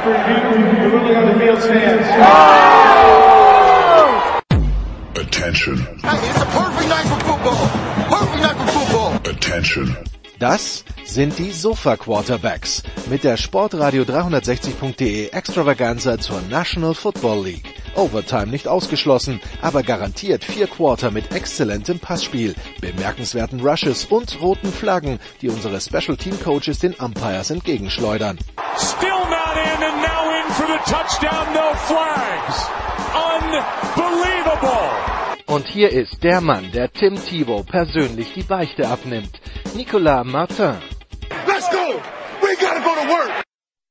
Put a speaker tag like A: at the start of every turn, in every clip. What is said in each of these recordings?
A: Attention. Hey, it's a perfect night for football. Perfect night for football. Attention.
B: Das sind die Sofa-Quarterbacks mit der Sportradio 360.de Extravaganza zur National Football League. Overtime nicht ausgeschlossen, aber garantiert 4 Quarter mit exzellentem Passspiel, bemerkenswerten Rushes und roten Flaggen, die unsere Special Team Coaches den Umpires entgegenschleudern.
C: Still not in and now in for the touchdown, no flags. Unbelievable.
B: Und hier ist der Mann, der Tim Tebow persönlich die Beichte abnimmt. Nicolas Martin.
A: Let's go! We gotta go to work!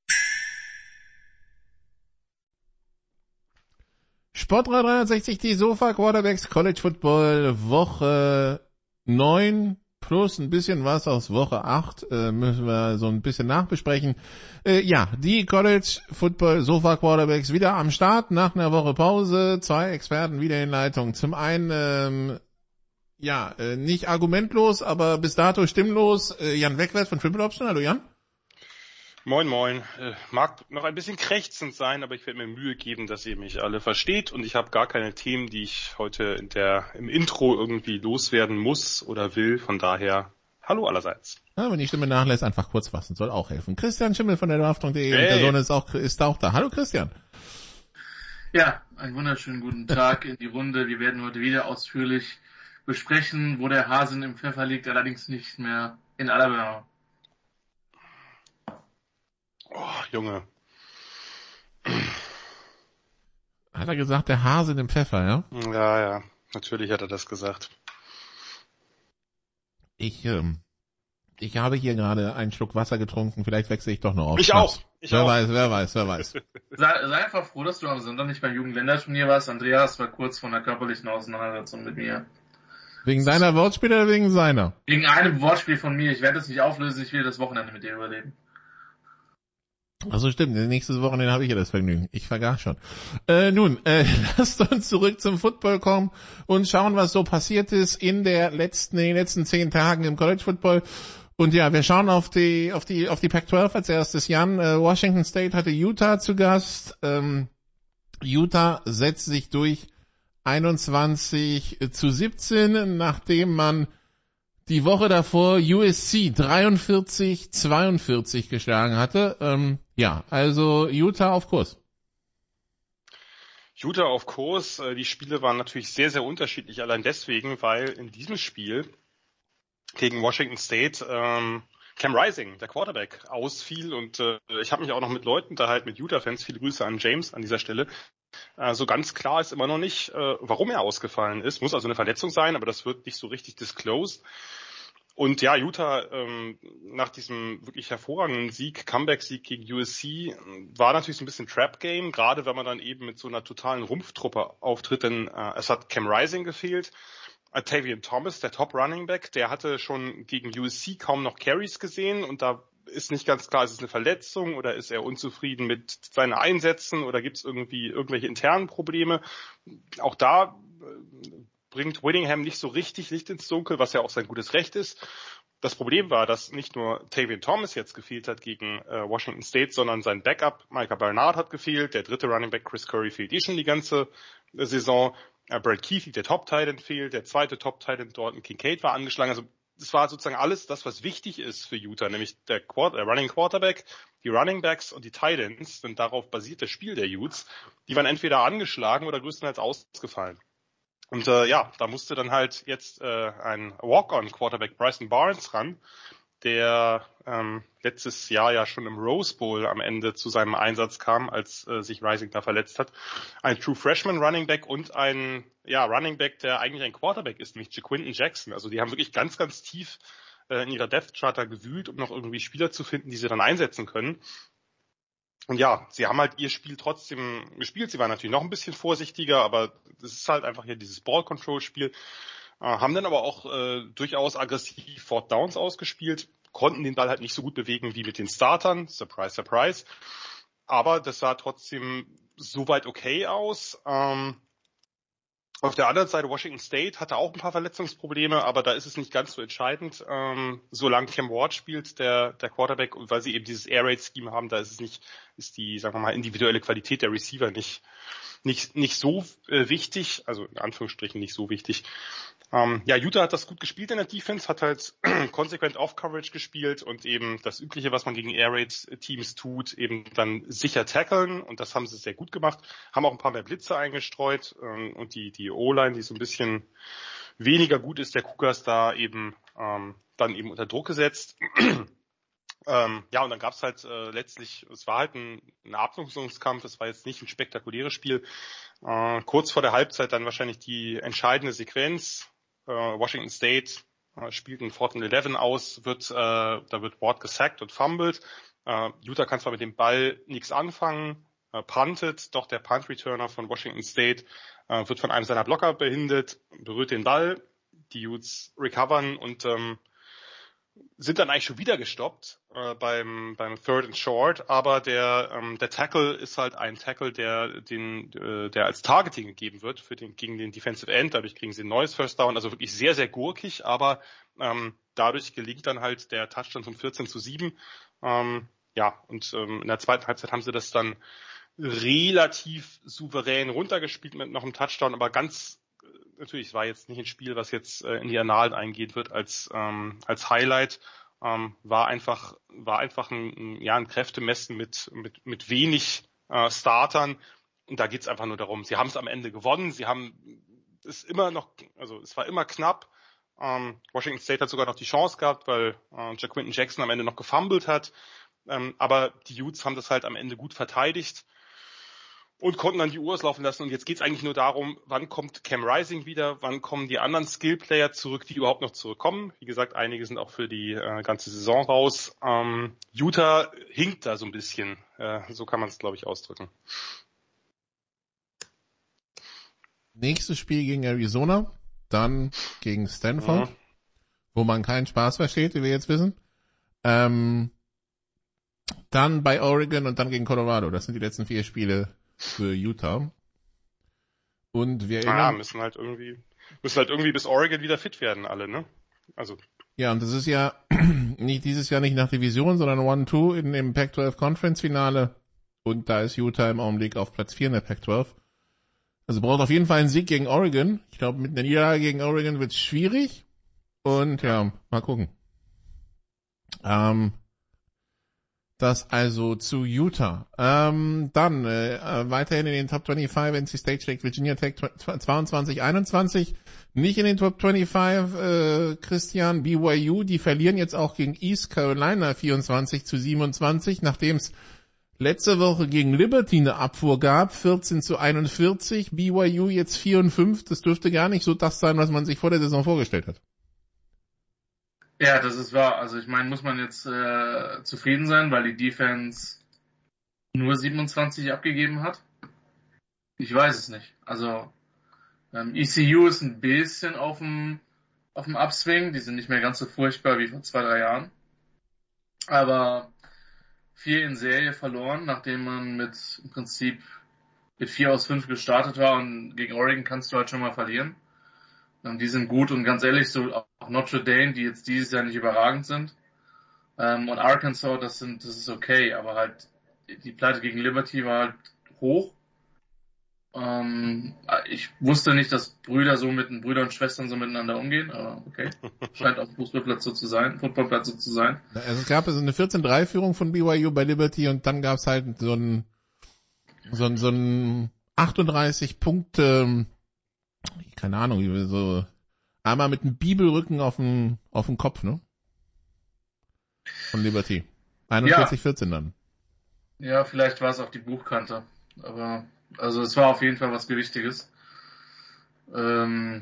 D: Sportradio 360, die Sofa Quarterbacks College Football Woche 9 plus ein bisschen was aus Woche 8, müssen wir so ein bisschen nachbesprechen. Die College Football Sofa Quarterbacks wieder am Start nach einer Woche Pause. 2 Experten wieder in Leitung. Zum einen, nicht argumentlos, aber bis dato stimmlos. Jan Wegwert von Triple Option. Hallo Jan.
E: Moin, moin. Mag noch ein bisschen krächzend sein, aber ich werde mir Mühe geben, dass ihr mich alle versteht. Und ich habe gar keine Themen, die ich heute im Intro irgendwie loswerden muss oder will. Von daher, hallo allerseits.
D: Ja, wenn die Stimme nachlässt, einfach kurz fassen, soll auch helfen. Christian Schimmel von der Draftung.de
E: hey.
D: Und der Sohn ist auch da. Hallo Christian.
F: Ja, einen wunderschönen guten Tag in die Runde. Wir werden heute wieder ausführlich besprechen, wo der Hasen im Pfeffer liegt, allerdings nicht mehr in Alabama.
E: Oh, Junge.
D: Hat er gesagt, der Hase in dem Pfeffer, ja?
E: Ja, natürlich hat er das gesagt.
D: Ich habe hier gerade einen Schluck Wasser getrunken, vielleicht wechsle ich doch noch auf.
E: Ich auch.
D: Wer weiß.
F: Sei einfach froh, dass du am Sonntag nicht beim Jugendländerturnier warst. Andreas war kurz vor einer körperlichen Auseinandersetzung mit mir.
D: Wegen deiner Wortspiele oder wegen seiner?
F: Wegen einem Wortspiel von mir. Ich werde es nicht auflösen, ich will das Wochenende mit dir überleben.
D: Also stimmt, nächstes Wochenende habe ich ja das Vergnügen. Ich vergaß schon. Lasst uns zurück zum Football kommen und schauen, was so passiert ist in den letzten 10 Tagen im College Football. Und ja, wir schauen auf die Pac-12 als erstes. Jan, Washington State hatte Utah zu Gast. Utah setzt sich durch 21-17, nachdem man die Woche davor USC 43-42 geschlagen hatte. Also Utah auf Kurs.
E: Utah auf Kurs. Die Spiele waren natürlich sehr, sehr unterschiedlich. Allein deswegen, weil in diesem Spiel gegen Washington State Cam Rising, der Quarterback, ausfiel. Und ich habe mich auch noch mit Leuten unterhalten, mit Utah-Fans. Viele Grüße an James an dieser Stelle. So ganz klar ist immer noch nicht, warum er ausgefallen ist. Muss also eine Verletzung sein, aber das wird nicht so richtig disclosed. Und ja, Utah nach diesem wirklich hervorragenden Comeback-Sieg gegen USC, war natürlich so ein bisschen Trap-Game, gerade wenn man dann eben mit so einer totalen Rumpftruppe auftritt, denn es hat Cam Rising gefehlt. Tavion Thomas, der Top-Running-Back, der hatte schon gegen USC kaum noch Carries gesehen und da ist nicht ganz klar, ist es eine Verletzung oder ist er unzufrieden mit seinen Einsätzen oder gibt es irgendwie irgendwelche internen Probleme. Auch da bringt Whittingham nicht so richtig Licht ins Dunkel, was ja auch sein gutes Recht ist. Das Problem war, dass nicht nur Tavion Thomas jetzt gefehlt hat gegen Washington State, sondern sein Backup Micah Bernard hat gefehlt, der dritte Running Back Chris Curry fehlt schon die ganze Saison. Brad Keithley, der Top-Tight-End fehlt, der zweite Top-Tight-End dort, Kincaid war angeschlagen. Also das war sozusagen alles das, was wichtig ist für Utah, nämlich der Running Quarterback, die Running Backs und die Tight Ends, denn darauf basiert das Spiel der Utes. Die waren entweder angeschlagen oder größtenteils ausgefallen. Und da musste dann halt jetzt ein Walk-on-Quarterback Bryson Barnes ran, der letztes Jahr ja schon im Rose Bowl am Ende zu seinem Einsatz kam, als sich Rising da verletzt hat. Ein True Freshman Running Back und ein Running Back, der eigentlich ein Quarterback ist, nämlich Jaquinton Jackson. Also die haben wirklich ganz, ganz tief in ihrer Depth Charter gewühlt, um noch irgendwie Spieler zu finden, die sie dann einsetzen können. Und ja, sie haben halt ihr Spiel trotzdem gespielt. Sie waren natürlich noch ein bisschen vorsichtiger, aber das ist halt einfach hier dieses Ball-Control-Spiel. Haben dann aber auch durchaus aggressiv Fourth Downs ausgespielt, konnten den Ball halt nicht so gut bewegen wie mit den Startern. Surprise, surprise. Aber das sah trotzdem soweit okay aus. Auf der anderen Seite, Washington State hatte auch ein paar Verletzungsprobleme, aber da ist es nicht ganz so entscheidend. Solange Cam Ward spielt, der Quarterback, und weil sie eben dieses Air Raid Scheme haben, da ist die, sagen wir mal, individuelle Qualität der Receiver nicht so wichtig, also in Anführungsstrichen nicht so wichtig. Utah hat das gut gespielt in der Defense, hat halt konsequent Off-Coverage gespielt und eben das Übliche, was man gegen Air Raid Teams tut, eben dann sicher tackeln, und das haben sie sehr gut gemacht, haben auch ein paar mehr Blitze eingestreut, und die O-Line, die so ein bisschen weniger gut ist, der Cougars da eben dann eben unter Druck gesetzt. Und dann gab's halt letztlich, es war halt ein Abnutzungskampf, es war jetzt nicht ein spektakuläres Spiel. Kurz vor der Halbzeit dann wahrscheinlich die entscheidende Sequenz. Washington State spielt einen 4th and 11 aus, da wird Ward gesackt und fumbled. Utah kann zwar mit dem Ball nichts anfangen, puntet, doch der Punt-Returner von Washington State wird von einem seiner Blocker behindert, berührt den Ball, die Utes recovern und sind dann eigentlich schon wieder gestoppt beim 3rd and Short, aber der Tackle ist halt ein Tackle, der als Targeting gegeben wird gegen den Defensive End. Dadurch kriegen sie ein neues First Down, also wirklich sehr, sehr gurkig, aber dadurch gelingt dann halt der Touchdown zum 14-7. In der zweiten Halbzeit haben sie das dann relativ souverän runtergespielt mit noch einem Touchdown, aber natürlich, es war jetzt nicht ein Spiel, was jetzt in die Annalen eingehen wird als Highlight. War einfach ein Kräftemessen mit wenig Startern. Und da geht's einfach nur darum. Sie haben es am Ende gewonnen. Sie haben es es war immer knapp. Washington State hat sogar noch die Chance gehabt, weil Jaquinton Jackson am Ende noch gefumbled hat. Aber die Utes haben das halt am Ende gut verteidigt und konnten dann die Uhr auslaufen lassen. Und jetzt geht's eigentlich nur darum, wann kommt Cam Rising wieder, wann kommen die anderen Skill-Player zurück, die überhaupt noch zurückkommen. Wie gesagt, einige sind auch für die ganze Saison raus. Utah hinkt da so ein bisschen. So kann man es, glaube ich, ausdrücken.
D: Nächstes Spiel gegen Arizona, dann gegen Stanford, wo man keinen Spaß versteht, wie wir jetzt wissen. Dann bei Oregon und dann gegen Colorado. Das sind die letzten 4 Spiele für Utah. Und wir erinnern...
E: müssen halt irgendwie bis Oregon wieder fit werden, alle, ne? Also.
D: Ja, und das ist ja nicht dieses Jahr nicht nach Division, sondern 1-2 in dem Pac-12 Conference Finale. Und da ist Utah im Augenblick auf Platz 4 in der Pac-12. Also braucht auf jeden Fall einen Sieg gegen Oregon. Ich glaube, mit einer Niederlage gegen Oregon wird es schwierig. Und ja, mal gucken. Das also zu Utah. Dann weiterhin in den Top 25, NC State schlägt Virginia Tech 22-21. Nicht in den Top 25, Christian, BYU, die verlieren jetzt auch gegen East Carolina 24-27, nachdem es letzte Woche gegen Liberty eine Abfuhr gab, 14-41, BYU jetzt 4-5. Das dürfte gar nicht so das sein, was man sich vor der Saison vorgestellt hat.
F: Ja, das ist wahr. Also ich meine, muss man jetzt zufrieden sein, weil die Defense nur 27 abgegeben hat? Ich weiß es nicht. Also ECU ist ein bisschen auf dem Upswing. Die sind nicht mehr ganz so furchtbar wie vor 2-3 Jahren. Aber 4 in Serie verloren, nachdem man im Prinzip mit 4 aus 5 gestartet war, und gegen Oregon kannst du halt schon mal verlieren. Die sind gut, und ganz ehrlich, so auch Notre Dame, die jetzt dieses Jahr nicht überragend sind. Und Arkansas, das ist okay, aber halt die Pleite gegen Liberty war halt hoch. Ich wusste nicht, dass Brüder und Schwestern so miteinander umgehen, aber okay. Scheint auf dem Footballplatz so zu sein.
D: Also es gab also eine 14-3-Führung von BYU bei Liberty, und dann gab es halt so ein 38 Punkte, keine Ahnung, wie so einmal mit einem Bibelrücken auf dem Kopf, ne? Von Liberty. 41-14 dann.
F: Ja, vielleicht war es auch die Buchkante. Aber, also es war auf jeden Fall was Gewichtiges. Und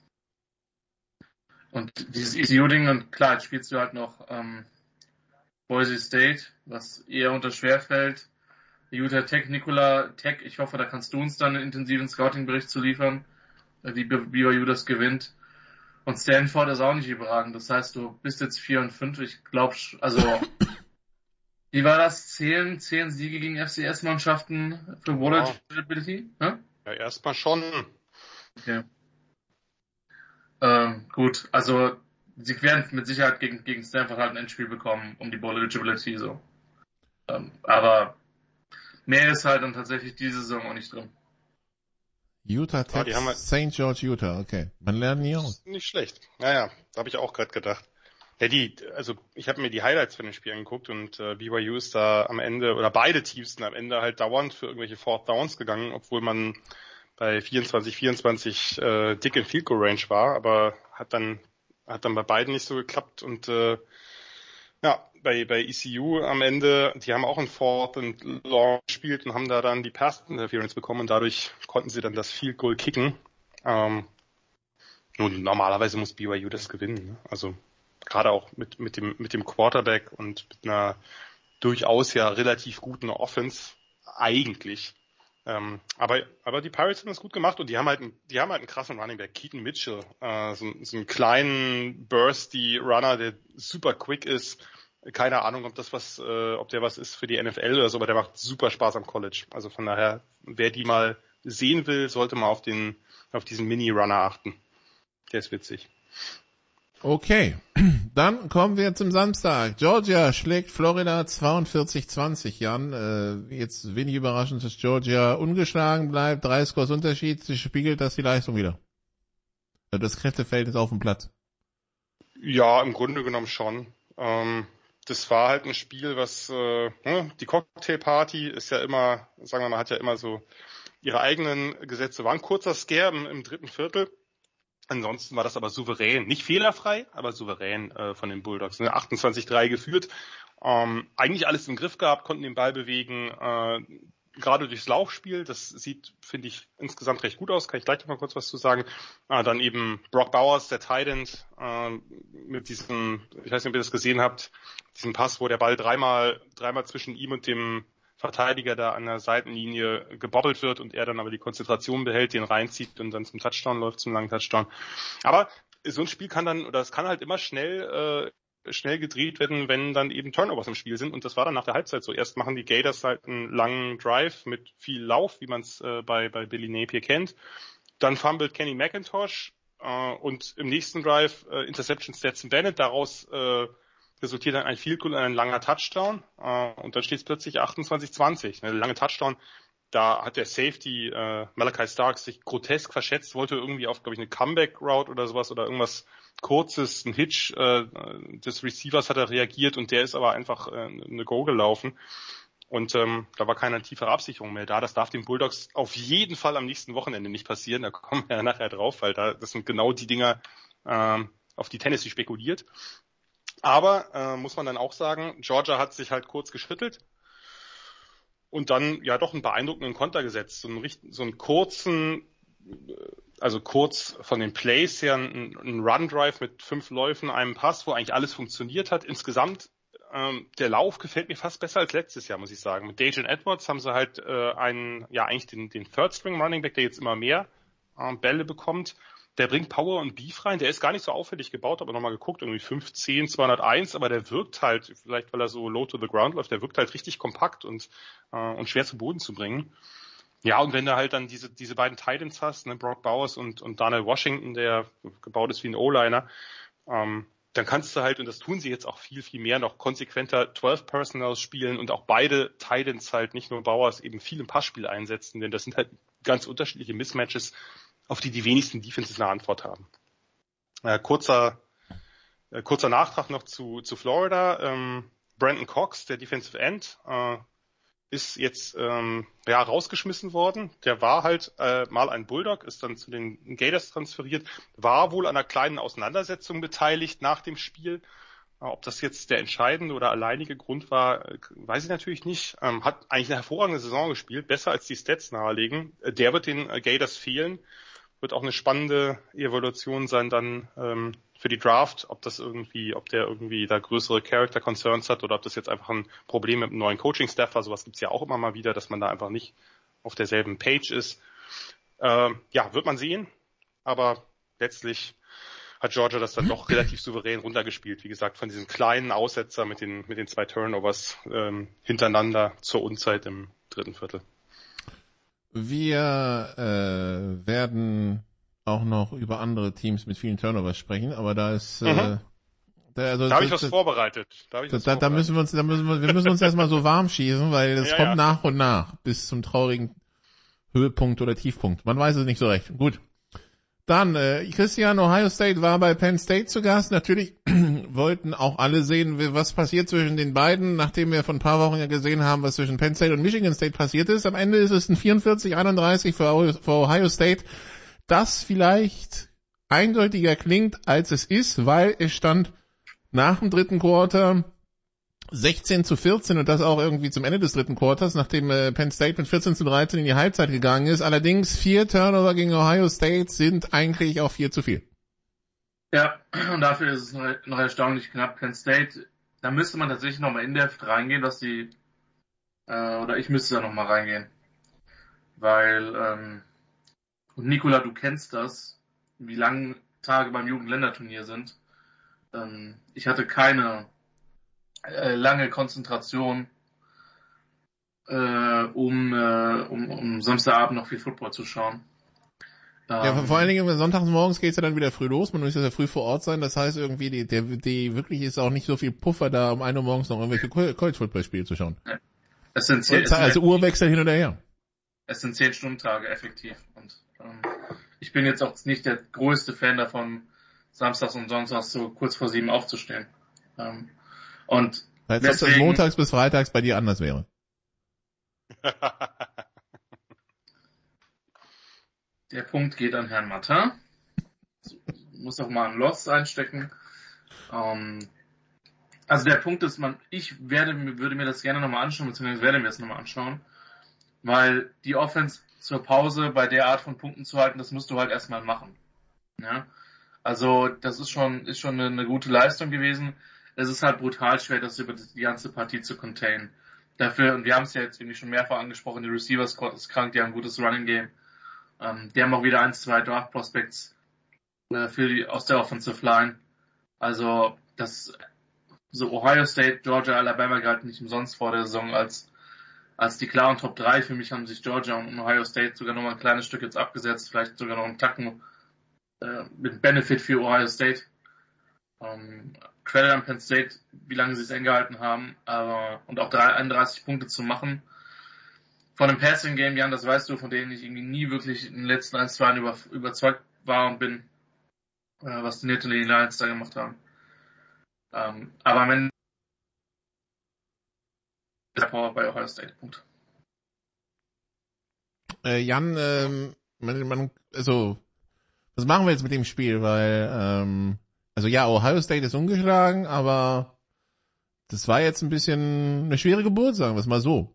F: dieses ECU-Ding, und klar, jetzt spielst du halt noch Boise State, was eher unter schwer fällt. Utah Tech, Nikola Tech, ich hoffe, da kannst du uns dann einen intensiven Scouting-Bericht zu liefern, wie BYU das gewinnt. Und Stanford ist auch nicht überragend. Das heißt, du bist jetzt 4-5. Ich glaube, also, wie war das? 10 Siege gegen FCS-Mannschaften für Waller Eligibility?
E: Ja, erstmal schon.
F: Okay. Gut, also sie werden mit Sicherheit gegen Stanford halt ein Endspiel bekommen, um die Bowl Eligibility so. Aber mehr ist halt dann tatsächlich diese Saison auch nicht drin.
D: Utah Tech,
E: die haben halt
D: St. George, Utah, okay. Man lernt nie aus.
E: nicht schlecht. Naja, da habe ich auch gerade gedacht. Ja, also ich habe mir die Highlights von den Spielen angeguckt und BYU ist da am Ende, oder beide Teams sind am Ende halt dauernd für irgendwelche Fourth Downs gegangen, obwohl man bei 24 dick in Field Goal Range war, aber hat dann bei beiden nicht so geklappt und bei ECU am Ende, die haben auch ein Fourth and Long gespielt und haben da dann die Pass Interference bekommen und dadurch konnten sie dann das Field Goal kicken. Nun, normalerweise muss BYU das gewinnen, ne? Also gerade auch mit dem Quarterback und mit einer durchaus ja relativ guten Offense eigentlich. Aber die Pirates haben das gut gemacht und die haben halt einen krassen Running Back, Keaton Mitchell, so einen kleinen bursty Runner, der super quick ist. Keine Ahnung, ob der was ist für die NFL oder so, aber der macht super Spaß am College. Also von daher, wer die mal sehen will, sollte mal auf diesen Mini-Runner achten. Der ist witzig.
D: Okay, dann kommen wir zum Samstag. Georgia schlägt Florida 42-20. Jan, jetzt wenig überraschend, dass Georgia ungeschlagen bleibt. 3 Scores Unterschied. Spiegelt das die Leistung wieder? Das Kräftefeld ist auf dem Platz.
E: Ja, im Grunde genommen schon. Das war halt ein Spiel, was die Cocktailparty ist ja immer, sagen wir mal, hat ja immer so ihre eigenen Gesetze. War ein kurzer Scare im dritten Viertel. Ansonsten war das aber souverän, nicht fehlerfrei, aber souverän von den Bulldogs. 28-3 geführt, eigentlich alles im Griff gehabt, konnten den Ball bewegen, gerade durchs Laufspiel. Das sieht, finde ich, insgesamt recht gut aus. Kann ich gleich noch mal kurz was zu sagen. Dann eben Brock Bowers, der Tight End, mit diesem, ich weiß nicht, ob ihr das gesehen habt, diesen Pass, wo der Ball dreimal zwischen ihm und dem Verteidiger da an der Seitenlinie gebobbelt wird und er dann aber die Konzentration behält, den reinzieht und dann zum Touchdown läuft, zum langen Touchdown. Aber so ein Spiel kann halt immer schnell gedreht werden, wenn dann eben Turnovers im Spiel sind und das war dann nach der Halbzeit so. Erst machen die Gators halt einen langen Drive mit viel Lauf, wie man es bei Billy Napier kennt. Dann fummelt Kenny McIntosh und im nächsten Drive Interception Stetson Bennett, daraus resultiert dann ein Field Goal und ein langer Touchdown und dann steht es plötzlich 28-20. Der lange Touchdown, da hat der Safety Malachi Starks sich grotesk verschätzt, wollte irgendwie auf, glaube ich, eine Comeback-Route oder sowas oder irgendwas Kurzes, ein Hitch des Receivers hat er reagiert und der ist aber einfach eine Go gelaufen und da war keine tiefere Absicherung mehr da. Das darf den Bulldogs auf jeden Fall am nächsten Wochenende nicht passieren, da kommen wir ja nachher drauf, weil das sind genau die Dinger, auf die Tennessee spekuliert. Aber muss man dann auch sagen, Georgia hat sich halt kurz geschüttelt und dann ja doch einen beeindruckenden Konter gesetzt. So einen kurzen, also kurz von den Plays her, ein Run-Drive mit 5 Läufen, einem Pass, wo eigentlich alles funktioniert hat. Insgesamt, der Lauf gefällt mir fast besser als letztes Jahr, muss ich sagen. Mit Dajan Edwards haben sie halt eigentlich den Third-String-Running-Back, der jetzt immer mehr Bälle bekommt. Der bringt Power und Beef rein, der ist gar nicht so auffällig gebaut, aber nochmal geguckt, irgendwie 5'10", 201, aber der wirkt halt, vielleicht weil er so low to the ground läuft, der wirkt halt richtig kompakt und schwer zu Boden zu bringen. Ja, und wenn du halt dann diese beiden Titans hast, ne, Brock Bowers und Darnell Washington, der gebaut ist wie ein O-Liner, dann kannst du halt, und das tun sie jetzt auch viel, viel mehr, noch konsequenter 12 Personnels spielen und auch beide Titans halt, nicht nur Bowers, eben viel im Passspiel einsetzen, denn das sind halt ganz unterschiedliche Mismatches, auf die wenigsten Defenses eine Antwort haben. Kurzer Nachtrag noch zu Florida. Brandon Cox, der Defensive End, ist jetzt rausgeschmissen worden. Der war halt mal ein Bulldog, ist dann zu den Gators transferiert, war wohl an einer kleinen Auseinandersetzung beteiligt nach dem Spiel. Ob das jetzt der entscheidende oder alleinige Grund war, weiß ich natürlich nicht. Hat eigentlich eine hervorragende Saison gespielt, besser als die Stats nahelegen. Der wird den Gators fehlen. Wird auch eine spannende Evaluation sein dann für die Draft, ob der irgendwie da größere Character Concerns hat oder ob das jetzt einfach ein Problem mit einem neuen Coaching-Staff war. Sowas gibt's ja auch immer mal wieder, dass man da einfach nicht auf derselben Page ist. Wird man sehen. Aber letztlich hat Georgia das dann doch relativ souverän runtergespielt. Wie gesagt, von diesen kleinen Aussetzer mit den 2 Turnovers hintereinander zur Unzeit im dritten Viertel.
D: Wir werden auch noch über andere Teams mit vielen Turnovers sprechen, aber da ist,
E: da habe ich was vorbereitet.
D: Wir müssen uns erstmal so warm schießen, weil das kommt nach und nach bis zum traurigen Höhepunkt oder Tiefpunkt. Man weiß es nicht so recht. Gut. Dann, Christian, Ohio State war bei Penn State zu Gast. Natürlich wollten auch alle sehen, was passiert zwischen den beiden, nachdem wir vor ein paar Wochen ja gesehen haben, was zwischen Penn State und Michigan State passiert ist. Am Ende ist es ein 44-31 für Ohio State, das vielleicht eindeutiger klingt, als es ist, weil es stand nach dem dritten Quarter 16-14 und das auch irgendwie zum Ende des dritten Quarters, nachdem Penn State mit 14-13 in die Halbzeit gegangen ist. Allerdings 4 Turnover gegen Ohio State sind eigentlich auch 4 zu viel.
F: Ja, und dafür ist es noch erstaunlich knapp. Penn State, da müsste man tatsächlich nochmal in Depth reingehen, oder ich müsste da nochmal reingehen. Weil, und Nikola, du kennst das, wie lange Tage beim Jugendländerturnier sind. Ich hatte keine lange Konzentration, um Samstagabend noch viel Football zu schauen.
D: Ja, vor allen Dingen sonntags morgens geht's ja dann wieder früh los. Man muss ja früh vor Ort sein. Das heißt irgendwie, die wirklich ist auch nicht so viel Puffer da, um 1 Uhr morgens noch irgendwelche College-Football-Spiele zu schauen. Ja. Also Uhrwechsel hin oder her.
F: Es sind 10-Stunden-Tage, effektiv. Und ich bin jetzt auch nicht der größte Fan davon, samstags und sonntags so kurz vor 7 aufzustehen. Und
D: als ob das montags bis freitags bei dir anders wäre.
F: Der Punkt geht an Herrn Martin. Muss auch mal ein Loss einstecken. Also der Punkt ist, würde mir das gerne nochmal anschauen, beziehungsweise werde mir das nochmal anschauen, weil die Offense zur Pause bei der Art von Punkten zu halten, das musst du halt erstmal machen. Ja? Also das ist schon eine gute Leistung gewesen. Es ist halt brutal schwer, das über die ganze Partie zu containen. Dafür, und wir haben es ja jetzt irgendwie schon mehrfach angesprochen, die Receiver-Squad ist krank, die haben ein gutes Running-Game. Die haben auch wieder 1-2 Draft-Prospects aus der Offensive Line. Also so Ohio State, Georgia, Alabama galten nicht umsonst vor der Saison als die klaren Top 3. Für mich haben sich Georgia und Ohio State sogar noch mal ein kleines Stück jetzt abgesetzt, vielleicht sogar noch einen Tacken mit Benefit für Ohio State. Credit an Penn State, wie lange sie es eng gehalten haben, und auch 31 Punkte zu machen. Von dem Passing Game, Jan, das weißt du, von denen ich irgendwie nie wirklich in den letzten 1-2 Jahren überzeugt war und bin, was die Nittany Lions da gemacht haben. Aber am Ende der Power bei Ohio State. Punkt.
D: Jan, was machen wir jetzt mit dem Spiel? Weil, Ohio State ist ungeschlagen, aber das war jetzt ein bisschen eine schwere Geburt, sagen wir es mal so.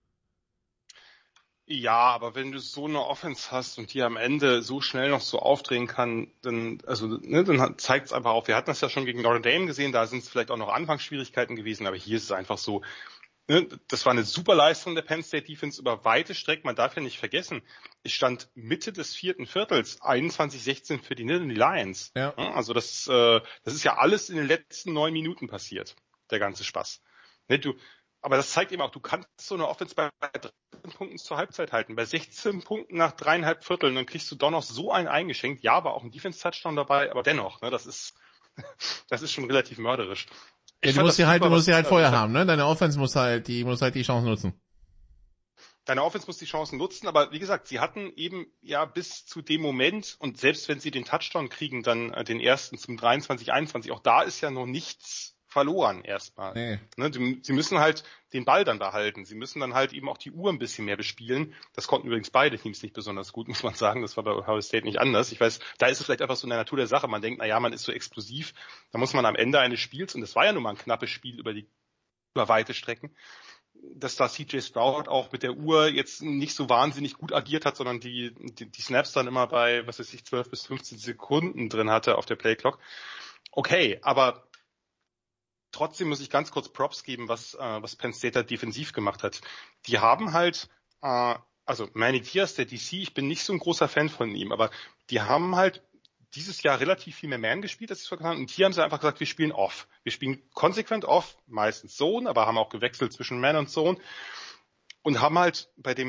E: Ja, aber wenn du so eine Offense hast und die am Ende so schnell noch so aufdrehen kann, dann zeigt es einfach auf. Wir hatten das ja schon gegen Notre Dame gesehen, da sind es vielleicht auch noch Anfangsschwierigkeiten gewesen, aber hier ist es einfach so, das war eine super Leistung der Penn State Defense über weite Strecken. Man darf ja nicht vergessen, es stand Mitte des 4. Viertels 21-16 für die Nittany Lions. Ja. Also das ist ja alles in den letzten 9 Minuten passiert, der ganze Spaß. Aber das zeigt eben auch, du kannst so eine Offense bei 13 Punkten zur Halbzeit halten, bei 16 Punkten nach 3,5 Vierteln, dann kriegst du doch noch so einen eingeschenkt. Ja, war auch ein Defense-Touchdown dabei, aber dennoch, das ist schon relativ mörderisch.
D: Ja, du musst sie halt vorher haben, ne? Deine Offense muss halt die Chance nutzen.
E: Deine Offense muss die Chancen nutzen, aber wie gesagt, sie hatten eben bis zu dem Moment, und selbst wenn sie den Touchdown kriegen, dann den ersten zum 23-21, auch da ist ja noch nichts verloren erstmal. Nee. Sie müssen halt den Ball dann behalten. Sie müssen dann halt eben auch die Uhr ein bisschen mehr bespielen. Das konnten übrigens beide Teams nicht besonders gut, muss man sagen. Das war bei Ohio State nicht anders. Ich weiß, da ist es vielleicht einfach so in der Natur der Sache. Man denkt, man ist so explosiv. Da muss man am Ende eines Spiels, und das war ja nun mal ein knappes Spiel über weite Strecken, dass da CJ Stroud auch mit der Uhr jetzt nicht so wahnsinnig gut agiert hat, sondern die Snaps dann immer bei, 12 bis 15 Sekunden drin hatte auf der Playclock. Okay, aber trotzdem muss ich ganz kurz Props geben, was Penn State da defensiv gemacht hat. Die haben halt, Manny Diaz, der DC, ich bin nicht so ein großer Fan von ihm, aber die haben halt dieses Jahr relativ viel mehr Man gespielt, als ich es verstanden habe. Und hier haben sie einfach gesagt, wir spielen off. Wir spielen konsequent off, meistens Zone, aber haben auch gewechselt zwischen Man und Zone und haben halt bei dem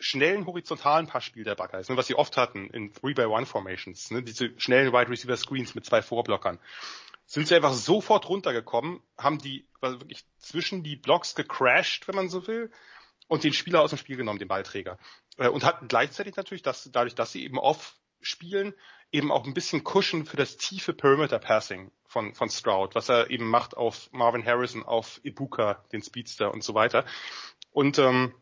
E: schnellen horizontalen Passspiel der Buckeyes, ne, was sie oft hatten in 3-by-1-Formations, ne, diese schnellen Wide Receiver Screens mit 2 Vorblockern, sind sie einfach sofort runtergekommen, haben die wirklich zwischen die Blocks gecrashed, wenn man so will, und den Spieler aus dem Spiel genommen, den Ballträger. Und hatten gleichzeitig natürlich, dadurch, dass sie eben off spielen, eben auch ein bisschen Cushion für das tiefe Perimeter-Passing von Stroud, was er eben macht auf Marvin Harrison, auf Ibuka, den Speedster und so weiter. Und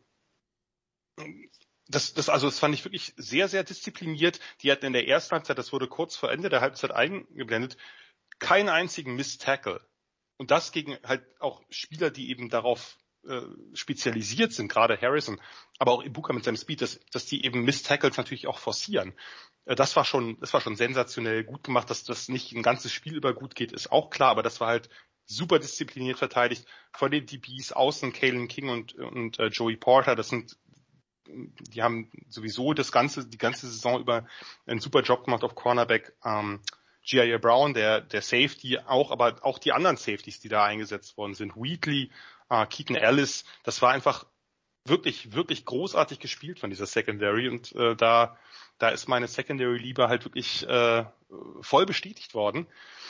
E: das fand ich wirklich sehr, sehr diszipliniert. Die hatten in der ersten Halbzeit, das wurde kurz vor Ende der Halbzeit eingeblendet, keinen einzigen Miss-Tackle. Und das gegen halt auch Spieler, die eben darauf spezialisiert sind, gerade Harrison, aber auch Ibuka mit seinem Speed, dass die eben Miss-Tackles natürlich auch forcieren. Das war schon sensationell gut gemacht, dass das nicht ein ganzes Spiel über gut geht, ist auch klar, aber das war halt super diszipliniert verteidigt von den DBs außen, Kalen King und Joey Porter. Die haben sowieso die ganze Saison über einen super Job gemacht auf Cornerback. G.I.A. Brown, der Safety, aber auch die anderen Safeties, die da eingesetzt worden sind. Wheatley, Keaton Ellis, das war einfach wirklich, wirklich großartig gespielt von dieser Secondary und da ist meine Secondary-Liebe halt wirklich voll bestätigt worden.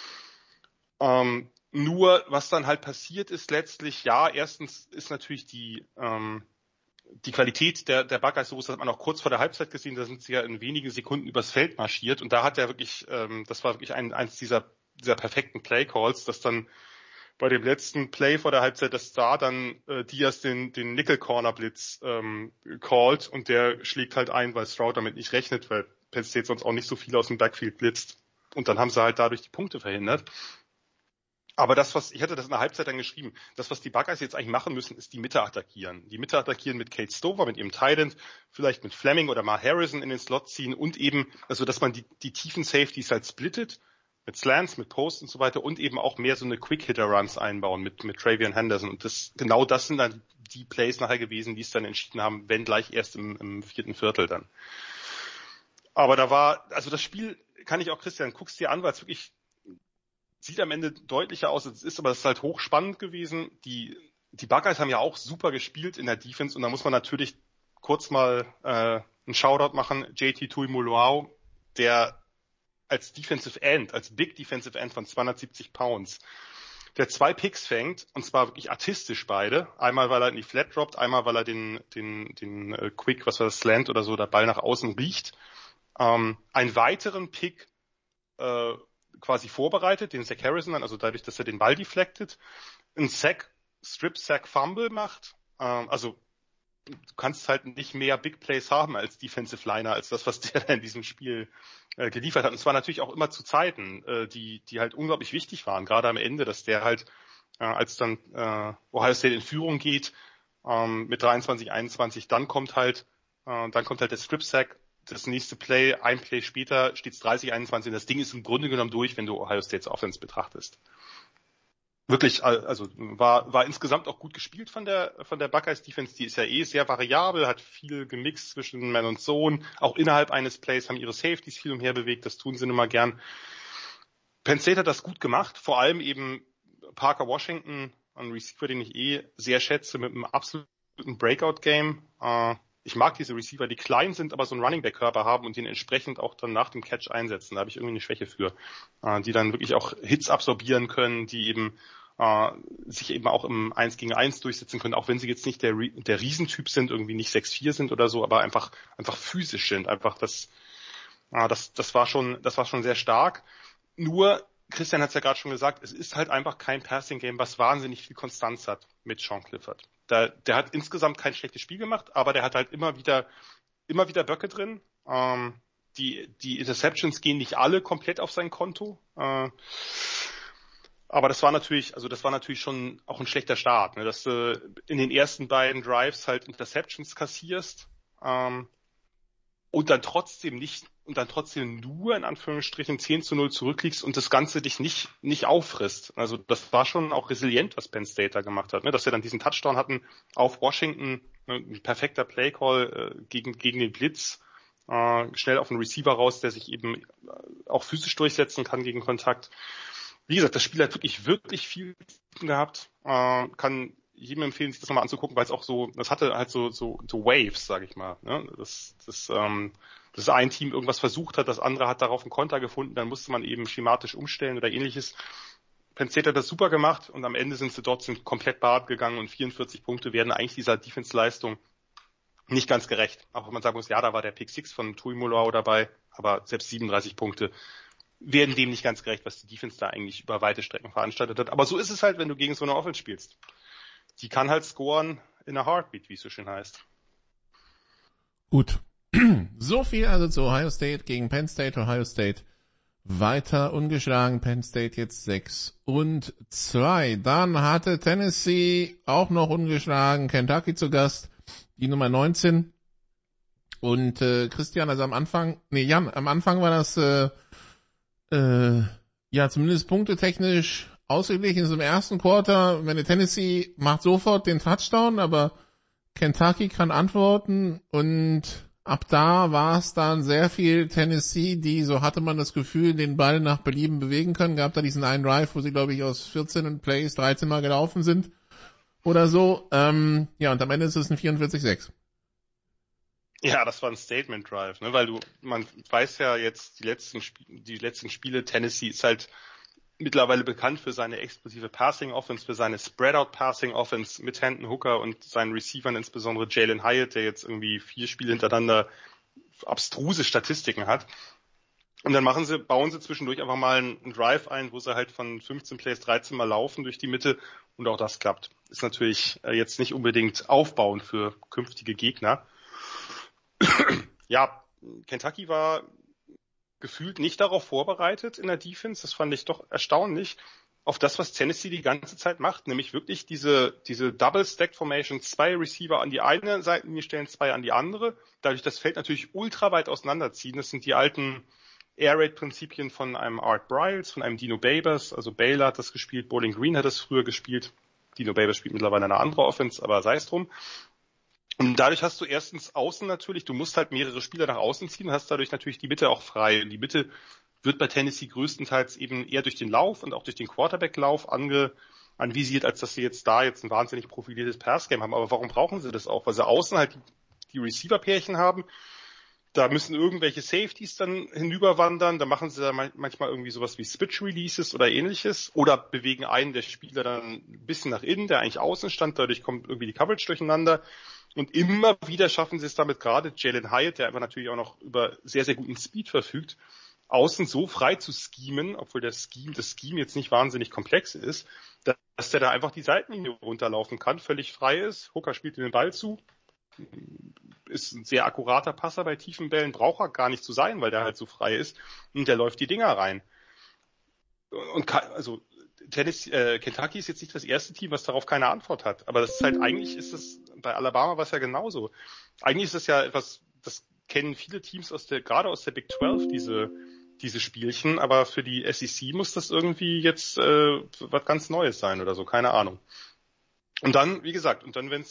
E: Nur, was dann halt passiert ist letztlich, ja, erstens ist natürlich die Qualität der Buckeyes so, das hat man auch kurz vor der Halbzeit gesehen, da sind sie ja in wenigen Sekunden übers Feld marschiert und da hat er wirklich, das war wirklich eins dieser perfekten Play-Calls, dass dann bei dem letzten Play vor der Halbzeit, dass da dann Diaz den Nickel-Corner-Blitz callt und der schlägt halt ein, weil Stroud damit nicht rechnet, weil Penn State sonst auch nicht so viel aus dem Backfield blitzt. Und dann haben sie halt dadurch die Punkte verhindert. Aber ich hatte das in der Halbzeit dann geschrieben, das, was die Buckeyes jetzt eigentlich machen müssen, ist die Mitte attackieren. Die Mitte attackieren mit Kate Stover, mit ihrem Tight End, vielleicht mit Fleming oder mal Harrison in den Slot ziehen und eben, also dass man die tiefen Safeties halt splittet, mit Slants, mit Posts und so weiter und eben auch mehr so eine Quick-Hitter-Runs einbauen mit Travion Henderson. Und das sind dann die Plays nachher gewesen, die es dann entschieden haben, wenn gleich erst im 4. Viertel dann. Aber das Spiel kann ich auch, Christian, guck's dir an, weil es wirklich sieht am Ende deutlicher aus, als es ist, aber es ist halt hochspannend gewesen. Die Buckeyes haben ja auch super gespielt in der Defense und da muss man natürlich kurz mal einen Shoutout machen. JT Tuimoloau, der als Defensive End, als Big Defensive End von 270 Pounds, der 2 Picks fängt, und zwar wirklich artistisch beide. Einmal, weil er in die Flat droppt, einmal, weil er den Quick, was war das, Slant oder so, der Ball nach außen riecht. Einen weiteren Pick quasi vorbereitet, den Zach Harrison dann, also dadurch, dass er den Ball deflected, einen Strip-Sack-Fumble macht. Also du kannst halt nicht mehr Big Plays haben als Defensive Liner, als das, was der da in diesem Spiel geliefert hat. Und zwar natürlich auch immer zu Zeiten, die halt unglaublich wichtig waren, gerade am Ende, dass der halt, als dann Ohio State in Führung geht, mit 23-21, dann kommt halt der Strip-Sack, das nächste Play, ein Play später steht's 30-21 und das Ding ist im Grunde genommen durch, wenn du Ohio States Offense betrachtest. Wirklich, also war insgesamt auch gut gespielt von der Buckeyes Defense, die ist ja sehr variabel, hat viel gemixt zwischen Man und Zone, auch innerhalb eines Plays haben ihre Safeties viel umherbewegt, das tun sie immer gern. Penn State hat das gut gemacht, vor allem eben Parker Washington, ein Receiver, den ich sehr schätze, mit einem absoluten Breakout-Game. Ich mag diese Receiver, die klein sind, aber so einen Running-Back-Körper haben und den entsprechend auch dann nach dem Catch einsetzen. Da habe ich irgendwie eine Schwäche für. Die dann wirklich auch Hits absorbieren können, die eben sich eben auch im 1 gegen 1 durchsetzen können, auch wenn sie jetzt nicht der Riesentyp sind, irgendwie nicht 6'4 sind oder so, aber einfach physisch sind. Einfach das war schon sehr stark. Nur, Christian hat es ja gerade schon gesagt, es ist halt einfach kein Passing-Game, was wahnsinnig viel Konstanz hat mit Sean Clifford. Der hat insgesamt kein schlechtes Spiel gemacht, aber der hat halt immer wieder Böcke drin. Die Interceptions gehen nicht alle komplett auf sein Konto. Aber das war natürlich schon auch ein schlechter Start, ne? Dass du in den ersten beiden Drives halt Interceptions kassierst und dann trotzdem nur in Anführungsstrichen 10-0 zurückliegst und das Ganze dich nicht auffrisst. Also das war schon auch resilient, was Penn State da gemacht hat, ne? Dass wir dann diesen Touchdown hatten auf Washington, ne? Ein perfekter Playcall gegen den Blitz, schnell auf den Receiver raus, der sich eben auch physisch durchsetzen kann gegen Kontakt. Wie gesagt, das Spiel hat wirklich, wirklich viel gehabt. jedem empfehlen, sich das nochmal anzugucken, weil es auch so, das hatte halt so Waves, sag ich mal. Ne? Dass ein Team irgendwas versucht hat, das andere hat darauf einen Konter gefunden, dann musste man eben schematisch umstellen oder ähnliches. Penn State hat das super gemacht und am Ende sind komplett bad gegangen und 44 Punkte werden eigentlich dieser Defense-Leistung nicht ganz gerecht. Auch wenn man sagen muss, ja, da war der Pick 6 von Tuimoloau dabei, aber selbst 37 Punkte werden dem nicht ganz gerecht, was die Defense da eigentlich über weite Strecken veranstaltet hat. Aber so ist es halt, wenn du gegen so eine Offense spielst. Die kann halt scoren in a heartbeat, wie es so schön heißt.
D: Gut. So viel also zu Ohio State gegen Penn State. Ohio State weiter ungeschlagen. Penn State jetzt 6-2. Dann hatte Tennessee auch noch ungeschlagen. Kentucky zu Gast. Die Nummer 19. Und Christian, also am Anfang war das zumindest punktetechnisch ausgeglichen. Ist im ersten Quarter, wenn Tennessee macht sofort den Touchdown, aber Kentucky kann antworten und ab da war es dann sehr viel Tennessee, die, so hatte man das Gefühl, den Ball nach Belieben bewegen können. Gab da diesen einen Drive, wo sie, glaube ich, aus 14 Plays 13 Mal gelaufen sind oder so. Und am Ende ist es ein 44-6.
E: Ja, das war ein Statement Drive, ne? Weil man weiß ja jetzt, die letzten Spiele, Tennessee ist halt mittlerweile bekannt für seine explosive Passing Offense, für seine Spread-Out Passing Offense mit Hendon Hooker und seinen Receivern, insbesondere Jalen Hyatt, der jetzt irgendwie 4 Spiele hintereinander abstruse Statistiken hat. Und dann bauen sie zwischendurch einfach mal einen Drive ein, wo sie halt von 15 Plays 13 Mal laufen durch die Mitte und auch das klappt. Ist natürlich jetzt nicht unbedingt aufbauend für künftige Gegner. Ja, Kentucky war gefühlt nicht darauf vorbereitet in der Defense. Das fand ich doch erstaunlich. Auf das, was Tennessee die ganze Zeit macht, nämlich wirklich diese Double-Stack-Formation, 2 Receiver an die eine Seitenlinie stellen, 2 an die andere. Dadurch das Feld natürlich ultra weit auseinanderziehen. Das sind die alten Air-Raid-Prinzipien von einem Art Briles, von einem Dino Babers. Also Baylor hat das gespielt, Bowling Green hat das früher gespielt. Dino Babers spielt mittlerweile eine andere Offense, aber sei es drum. Und dadurch hast du erstens außen natürlich, du musst halt mehrere Spieler nach außen ziehen, hast dadurch natürlich die Mitte auch frei. Und die Mitte wird bei Tennessee größtenteils eben eher durch den Lauf und auch durch den Quarterback-Lauf anvisiert, als dass sie jetzt ein wahnsinnig profiliertes Pass-Game haben. Aber warum brauchen sie das auch? Weil sie außen halt die Receiver-Pärchen haben. Da müssen irgendwelche Safeties dann hinüberwandern. Da machen sie dann manchmal irgendwie sowas wie Switch-Releases oder ähnliches. Oder bewegen einen der Spieler dann ein bisschen nach innen, der eigentlich außen stand. Dadurch kommt irgendwie die Coverage durcheinander. Und immer wieder schaffen sie es damit, gerade Jalen Hyatt, der einfach natürlich auch noch über sehr, sehr guten Speed verfügt, außen so frei zu schemen, obwohl das Scheme jetzt nicht wahnsinnig komplex ist, dass der da einfach die Seitenlinie runterlaufen kann, völlig frei ist. Hooker spielt den Ball zu, ist ein sehr akkurater Passer bei tiefen Bällen, braucht er gar nicht zu sein, weil der halt so frei ist und der läuft die Dinger rein. Und Kentucky ist jetzt nicht das erste Team, was darauf keine Antwort hat. Aber das ist halt, eigentlich ist es, bei Alabama war es ja genauso. Eigentlich ist es ja etwas, das kennen viele Teams gerade aus der Big 12, diese Spielchen, aber für die SEC muss das irgendwie jetzt was ganz Neues sein oder so, keine Ahnung. Und dann, wie gesagt,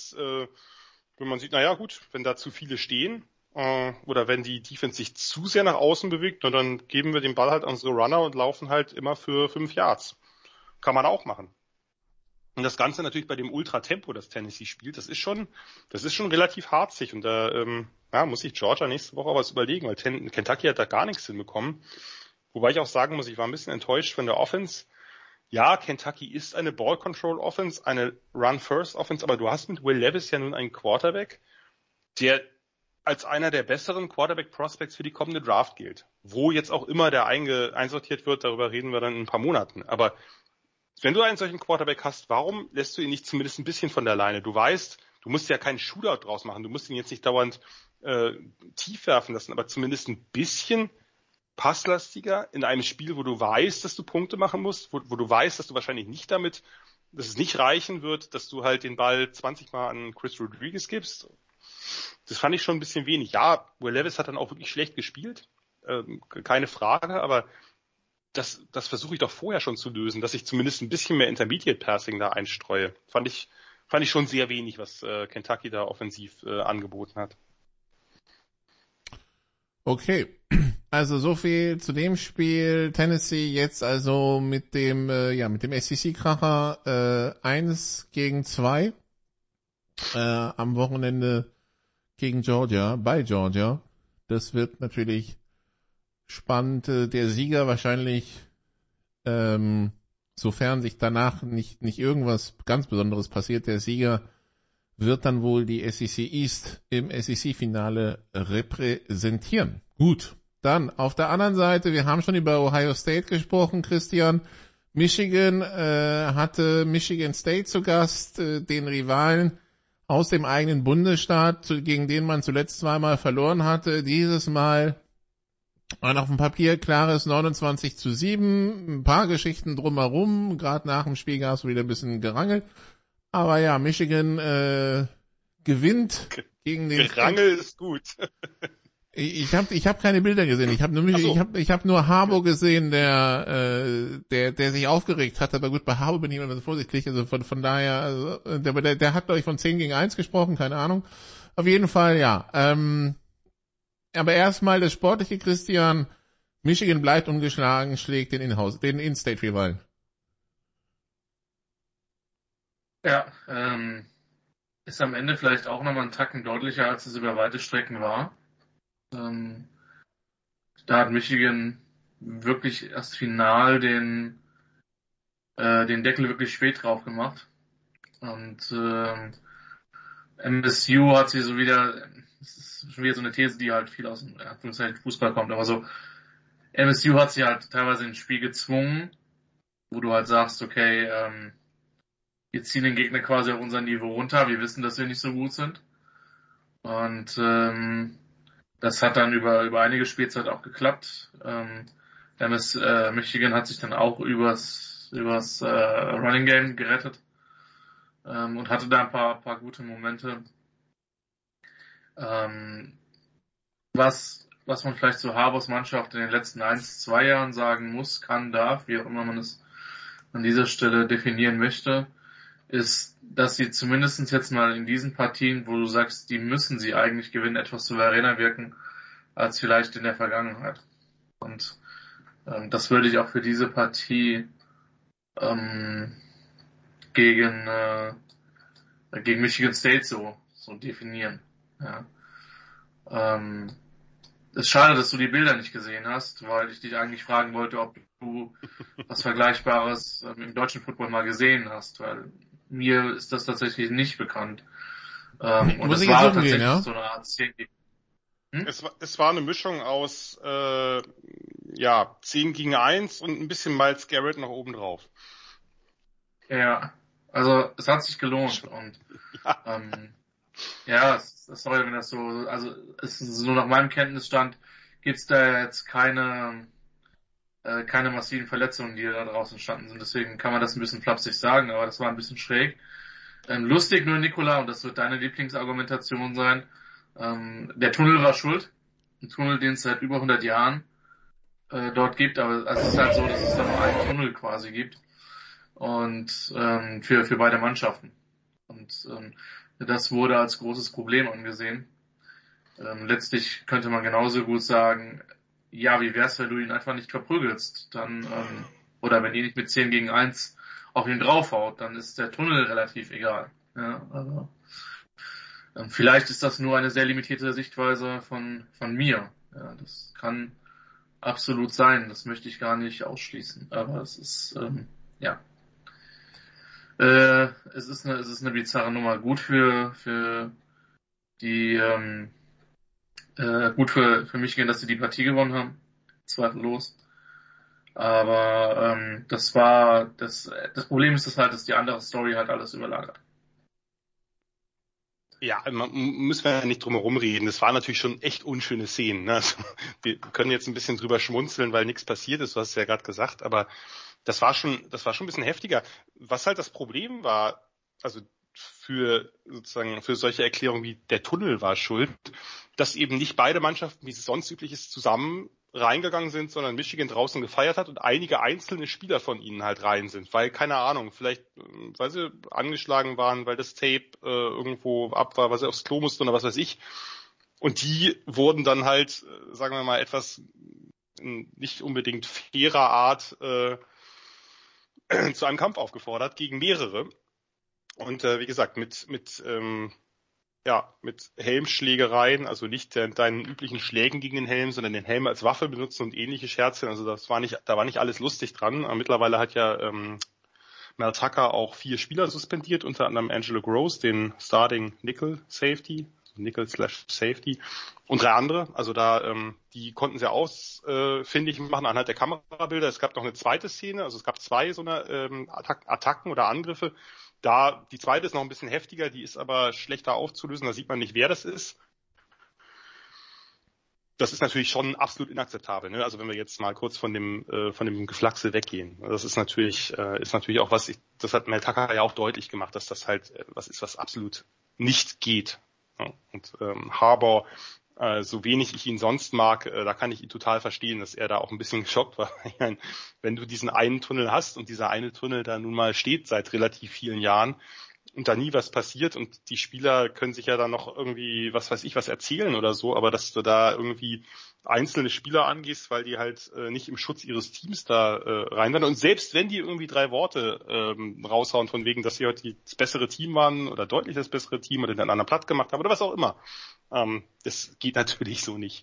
E: wenn man sieht, naja gut, wenn da zu viele stehen, oder wenn die Defense sich zu sehr nach außen bewegt, dann geben wir den Ball halt an unsere Runner und laufen halt immer für 5 Yards. Kann man auch machen. Und das Ganze natürlich bei dem Ultratempo, das Tennessee spielt, das ist schon relativ harzig. Und da muss sich Georgia nächste Woche was überlegen, weil Kentucky hat da gar nichts hinbekommen. Wobei ich auch sagen muss, ich war ein bisschen enttäuscht von der Offense. Ja, Kentucky ist eine Ball-Control-Offense, eine Run-First-Offense, aber du hast mit Will Levis ja nun einen Quarterback, der als einer der besseren Quarterback-Prospects für die kommende Draft gilt. Wo jetzt auch immer der einsortiert wird, darüber reden wir dann in ein paar Monaten. Aber wenn du einen solchen Quarterback hast, warum lässt du ihn nicht zumindest ein bisschen von der Leine? Du weißt, du musst ja keinen Shootout draus machen, du musst ihn jetzt nicht dauernd tief werfen lassen, aber zumindest ein bisschen passlastiger in einem Spiel, wo du weißt, dass du Punkte machen musst, wo du weißt, dass du wahrscheinlich nicht dass es nicht reichen wird, dass du halt den Ball 20 Mal an Chris Rodriguez gibst. Das fand ich schon ein bisschen wenig. Ja, Will Levis hat dann auch wirklich schlecht gespielt, keine Frage, aber das versuche ich doch vorher schon zu lösen, dass ich zumindest ein bisschen mehr Intermediate Passing da einstreue. Fand ich schon sehr wenig, was Kentucky da offensiv angeboten hat.
D: Okay. Also so viel zu dem Spiel. Tennessee jetzt also mit dem SEC-Kracher 1-2 am Wochenende gegen Georgia, bei Georgia. Das wird natürlich spannend. Der Sieger wahrscheinlich, sofern sich danach nicht irgendwas ganz Besonderes passiert, der Sieger wird dann wohl die SEC East im SEC-Finale repräsentieren. Gut. Dann auf der anderen Seite, wir haben schon über Ohio State gesprochen, Christian. Michigan hatte Michigan State zu Gast, den Rivalen aus dem eigenen Bundesstaat, gegen den man zuletzt zweimal verloren hatte. Dieses Mal ein auf dem Papier klares 29-7, ein paar Geschichten drumherum, gerade nach dem Spiel gab es wieder ein bisschen Gerangel. Aber ja, Michigan gewinnt gegen den...
E: Gerangel ist gut.
D: Ich hab keine Bilder gesehen. Ich habe nur Harbo gesehen, der sich aufgeregt hat. Aber gut, bei Harbo bin ich immer so vorsichtig. Also von daher, also, der hat, glaube ich, von 10-1 gesprochen, keine Ahnung. Auf jeden Fall, ja. Aber erstmal das sportliche, Christian. Michigan bleibt ungeschlagen, schlägt den In-State-Rivalen.
F: Ja, ist am Ende vielleicht auch nochmal einen Tacken deutlicher, als es über weite Strecken war. Da hat Michigan wirklich erst final den Deckel wirklich spät drauf gemacht. Und MSU hat sie so wieder, das ist schon wieder so eine These, die halt viel aus dem Fußball kommt, aber so, MSU hat sie halt teilweise ins Spiel gezwungen, wo du halt sagst, okay, wir ziehen den Gegner quasi auf unser Niveau runter, wir wissen, dass wir nicht so gut sind. Und das hat dann über einige Spielzeit auch geklappt. Michigan hat sich dann auch übers Running Game gerettet und hatte da ein paar gute Momente. Was man vielleicht zu Harbors Mannschaft in den letzten 1-2 Jahren sagen muss, darf, wie auch immer man es an dieser Stelle definieren möchte, ist, dass sie zumindest jetzt mal in diesen Partien, wo du sagst, die müssen sie eigentlich gewinnen, etwas souveräner wirken als vielleicht in der Vergangenheit. Und das würde ich auch für diese Partie gegen Michigan State so definieren. Ja. Es ist schade, dass du die Bilder nicht gesehen hast, weil ich dich eigentlich fragen wollte, ob du was Vergleichbares im deutschen Football mal gesehen hast, weil mir ist das tatsächlich nicht bekannt. Und es war tatsächlich so eine Art 10 gegen...
E: Es war eine Mischung aus 10-1 und ein bisschen Myles Garrett noch oben drauf.
F: Ja, also es hat sich gelohnt und sorry, wenn das so, also es ist so nach meinem Kenntnisstand, gibt's da jetzt keine massiven Verletzungen, die da draußen entstanden sind. Deswegen kann man das ein bisschen flapsig sagen, aber das war ein bisschen schräg. Lustig nur, Nicola, und das wird deine Lieblingsargumentation sein, der Tunnel war schuld. Ein Tunnel, den es seit über 100 Jahren dort gibt, aber es ist halt so, dass es da nur einen Tunnel quasi gibt. Und für beide Mannschaften. Und das wurde als großes Problem angesehen. Letztlich könnte man genauso gut sagen, ja, wie wär's, wenn du ihn einfach nicht verprügelst, dann, oder wenn ihr nicht mit 10-1 auf ihn draufhaut, dann ist der Tunnel relativ egal. Ja, also, vielleicht ist das nur eine sehr limitierte Sichtweise von mir. Ja, das kann absolut sein, das möchte ich gar nicht ausschließen, aber es ist, es ist eine bizarre Nummer. Gut für die, gut für Michigan, dass sie die Partie gewonnen haben. Zweifellos. Aber das Problem ist halt, dass die andere Story halt alles überlagert.
E: Ja, müssen wir ja nicht drum herum reden. Das waren natürlich schon echt unschöne Szenen. Ne? Also, wir können jetzt ein bisschen drüber schmunzeln, weil nichts passiert ist, du hast es ja gerade gesagt, aber das war schon ein bisschen heftiger. Was halt das Problem war, also für solche Erklärungen wie der Tunnel war schuld, dass eben nicht beide Mannschaften, wie es sonst üblich ist, zusammen reingegangen sind, sondern Michigan draußen gefeiert hat und einige einzelne Spieler von ihnen halt rein sind, weil, keine Ahnung, vielleicht, weil sie angeschlagen waren, weil das Tape irgendwo ab war, weil sie aufs Klo mussten oder was weiß ich. Und die wurden dann halt, sagen wir mal, etwas in nicht unbedingt fairer Art zu einem Kampf aufgefordert gegen mehrere. Und wie gesagt, mit Helmschlägereien, also nicht deinen üblichen Schlägen gegen den Helm, sondern den Helm als Waffe benutzen und ähnliche Scherze. Also da war nicht alles lustig dran. Aber mittlerweile hat ja Mel Tucker auch 4 Spieler suspendiert, unter anderem Angelo Gross, den Starting Nickel Safety und 3 andere. Also da, die konnten sie ausfindig machen anhand der Kamerabilder. Es gab noch eine zweite Szene, also es gab 2 so eine Attacken oder Angriffe. Da, die zweite ist noch ein bisschen heftiger, die ist aber schlechter aufzulösen, da sieht man nicht, wer das ist. Das ist natürlich schon absolut inakzeptabel, ne? Also wenn wir jetzt mal kurz von dem Geflaxe weggehen. Das ist natürlich auch das hat Mel Tucker ja auch deutlich gemacht, dass das halt was ist, was absolut nicht geht. Ja? Und Harbaugh, so wenig ich ihn sonst mag, da kann ich ihn total verstehen, dass er da auch ein bisschen geschockt war. Wenn du diesen einen Tunnel hast und dieser eine Tunnel da nun mal steht seit relativ vielen Jahren und da nie was passiert und die Spieler können sich ja dann noch irgendwie, was weiß ich, was erzählen oder so, aber dass du da irgendwie einzelne Spieler angehst, weil die halt nicht im Schutz ihres Teams da rein waren. Und selbst wenn die irgendwie 3 Worte raushauen von wegen, dass sie heute das bessere Team waren oder deutlich das bessere Team oder den anderen platt gemacht haben oder was auch immer, das geht natürlich so nicht.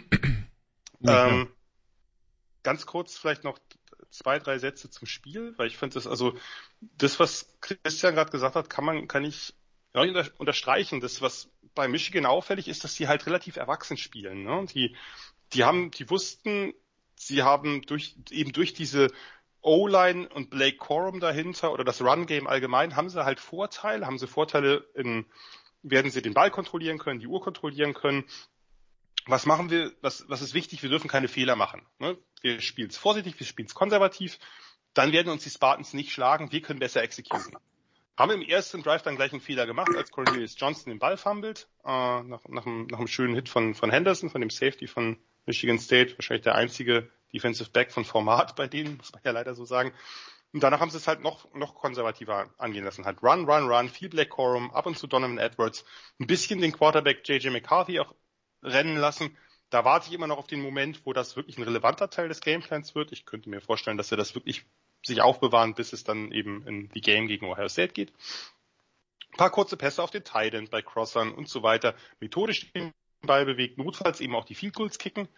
E: Ganz kurz vielleicht noch 2, 3 Sätze zum Spiel, weil ich finde das, was Christian gerade gesagt hat, kann ich unterstreichen. Das, was bei Michigan auffällig ist, dass die halt relativ erwachsen spielen, ne? Die wussten, sie haben durch diese O-Line und Blake Corum dahinter oder das Run-Game allgemein, haben sie Vorteile werden sie den Ball kontrollieren können, die Uhr kontrollieren können. Was machen wir? Was ist wichtig? Wir dürfen keine Fehler machen. Ne? Wir spielen es vorsichtig, wir spielen es konservativ. Dann werden uns die Spartans nicht schlagen. Wir können besser exekutieren. Haben im ersten Drive dann gleich einen Fehler gemacht, als Cornelius Johnson den Ball fummelt. Nach einem schönen Hit von Henderson, von dem Safety von Michigan State. Wahrscheinlich der einzige Defensive Back von Format bei denen, muss man ja leider so sagen. Und danach haben sie es halt noch konservativer angehen lassen. Halt Run, viel Blake Corum, ab und zu Donovan Edwards, ein bisschen den Quarterback J.J. McCarthy auch rennen lassen. Da warte ich immer noch auf den Moment, wo das wirklich ein relevanter Teil des Gameplans wird. Ich könnte mir vorstellen, dass er das wirklich sich aufbewahren, bis es dann eben in die Game gegen Ohio State geht. Ein paar kurze Pässe auf den Tight End bei Crossern und so weiter. Methodisch den Ball bewegt, notfalls eben auch die Field Goals kicken.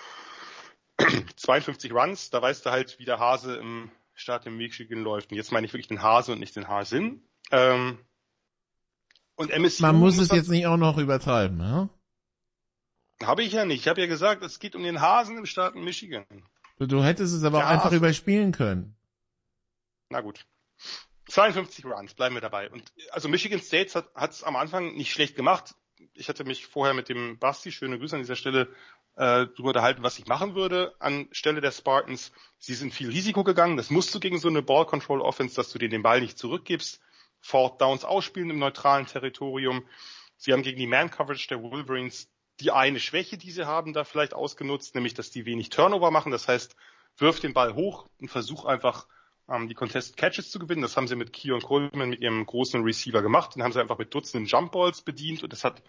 E: 52 Runs, da weißt du halt, wie der Hase im Start in Michigan läuft. Und jetzt meine ich wirklich den Hase und nicht den Hasen. Und MSU
D: Man muss es jetzt nicht auch noch übertreiben, ja?
E: Habe ich ja nicht. Ich habe ja gesagt, es geht um den Hasen im Staat Michigan.
D: Du hättest es aber auch einfach überspielen können.
E: Na gut. 52 Runs, bleiben wir dabei. Und also Michigan State hat es am Anfang nicht schlecht gemacht. Ich hatte mich vorher mit dem Basti, schöne Grüße an dieser Stelle, darüber unterhalten, was ich machen würde anstelle der Spartans. Sie sind viel Risiko gegangen. Das musst du gegen so eine Ball-Control-Offense, dass du denen den Ball nicht zurückgibst. Fourth Downs ausspielen im neutralen Territorium. Sie haben gegen die Man-Coverage der Wolverines die eine Schwäche, die sie haben, da vielleicht ausgenutzt, nämlich, dass die wenig Turnover machen. Das heißt, wirf den Ball hoch und versuch einfach, die Contested Catches zu gewinnen. Das haben sie mit Keon Coleman, mit ihrem großen Receiver gemacht. Den haben sie einfach mit Dutzenden Jump Balls bedient und das hat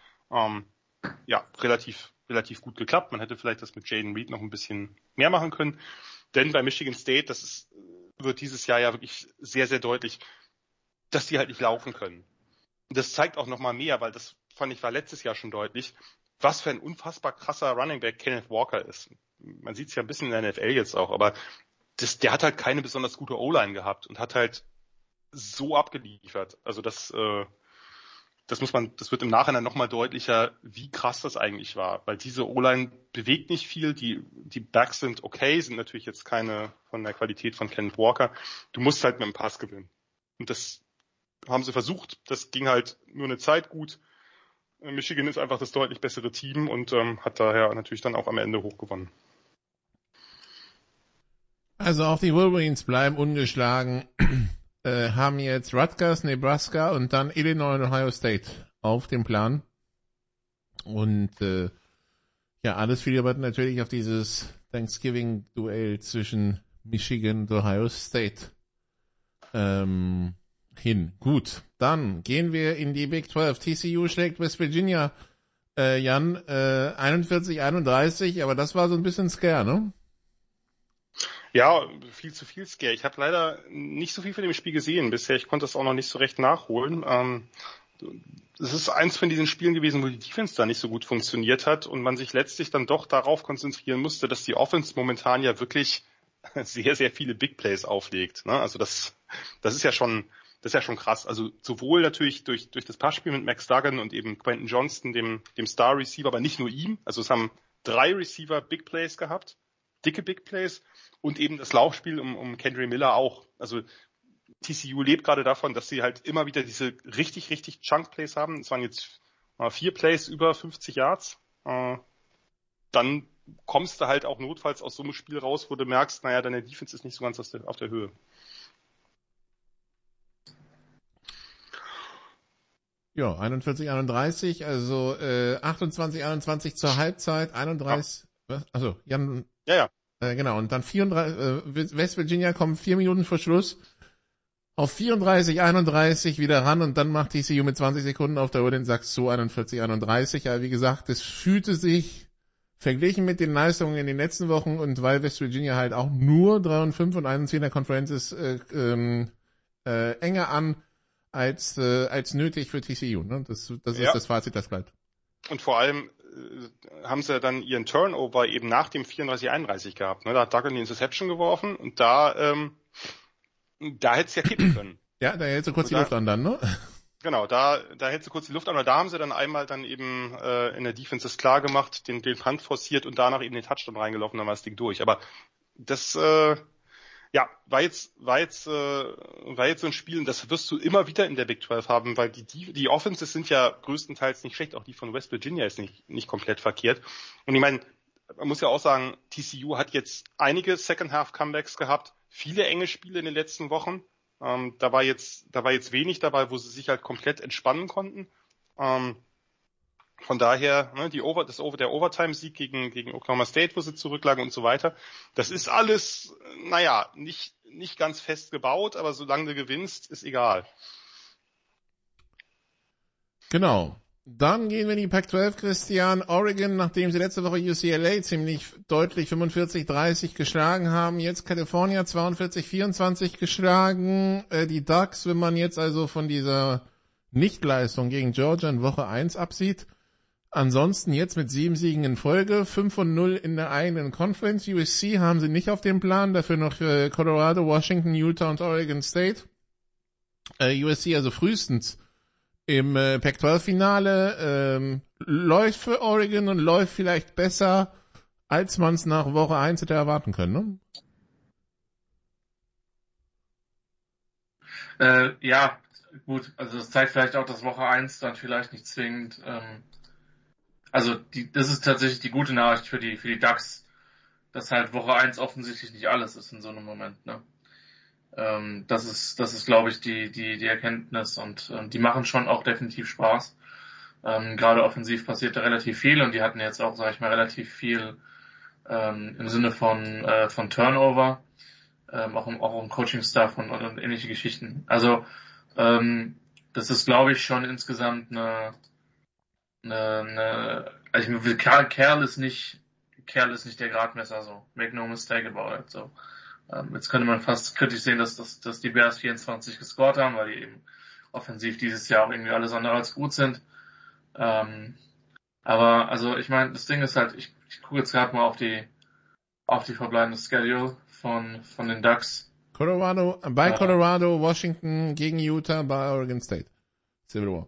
E: relativ gut geklappt. Man hätte vielleicht das mit Jaden Reed noch ein bisschen mehr machen können. Denn bei Michigan State, wird dieses Jahr ja wirklich sehr, sehr deutlich, dass die halt nicht laufen können. Und das zeigt auch nochmal mehr, weil das fand ich war letztes Jahr schon deutlich, was für ein unfassbar krasser Running Back Kenneth Walker ist. Man sieht es ja ein bisschen in der NFL jetzt auch, aber der hat halt keine besonders gute O-Line gehabt und hat halt so abgeliefert. Also das wird im Nachhinein nochmal deutlicher, wie krass das eigentlich war, weil diese O-Line bewegt nicht viel, die Backs sind okay, sind natürlich jetzt keine von der Qualität von Kenneth Walker. Du musst halt mit dem Pass gewinnen. Und das haben sie versucht, das ging halt nur eine Zeit gut. Michigan ist einfach das deutlich bessere Team und hat daher natürlich dann auch am Ende hochgewonnen.
D: Also auch die Wolverines bleiben ungeschlagen, haben jetzt Rutgers, Nebraska und dann Illinois und Ohio State auf dem Plan. Und alles fiebert natürlich auf dieses Thanksgiving-Duell zwischen Michigan und Ohio State hin. Gut, dann gehen wir in die Big 12. TCU schlägt West Virginia Jan, 41-31, aber das war so ein bisschen Scare, ne?
E: Ja, viel zu viel Scare. Ich habe leider nicht so viel von dem Spiel gesehen bisher. Ich konnte das auch noch nicht so recht nachholen. Es ist eins von diesen Spielen gewesen, wo die Defense da nicht so gut funktioniert hat und man sich letztlich dann doch darauf konzentrieren musste, dass die Offense momentan ja wirklich sehr, sehr viele Big Plays auflegt. Ne? Also das ist ja schon krass. Also sowohl natürlich durch das Passspiel mit Max Duggan und eben Quentin Johnston, dem Star Receiver, aber nicht nur ihm. Also es haben 3 Receiver Big Plays gehabt, dicke Big Plays und eben das Laufspiel um Kendre Miller auch. Also TCU lebt gerade davon, dass sie halt immer wieder diese richtig, richtig Chunk Plays haben. Es waren jetzt 4 Plays über 50 Yards. Dann kommst du halt auch notfalls aus so einem Spiel raus, wo du merkst, naja, deine Defense ist nicht so ganz auf der Höhe.
D: Ja, 41-31, also 28-21 zur Halbzeit, 31, was? Also Jan.
E: Ja.
D: Genau, und dann 34, West Virginia kommt 4 Minuten vor Schluss auf 34-31 wieder ran und dann macht TCU mit 20 Sekunden auf der Uhr den Sack zu 41-31. Aber wie gesagt, es fühlte sich verglichen mit den Leistungen in den letzten Wochen und weil West Virginia halt auch nur 3-5 und 1 in der Conference ist, enger an als nötig für TCU. Ne? Das ist das Fazit, das bleibt.
E: Und vor allem haben sie dann ihren Turnover eben nach dem 34-31 gehabt. Ne? Da hat Duggan die Interception geworfen und da hätte es ja kippen können.
D: Ja, da hältst du kurz die Luft an dann, ne?
E: Genau, da hältst du kurz die Luft an, aber da haben sie dann einmal dann eben in der Defense es klar gemacht, den Punt forciert und danach eben den Touchdown reingelaufen, dann war das Ding durch. Aber das war jetzt so ein Spiel und das wirst du immer wieder in der Big 12 haben, weil die Offenses sind ja größtenteils nicht schlecht, auch die von West Virginia ist nicht komplett verkehrt. Und ich meine, man muss ja auch sagen, TCU hat jetzt einige Second-Half-Comebacks gehabt, viele enge Spiele in den letzten Wochen. Da war jetzt wenig dabei, wo sie sich halt komplett entspannen konnten. Von daher, ne, der Overtime-Sieg gegen Oklahoma State, wo sie zurücklagen und so weiter. Das ist alles, nicht ganz fest gebaut, aber solange du gewinnst, ist egal.
D: Genau. Dann gehen wir in die Pac-12, Christian. Oregon, nachdem sie letzte Woche UCLA ziemlich deutlich 45-30 geschlagen haben, jetzt California 42-24 geschlagen. Die Ducks, wenn man jetzt also von dieser Nichtleistung gegen Georgia in Woche 1 absieht, ansonsten jetzt mit 7 Siegen in Folge, 5-0 in der eigenen Conference. USC haben sie nicht auf dem Plan, dafür noch Colorado, Washington, Utah und Oregon State. USC also frühestens im Pac-12-Finale, läuft für Oregon und läuft vielleicht besser, als man es nach Woche 1 hätte erwarten können,
F: ne? Ja, gut, also das zeigt vielleicht auch, dass Woche 1 dann vielleicht nicht zwingend, das ist tatsächlich die gute Nachricht für die Ducks, dass halt Woche 1 offensichtlich nicht alles ist in so einem Moment, ne? Das ist, glaube ich, die Erkenntnis und die machen schon auch definitiv Spaß. Gerade offensiv passiert da relativ viel und die hatten jetzt auch, sage ich mal, relativ viel im Sinne von Turnover, auch im Coaching-Staff und ähnliche Geschichten. Also das ist, glaube ich, schon insgesamt Kerl ist nicht der Gradmesser, so. Make no mistake about it, so. Jetzt könnte man fast kritisch sehen, dass die Bears 24 gescored haben, weil die eben offensiv dieses Jahr auch irgendwie alles andere als gut sind. Aber also ich meine, das Ding ist halt, ich gucke jetzt gerade mal auf die verbleibende Schedule von den Ducks.
D: Colorado, Washington gegen Utah, bei Oregon State. Civil War.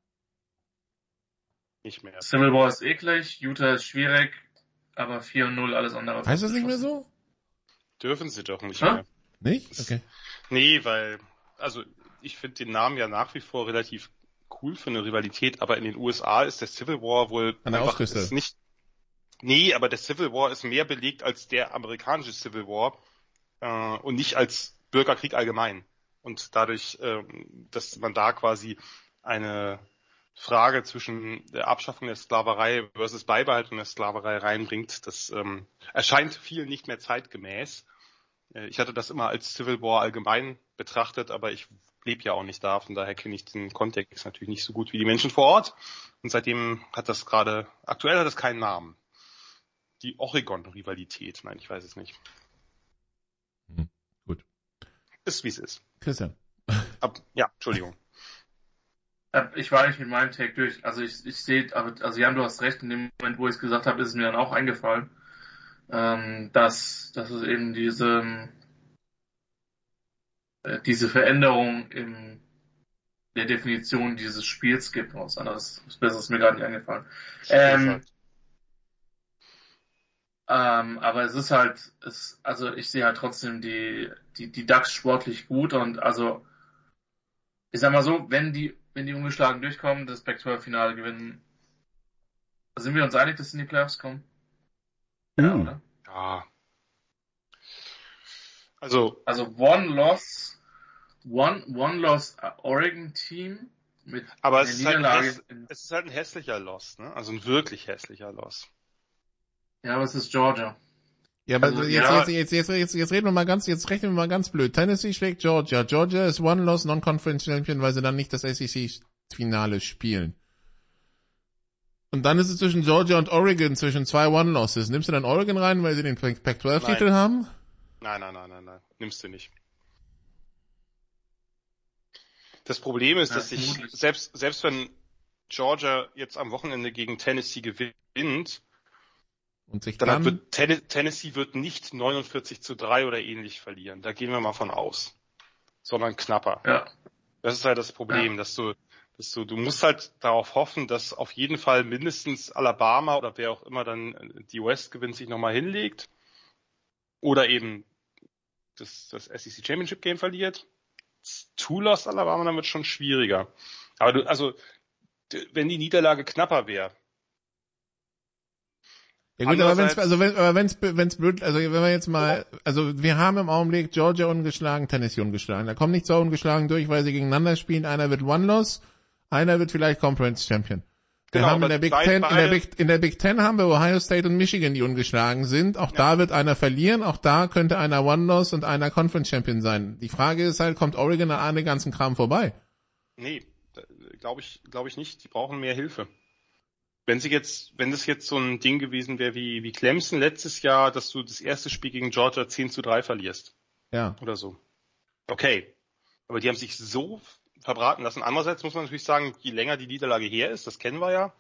E: Nicht mehr.
F: Civil War ist eklig, Utah ist schwierig, aber 4-0 alles andere.
D: Heißt das nicht mehr so?
E: Dürfen sie doch nicht mehr.
D: Nicht? Okay.
E: Nee, weil, also ich finde den Namen ja nach wie vor relativ cool für eine Rivalität, aber in den USA ist der Civil War wohl
D: an der
E: einfach
D: Ostküste.
E: nicht. Nee, aber der Civil War ist mehr belegt als der amerikanische Civil War und nicht als Bürgerkrieg allgemein. Und dadurch, dass man da quasi eine Frage zwischen der Abschaffung der Sklaverei versus Beibehaltung der Sklaverei reinbringt, das erscheint vielen nicht mehr zeitgemäß. Ich hatte das immer als Civil War allgemein betrachtet, aber ich lebe ja auch nicht da, von daher kenne ich den Kontext natürlich nicht so gut wie die Menschen vor Ort. Und seitdem aktuell hat das keinen Namen. Die Oregon-Rivalität, nein, ich weiß es nicht.
D: Gut.
E: Ist wie es ist.
D: Christian.
E: Entschuldigung.
F: Ich war eigentlich mit meinem Take durch. Also ich sehe, also Jan, du hast recht, in dem Moment, wo ich es gesagt habe, ist es mir dann auch eingefallen, dass es eben diese Veränderung in der Definition dieses Spiels gibt. Was anderes ist mir gerade nicht eingefallen. Aber es ist halt, also ich sehe halt trotzdem die Ducks sportlich gut und also ich sag mal so, wenn die ungeschlagen durchkommen, das Pac-12-Finale gewinnen, sind wir uns einig, dass sie in die Playoffs kommen? Ja, oder?
E: Ja. Also
F: One-Loss Oregon-Team mit
E: aber
F: einer Niederlage.
E: Es ist halt ein hässlicher Loss, ne? Also ein wirklich hässlicher Loss.
F: Ja, aber es ist Georgia.
D: Ja, aber
F: Also,
D: jetzt reden wir mal jetzt rechnen wir mal ganz blöd. Tennessee schlägt Georgia. Georgia ist One-Loss Non-Conference Champion, weil sie dann nicht das SEC-Finale spielen. Und dann ist es zwischen Georgia und Oregon zwischen zwei One-Losses. Nimmst du dann Oregon rein, weil sie den Pac-12-Titel haben?
E: Nein. Nimmst du nicht. Das Problem ist, dass selbst wenn Georgia jetzt am Wochenende gegen Tennessee gewinnt,
D: und sich
E: dann wird Tennessee wird nicht 49-3 oder ähnlich verlieren. Da gehen wir mal von aus. Sondern knapper.
F: Ja.
E: Das ist halt das Problem, dass du musst halt darauf hoffen, dass auf jeden Fall mindestens Alabama oder wer auch immer dann die West gewinnt, sich nochmal hinlegt. Oder eben das SEC Championship Game verliert. Two-Loss Alabama, dann wird es schon schwieriger. Aber wenn die Niederlage knapper wäre.
D: Ja gut, aber wenn's blöd, also wenn wir jetzt mal, also wir haben im Augenblick Georgia ungeschlagen, Tennessee ungeschlagen. Da kommen nicht zwei ungeschlagen durch, weil sie gegeneinander spielen. Einer wird One-Loss, einer wird vielleicht Conference Champion. Wir haben in der Big Ten haben wir Ohio State und Michigan, die ungeschlagen sind. Auch da wird einer verlieren, auch da könnte einer One-Loss und einer Conference Champion sein. Die Frage ist halt, kommt Oregon an den ganzen Kram vorbei?
E: Nee, glaube ich nicht. Die brauchen mehr Hilfe. Wenn das jetzt so ein Ding gewesen wäre wie Clemson letztes Jahr, dass du das erste Spiel gegen Georgia 10-3 verlierst.
D: Ja.
E: Oder so. Okay. Aber die haben sich so verbraten lassen. Andererseits muss man natürlich sagen, je länger die Niederlage her ist, das kennen wir ja,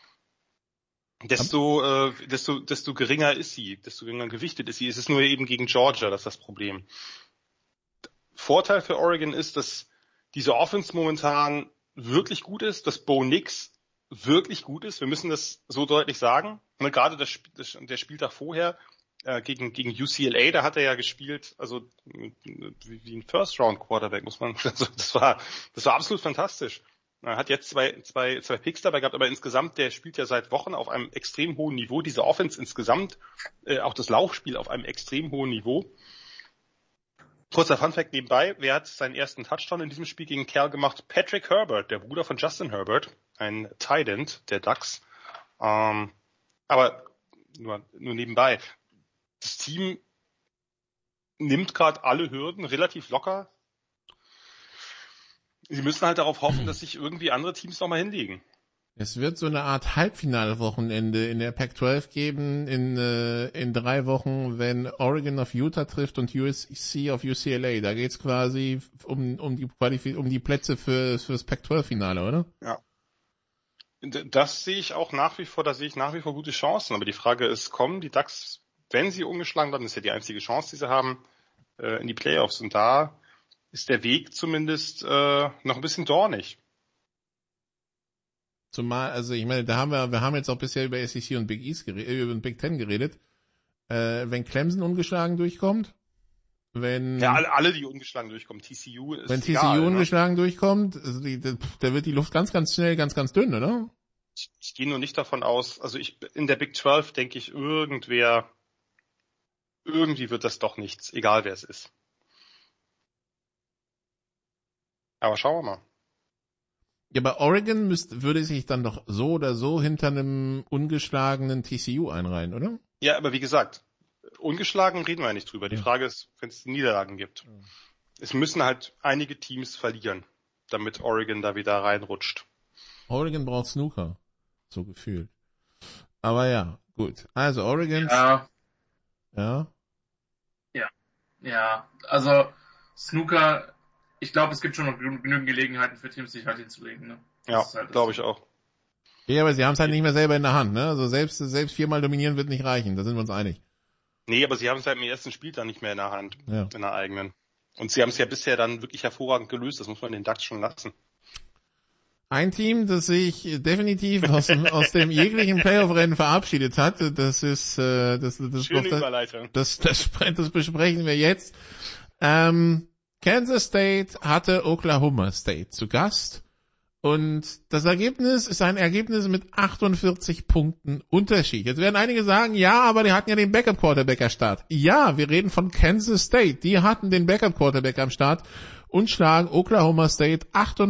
E: desto geringer ist sie, desto geringer gewichtet ist sie. Es ist nur eben gegen Georgia, das ist das Problem. Vorteil für Oregon ist, dass diese Offense momentan wirklich gut ist, dass Bo Nix wirklich gut ist. Wir müssen das so deutlich sagen. Und gerade der Spieltag vorher gegen UCLA, da hat er ja gespielt, also wie ein First-Round-Quarterback, muss man. Also das war absolut fantastisch. Er hat jetzt zwei Picks dabei gehabt, aber insgesamt, der spielt ja seit Wochen auf einem extrem hohen Niveau. Diese Offense insgesamt, auch das Laufspiel auf einem extrem hohen Niveau. Kurzer Funfact nebenbei, wer hat seinen ersten Touchdown in diesem Spiel gegen Kerl gemacht? Patrick Herbert, der Bruder von Justin Herbert, ein Tight End der Ducks. Aber nur nebenbei. Das Team nimmt gerade alle Hürden relativ locker. Sie müssen halt darauf hoffen, dass sich irgendwie andere Teams nochmal hinlegen.
D: Es wird so eine Art Halbfinalwochenende in der Pac-12 geben in 3 Wochen, wenn Oregon auf Utah trifft und USC auf UCLA. Da geht's quasi um die Plätze fürs Pac-12-Finale, oder?
E: Ja. Das sehe ich auch nach wie vor gute Chancen. Aber die Frage ist, kommen die Ducks, wenn sie ungeschlagen bleiben, das ist ja die einzige Chance, die sie haben, in die Playoffs. Und da ist der Weg zumindest noch ein bisschen dornig.
D: Zumal, also ich meine, wir haben jetzt auch bisher über SEC und über Big Ten geredet. Wenn Clemson ungeschlagen durchkommt,
E: alle, die ungeschlagen durchkommen, TCU ist
D: wenn
E: egal,
D: TCU ungeschlagen durchkommt, also da wird die Luft ganz, ganz schnell, ganz, ganz dünn, oder?
E: Ich gehe nur nicht davon aus, also in der Big 12 denke ich, irgendwie wird das doch nichts, egal wer es ist. Aber schauen wir mal.
D: Ja, bei Oregon würde sich dann doch so oder so hinter einem ungeschlagenen TCU einreihen, oder?
E: Ja, aber wie gesagt, ungeschlagen reden wir nicht drüber. Die Frage ist, wenn es Niederlagen gibt. Es müssen halt einige Teams verlieren, damit Oregon da wieder reinrutscht.
D: Oregon braucht Snooker. So gefühlt. Aber ja, gut. Also Oregon.
F: Ja, also Snooker, ich glaube, es gibt schon noch genügend Gelegenheiten für Teams, sich halt hinzulegen. Ne?
E: Ja, halt glaube ich auch.
D: Ja, aber sie haben es halt nicht mehr selber in der Hand. Ne? Also selbst 4-mal dominieren wird nicht reichen. Da sind wir uns einig.
E: Nee, aber sie haben es halt im ersten Spieltag nicht mehr in der Hand. Ja. In der eigenen. Und sie haben es ja bisher dann wirklich hervorragend gelöst. Das muss man den DAX schon lassen.
D: Ein Team, das sich definitiv aus dem jeglichen Playoff-Rennen verabschiedet hat, das ist
E: schöne Überleitung.
D: Das besprechen wir jetzt. Kansas State hatte Oklahoma State zu Gast und das Ergebnis ist ein Ergebnis mit 48 Punkten Unterschied. Jetzt werden einige sagen, ja, aber die hatten ja den Backup-Quarterback am Start. Ja, wir reden von Kansas State. Die hatten den Backup-Quarterback am Start und schlagen Oklahoma State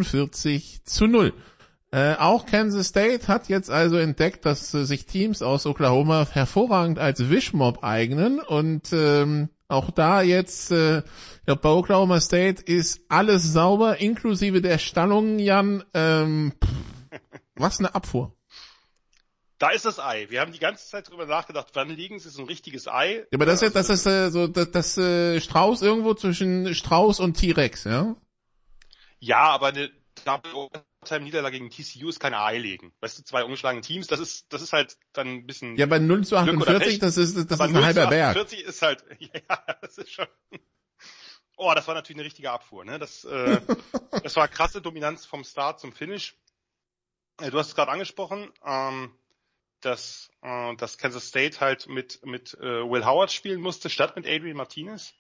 D: 48-0. Auch Kansas State hat jetzt also entdeckt, dass sich Teams aus Oklahoma hervorragend als Wischmob eignen und auch da jetzt, ich glaube bei Oklahoma State ist alles sauber, inklusive der Stallungen, Jan. Was eine Abfuhr.
E: Da ist das Ei. Wir haben die ganze Zeit drüber nachgedacht, wann liegen sie so ein richtiges Ei.
D: Ja, aber das ist so das Strauß irgendwo zwischen Strauß und T-Rex, ja?
E: Ja, aber eine Double-Overtime-Niederlage gegen TCU ist kein Ei legen. Weißt du, 2 ungeschlagene Teams, das ist halt dann ein bisschen.
D: Ja, bei 0-48, das ist ein halber Berg.
E: 0-48 ist halt, ja, das ist schon. Oh, das war natürlich eine richtige Abfuhr, ne? Das war krasse Dominanz vom Start zum Finish. Du hast es gerade angesprochen, dass Kansas State halt mit Will Howard spielen musste, statt mit Adrian Martinez.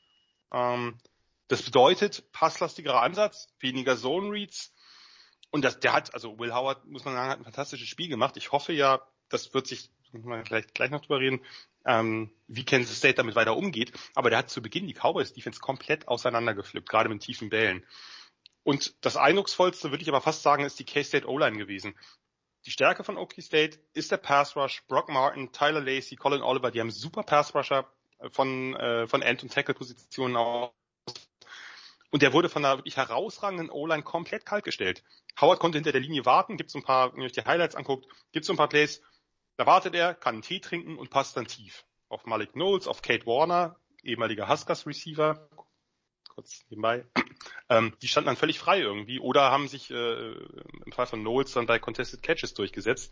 E: Das bedeutet passlastigerer Ansatz, weniger Zone Reads. Und Will Howard, muss man sagen, hat ein fantastisches Spiel gemacht. Ich hoffe ja, das wird sich, müssen wir gleich noch drüber reden, wie Kansas State damit weiter umgeht. Aber der hat zu Beginn die Cowboys Defense komplett auseinandergepflückt, gerade mit tiefen Bällen. Und das eindrucksvollste, würde ich aber fast sagen, ist die K-State O-Line gewesen. Die Stärke von Okie State ist der Pass Rush. Brock Martin, Tyler Lacey, Colin Oliver, die haben super Pass Rusher von End- und Tackle-Positionen aus. Und der wurde von einer wirklich herausragenden O-Line komplett kaltgestellt. Howard konnte hinter der Linie warten, wenn ihr euch die Highlights anguckt, gibt so ein paar Plays, da wartet er, kann einen Tee trinken und passt dann tief. Auf Malik Knowles, auf Kate Warner, ehemaliger Huskers-Receiver, kurz nebenbei, die standen dann völlig frei irgendwie oder haben sich im Fall von Knowles dann bei Contested Catches durchgesetzt.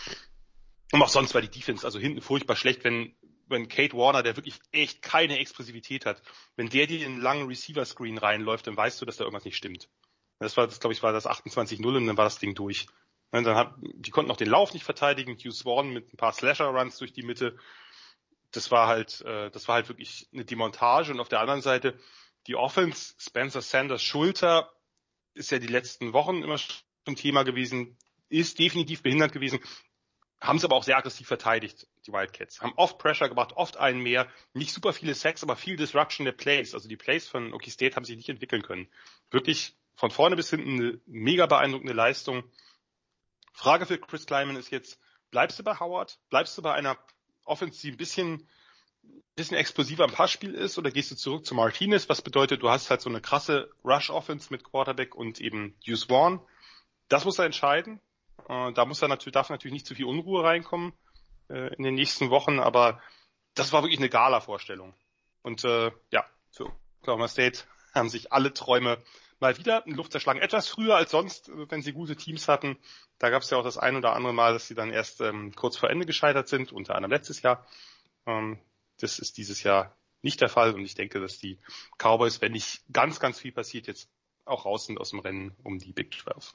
E: Und auch sonst war die Defense also hinten furchtbar schlecht, wenn Kate Warner, der wirklich echt keine Explosivität hat, wenn der dir in einen langen Receiver-Screen reinläuft, dann weißt du, dass da irgendwas nicht stimmt. Das glaube ich, war das 28-0 und dann war das Ding durch. Und die konnten auch den Lauf nicht verteidigen. Hugh Swan mit ein paar Slasher-Runs durch die Mitte. Das war halt wirklich eine Demontage. Und auf der anderen Seite die Offense, Spencer Sanders Schulter, ist ja die letzten Wochen immer schon Thema gewesen, ist definitiv behindert gewesen. Haben es aber auch sehr aggressiv verteidigt, die Wildcats. Haben oft Pressure gemacht, oft einen mehr. Nicht super viele Sacks, aber viel Disruption der Plays. Also die Plays von Okie State haben sich nicht entwickeln können. Wirklich von vorne bis hinten eine mega beeindruckende Leistung. Frage für Chris Klieman ist jetzt, bleibst du bei Howard? Bleibst du bei einer Offense, die ein bisschen explosiver im Passspiel ist? Oder gehst du zurück zu Martinez? Was bedeutet, du hast halt so eine krasse Rush-Offense mit Quarterback und eben Hugh Swan. Das muss er entscheiden. Da darf natürlich nicht zu viel Unruhe reinkommen in den nächsten Wochen, aber das war wirklich eine Gala-Vorstellung. Und für Oklahoma State haben sich alle Träume mal wieder in Luft zerschlagen. Etwas früher als sonst, wenn sie gute Teams hatten. Da gab es ja auch das ein oder andere Mal, dass sie dann erst kurz vor Ende gescheitert sind, unter anderem letztes Jahr. Das ist dieses Jahr nicht der Fall und ich denke, dass die Cowboys, wenn nicht ganz, ganz viel passiert, jetzt auch raus sind aus dem Rennen um die Big 12.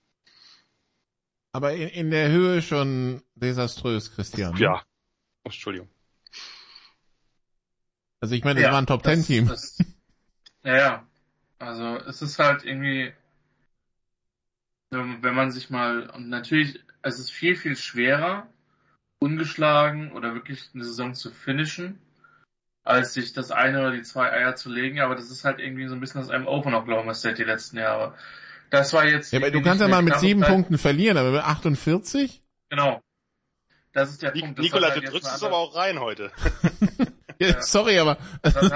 D: Aber in der Höhe schon desaströs, Christian.
E: Ja. Entschuldigung.
D: Also ich meine, das war ein Top-10-Team.
F: Ja. Also es ist halt irgendwie, wenn man sich mal, und natürlich, es ist viel, viel schwerer, ungeschlagen oder wirklich eine Saison zu finishen, als sich das eine oder die 2 Eier zu legen, aber das ist halt irgendwie so ein bisschen aus einem Open Oklahoma State die letzten Jahre. Das war jetzt.
D: Ja, aber du kannst ja mal mit 7 Punkten verlieren, aber mit 48?
F: Genau. Das ist der Punkt.
E: Nikola, du drückst es aber auch rein heute.
D: Sorry, aber
F: es hat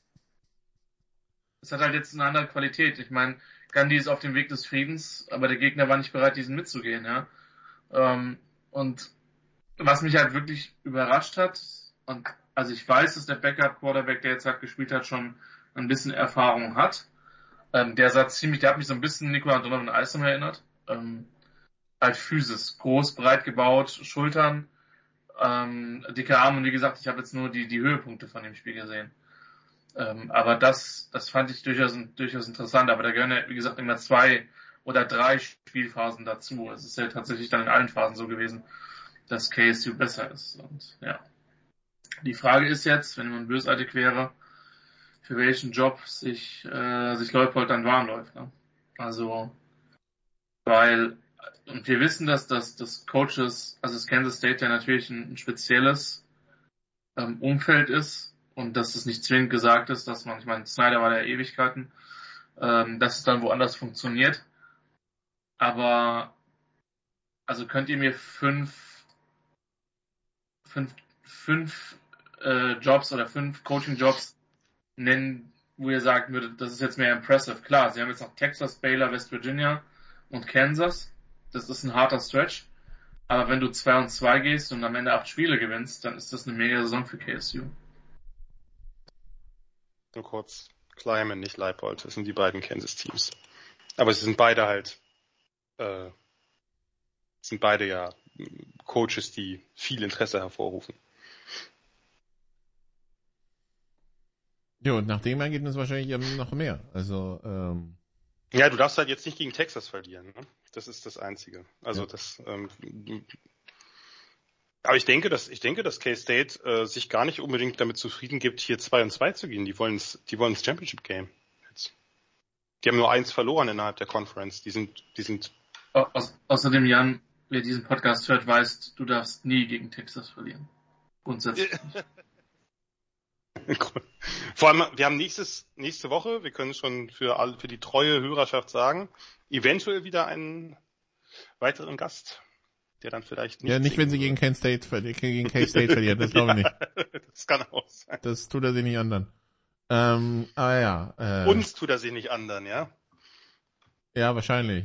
F: halt jetzt eine andere Qualität. Ich meine, Gandhi ist auf dem Weg des Friedens, aber der Gegner war nicht bereit, diesen mitzugehen, ja. Und was mich halt wirklich überrascht hat, und also ich weiß, dass der Backup-Quarterback, der jetzt halt gespielt hat, schon ein bisschen Erfahrung hat. Der hat mich so ein bisschen Nicola Donovan Isom erinnert. Halt Physis, groß, breit gebaut, Schultern, dicke Arme, und wie gesagt, ich habe jetzt nur die Höhepunkte von dem Spiel gesehen. Aber das fand ich durchaus interessant, aber da gehören ja, wie gesagt, immer 2 oder 3 Spielphasen dazu. Es ist ja tatsächlich dann in allen Phasen so gewesen, dass KSU besser ist. Und ja. Die Frage ist jetzt, wenn man bösartig wäre, für welchen Job sich Leupold dann warm läuft. Ne? Also, und wir wissen, dass das Coaches, also das Kansas State ja natürlich ein spezielles Umfeld ist und dass es nicht zwingend gesagt ist, dass man, ich meine, Snyder war der Ewigkeiten, dass es dann woanders funktioniert. Aber, also könnt ihr mir fünf Jobs oder 5 Coaching-Jobs nennen, wo ihr sagen würdet, das ist jetzt mehr impressive. Klar, sie haben jetzt noch Texas, Baylor, West Virginia und Kansas. Das ist ein harter Stretch. Aber wenn du 2-2 gehst und am Ende 8 Spiele gewinnst, dann ist das eine mega Saison für KSU.
E: Nur kurz, Kleiman, nicht Leipold. Das sind die beiden Kansas-Teams. Aber sie sind beide ja Coaches, die viel Interesse hervorrufen.
D: ja, und nach dem Ergebnis wahrscheinlich noch mehr. Also,
E: Ja, du darfst halt jetzt nicht gegen Texas verlieren. Ne? Das ist das Einzige. Also
D: ja.
E: Aber ich denke, dass K-State sich gar nicht unbedingt damit zufrieden gibt, hier 2-2 zu gehen. Die wollen das Championship Game jetzt. Die haben nur 1 verloren innerhalb der Conference. Die sind.
F: Außerdem, Jan, wer diesen Podcast hört, weiß, du darfst nie gegen Texas verlieren. Grundsätzlich nicht.
E: Vor allem, wir haben nächste Woche, wir können schon für die treue Hörerschaft sagen, eventuell wieder einen weiteren Gast, der dann vielleicht nicht.
D: Ja, nicht wenn sie gegen K-State verlieren, das glaube ich nicht.
E: Das kann auch sein.
D: Das tut er sich nicht anderen. Aber ja.
E: Uns tut er sich nicht anderen, ja?
D: Ja, wahrscheinlich.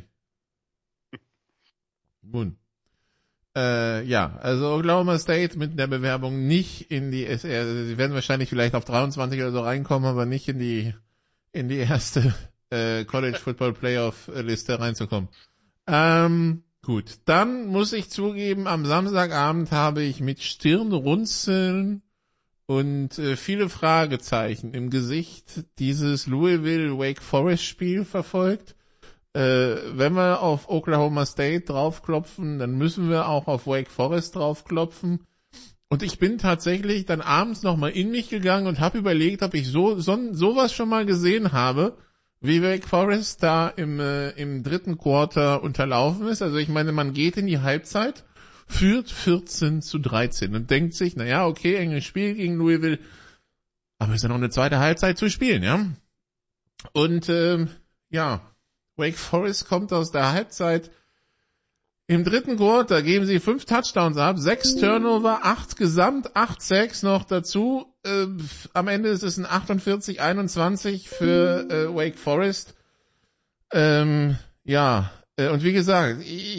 D: Nun. Ja, also Oklahoma State mit der Bewerbung nicht in die SR, also sie werden wahrscheinlich vielleicht auf 23 oder so reinkommen, aber nicht in die erste College Football Playoff Liste reinzukommen. Gut, dann muss ich zugeben, am Samstagabend habe ich mit Stirnrunzeln und viele Fragezeichen im Gesicht dieses Louisville-Wake Forest Spiel verfolgt. Wenn wir auf Oklahoma State draufklopfen, dann müssen wir auch auf Wake Forest draufklopfen. Und ich bin tatsächlich dann abends nochmal in mich gegangen und habe überlegt, ob ich sowas schon mal gesehen habe, wie Wake Forest da im 3. Quarter unterlaufen ist. Also ich meine, man geht in die Halbzeit, führt 14-13 und denkt sich, naja, okay, enges Spiel gegen Louisville, aber ist ja noch eine zweite Halbzeit zu spielen, ja. Und Wake Forest kommt aus der Halbzeit. Im 3. Quarter geben sie 5 Touchdowns ab, 6 Turnover, 8 Gesamt, 8 Sacks noch dazu. Am Ende ist es ein 48-21 für Wake Forest. Und wie gesagt,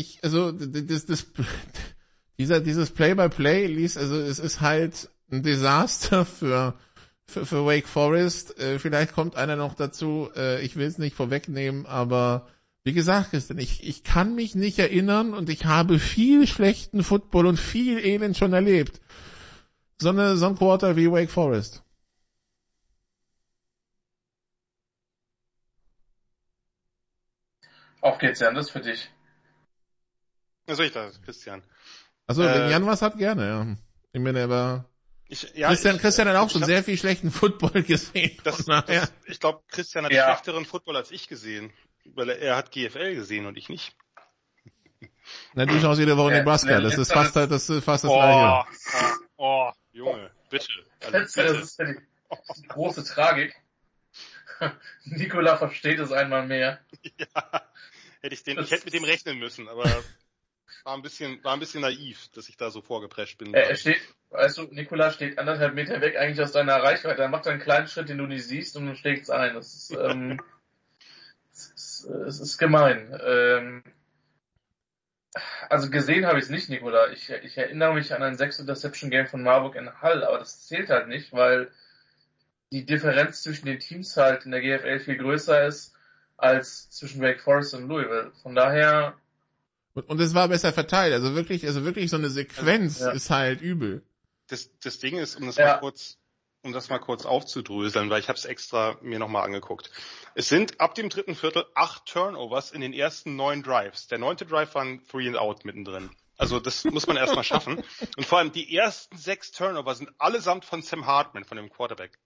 D: dieses Play-by-Play ließ, also es ist halt ein Desaster für Wake Forest. Vielleicht kommt einer noch dazu, ich will es nicht vorwegnehmen, aber wie gesagt, Christian, ich kann mich nicht erinnern und ich habe viel schlechten Football und viel Elend schon erlebt. So ein Quarter wie Wake Forest.
F: Auf geht's, Jan, das ist für dich.
E: Was soll ich da, Christian?
D: Also wenn Jan was hat, gerne, ja. Ich meine, aber Christian hat auch schon sehr viel schlechten Football gesehen.
E: Ich glaube, Christian hat schlechteren Football als ich gesehen, weil er hat GFL gesehen und ich nicht.
D: Na, du schaust jede Woche in Nebraska, das ist fast das Gleiche.
E: Oh, Junge, bitte. Also,
F: das ist ja die große Tragik. Nikola versteht es einmal mehr.
E: Ja, ich hätte mit dem rechnen müssen, aber war ein bisschen naiv, dass ich da so vorgeprescht bin.
F: Weißt du, Nikola steht 1,5 Meter weg eigentlich aus deiner Reichweite. Er macht einen kleinen Schritt, den du nicht siehst, und dann schlägt's ein. Das ist, es ist gemein. Also gesehen habe ich es nicht, Nikola. Ich erinnere mich an ein 6-Interception-Game von Marburg in Hull, aber das zählt halt nicht, weil die Differenz zwischen den Teams halt in der GFL viel größer ist als zwischen Wake Forest und Louisville. Von daher...
D: Und es war besser verteilt. Also wirklich so eine Sequenz ist halt übel.
E: Das Ding ist, um das mal kurz aufzudröseln, weil ich habe es extra mir nochmal angeguckt. Es sind ab dem dritten Viertel 8 Turnovers in den ersten 9 Drives. Der 9. Drive war ein 3-and-out mittendrin. Also das muss man erstmal schaffen. Und vor allem die ersten 6 Turnover sind allesamt von Sam Hartman, von dem Quarterback.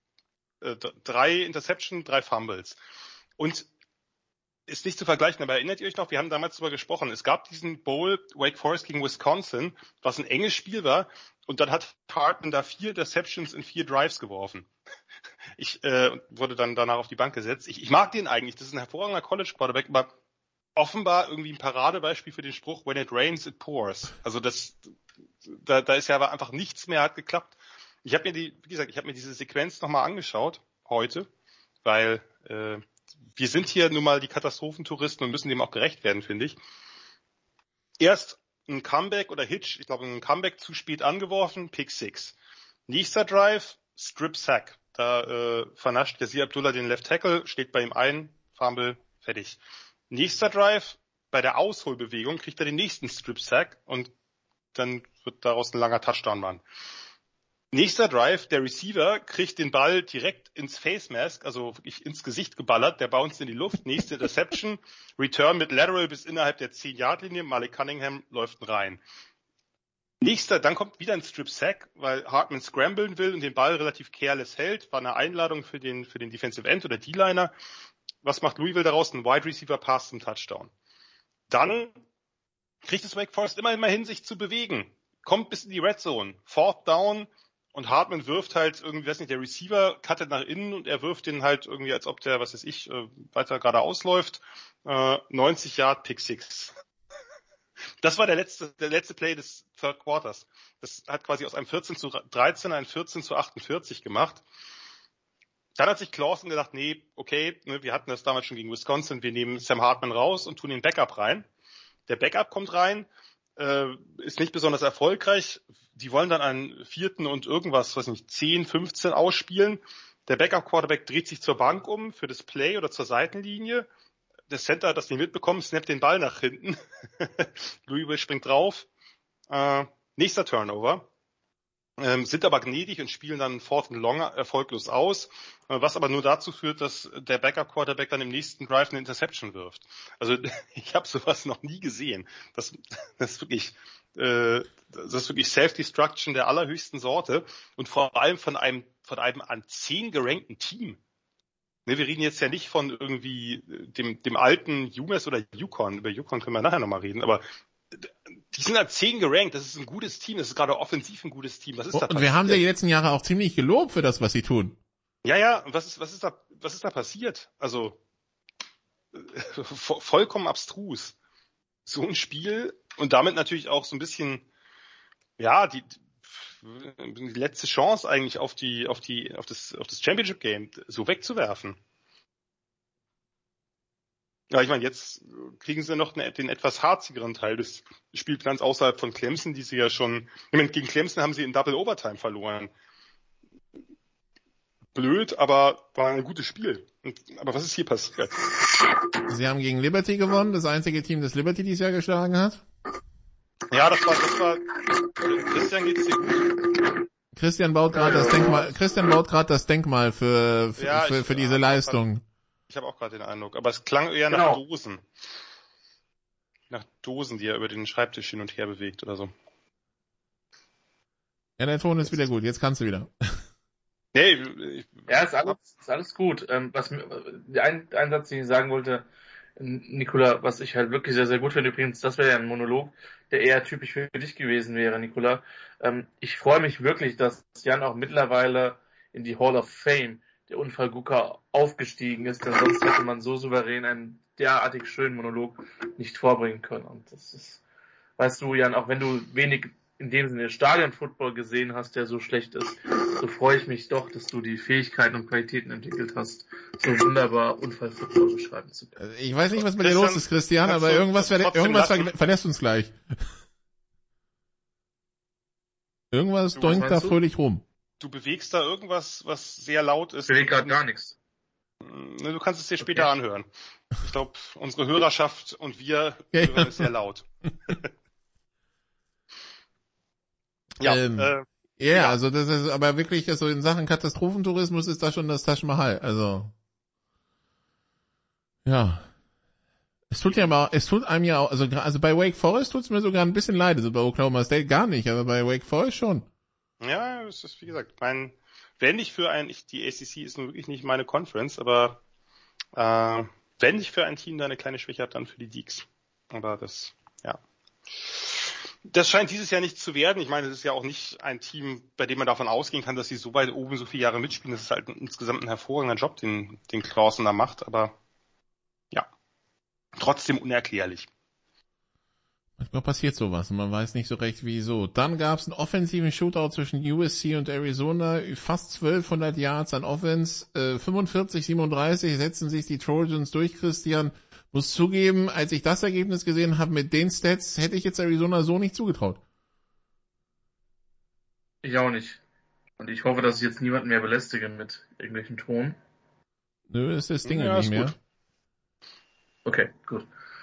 E: 3 Interception, 3 Fumbles. Und ist nicht zu vergleichen, aber erinnert ihr euch noch, wir haben damals darüber gesprochen, es gab diesen Bowl Wake Forest gegen Wisconsin, was ein enges Spiel war, und dann hat Hartman da 4 Interceptions in 4 Drives geworfen. Ich wurde dann danach auf die Bank gesetzt. Ich mag den eigentlich, das ist ein hervorragender College-Quarterback, aber offenbar irgendwie ein Paradebeispiel für den Spruch, when it rains, it pours. Also da ist ja aber einfach nichts mehr, hat geklappt. Ich habe mir diese Sequenz nochmal angeschaut, heute, weil wir sind hier nun mal die Katastrophentouristen und müssen dem auch gerecht werden, finde ich. Erst ein Comeback oder Hitch, ich glaube ein Comeback zu spät angeworfen, Pick 6. Nächster Drive, Strip Sack. Da vernascht Yasir Abdullah den Left Tackle, schlägt bei ihm ein, Fumble, fertig. Nächster Drive, bei der Ausholbewegung kriegt er den nächsten Strip Sack und dann wird daraus ein langer Touchdown-Run. Nächster Drive, der Receiver kriegt den Ball direkt ins Face Mask, also wirklich ins Gesicht geballert, der bounced in die Luft, nächste Interception, Return mit Lateral bis innerhalb der 10-Yard-Linie, Malik Cunningham läuft rein. Dann kommt wieder ein Strip Sack, weil Hartman scramblen will und den Ball relativ careless hält, war eine Einladung für den Defensive End oder D-Liner. Was macht Louisville daraus? Ein Wide Receiver Pass zum Touchdown. Dann kriegt es Wake Forest immer hin, sich zu bewegen, kommt bis in die Red Zone, 4th Down, und Hartman wirft halt irgendwie, weiß nicht, der Receiver cuttet nach innen und er wirft den halt irgendwie, als ob der, weiter geradeaus läuft. 90 Yard Pick 6. Das war der letzte Play des Third Quarters. Das hat quasi aus einem 14-13 ein 14-48 gemacht. Dann hat sich Clawson gedacht, nee, okay, wir hatten das damals schon gegen Wisconsin, wir nehmen Sam Hartman raus und tun den Backup rein. Der Backup kommt rein, ist nicht besonders erfolgreich. Die wollen dann einen 4. und irgendwas, 10, 15 ausspielen. Der Backup-Quarterback dreht sich zur Bank um für das Play oder zur Seitenlinie. Der Center hat das nicht mitbekommen, snappt den Ball nach hinten. Louisville springt drauf. Nächster Turnover. Sind aber gnädig und spielen dann 4th and Long erfolglos aus, was aber nur dazu führt, dass der Backup-Quarterback dann im nächsten Drive eine Interception wirft. Also ich habe sowas noch nie gesehen. Das ist wirklich Self-Destruction der allerhöchsten Sorte und vor allem von einem an 10 gerankten Team. Ne, wir reden jetzt ja nicht von irgendwie dem alten UMass oder Yukon. Über Yukon können wir nachher nochmal reden, aber die sind an 10 gerankt, das ist ein gutes Team, das ist gerade offensiv ein gutes Team. Was ist da passiert?
D: Und wir haben sie die letzten Jahre auch ziemlich gelobt für das, was sie tun.
E: Ja, und was ist da passiert? Also vollkommen abstrus. So ein Spiel und damit natürlich auch so ein bisschen, ja, die letzte Chance eigentlich auf das Championship Game so wegzuwerfen. Ja, ich meine, jetzt kriegen sie noch den etwas harzigeren Teil des Spielplans außerhalb von Clemson, die sie ja schon, gegen Clemson haben sie in Double Overtime verloren. Blöd, aber war ein gutes Spiel. Aber was ist hier passiert?
D: Sie haben gegen Liberty gewonnen, das einzige Team, das Liberty dieses Jahr geschlagen hat.
E: Ja, das war, Christian geht's dir gut?
D: Christian baut gerade das Denkmal für diese Leistung.
E: Ich habe auch gerade den Eindruck, aber es klang eher nach Dosen. Nach Dosen, die er über den Schreibtisch hin und her bewegt oder so.
D: Ja, dein Ton ist wieder gut, jetzt kannst du wieder.
E: Nee,
F: ist alles gut. Ein Satz, den ich sagen wollte, Nikola, was ich halt wirklich sehr, sehr gut finde, übrigens, das wäre ja ein Monolog, der eher typisch für dich gewesen wäre, Nikola. Ich freue mich wirklich, dass Jan auch mittlerweile in die Hall of Fame der Unfallgucker aufgestiegen ist, denn sonst hätte man so souverän einen derartig schönen Monolog nicht vorbringen können. Und das ist, weißt du, Jan, auch wenn du wenig in dem Sinne Stadion-Football gesehen hast, der so schlecht ist, so freue ich mich doch, dass du die Fähigkeiten und Qualitäten entwickelt hast, so wunderbar Unfall-Football beschreiben zu können.
D: Ich weiß nicht, was mit dir los ist, Christian, aber irgendwas verlässt uns gleich. Irgendwas doinkt da fröhlich rum.
E: Du bewegst da irgendwas, was sehr laut ist.
F: Ich bewege gerade gar nichts.
E: Du kannst es dir später anhören. Ich glaube, unsere Hörerschaft und wir hören es sehr laut.
D: Also das ist aber wirklich, also in Sachen Katastrophentourismus ist da schon das Taj Mahal. Also ja. Es tut einem ja auch, also bei Wake Forest tut's mir sogar ein bisschen leid, also bei Oklahoma State gar nicht, aber bei Wake Forest schon.
E: Ja, es ist, wie gesagt, die ACC ist nun wirklich nicht meine Conference, aber wenn ich für ein Team da eine kleine Schwäche habe, dann für die Deacs. Aber das scheint dieses Jahr nicht zu werden. Ich meine, es ist ja auch nicht ein Team, bei dem man davon ausgehen kann, dass sie so weit oben so viele Jahre mitspielen. Das ist halt insgesamt ein hervorragender Job, den Clausen da macht, aber ja, trotzdem unerklärlich.
D: Manchmal passiert sowas und man weiß nicht so recht wieso. Dann gab es einen offensiven Shootout zwischen USC und Arizona, fast 1200 Yards an Offense, 45-37 setzen sich die Trojans durch, Christian. Muss zugeben, als ich das Ergebnis gesehen habe mit den Stats, hätte ich jetzt Arizona so nicht zugetraut.
F: Ich auch nicht. Und ich hoffe, dass ich jetzt niemanden mehr belästige mit irgendwelchen Ton.
D: Nö, ist das Ding nicht mehr.
F: Gut. Okay, gut.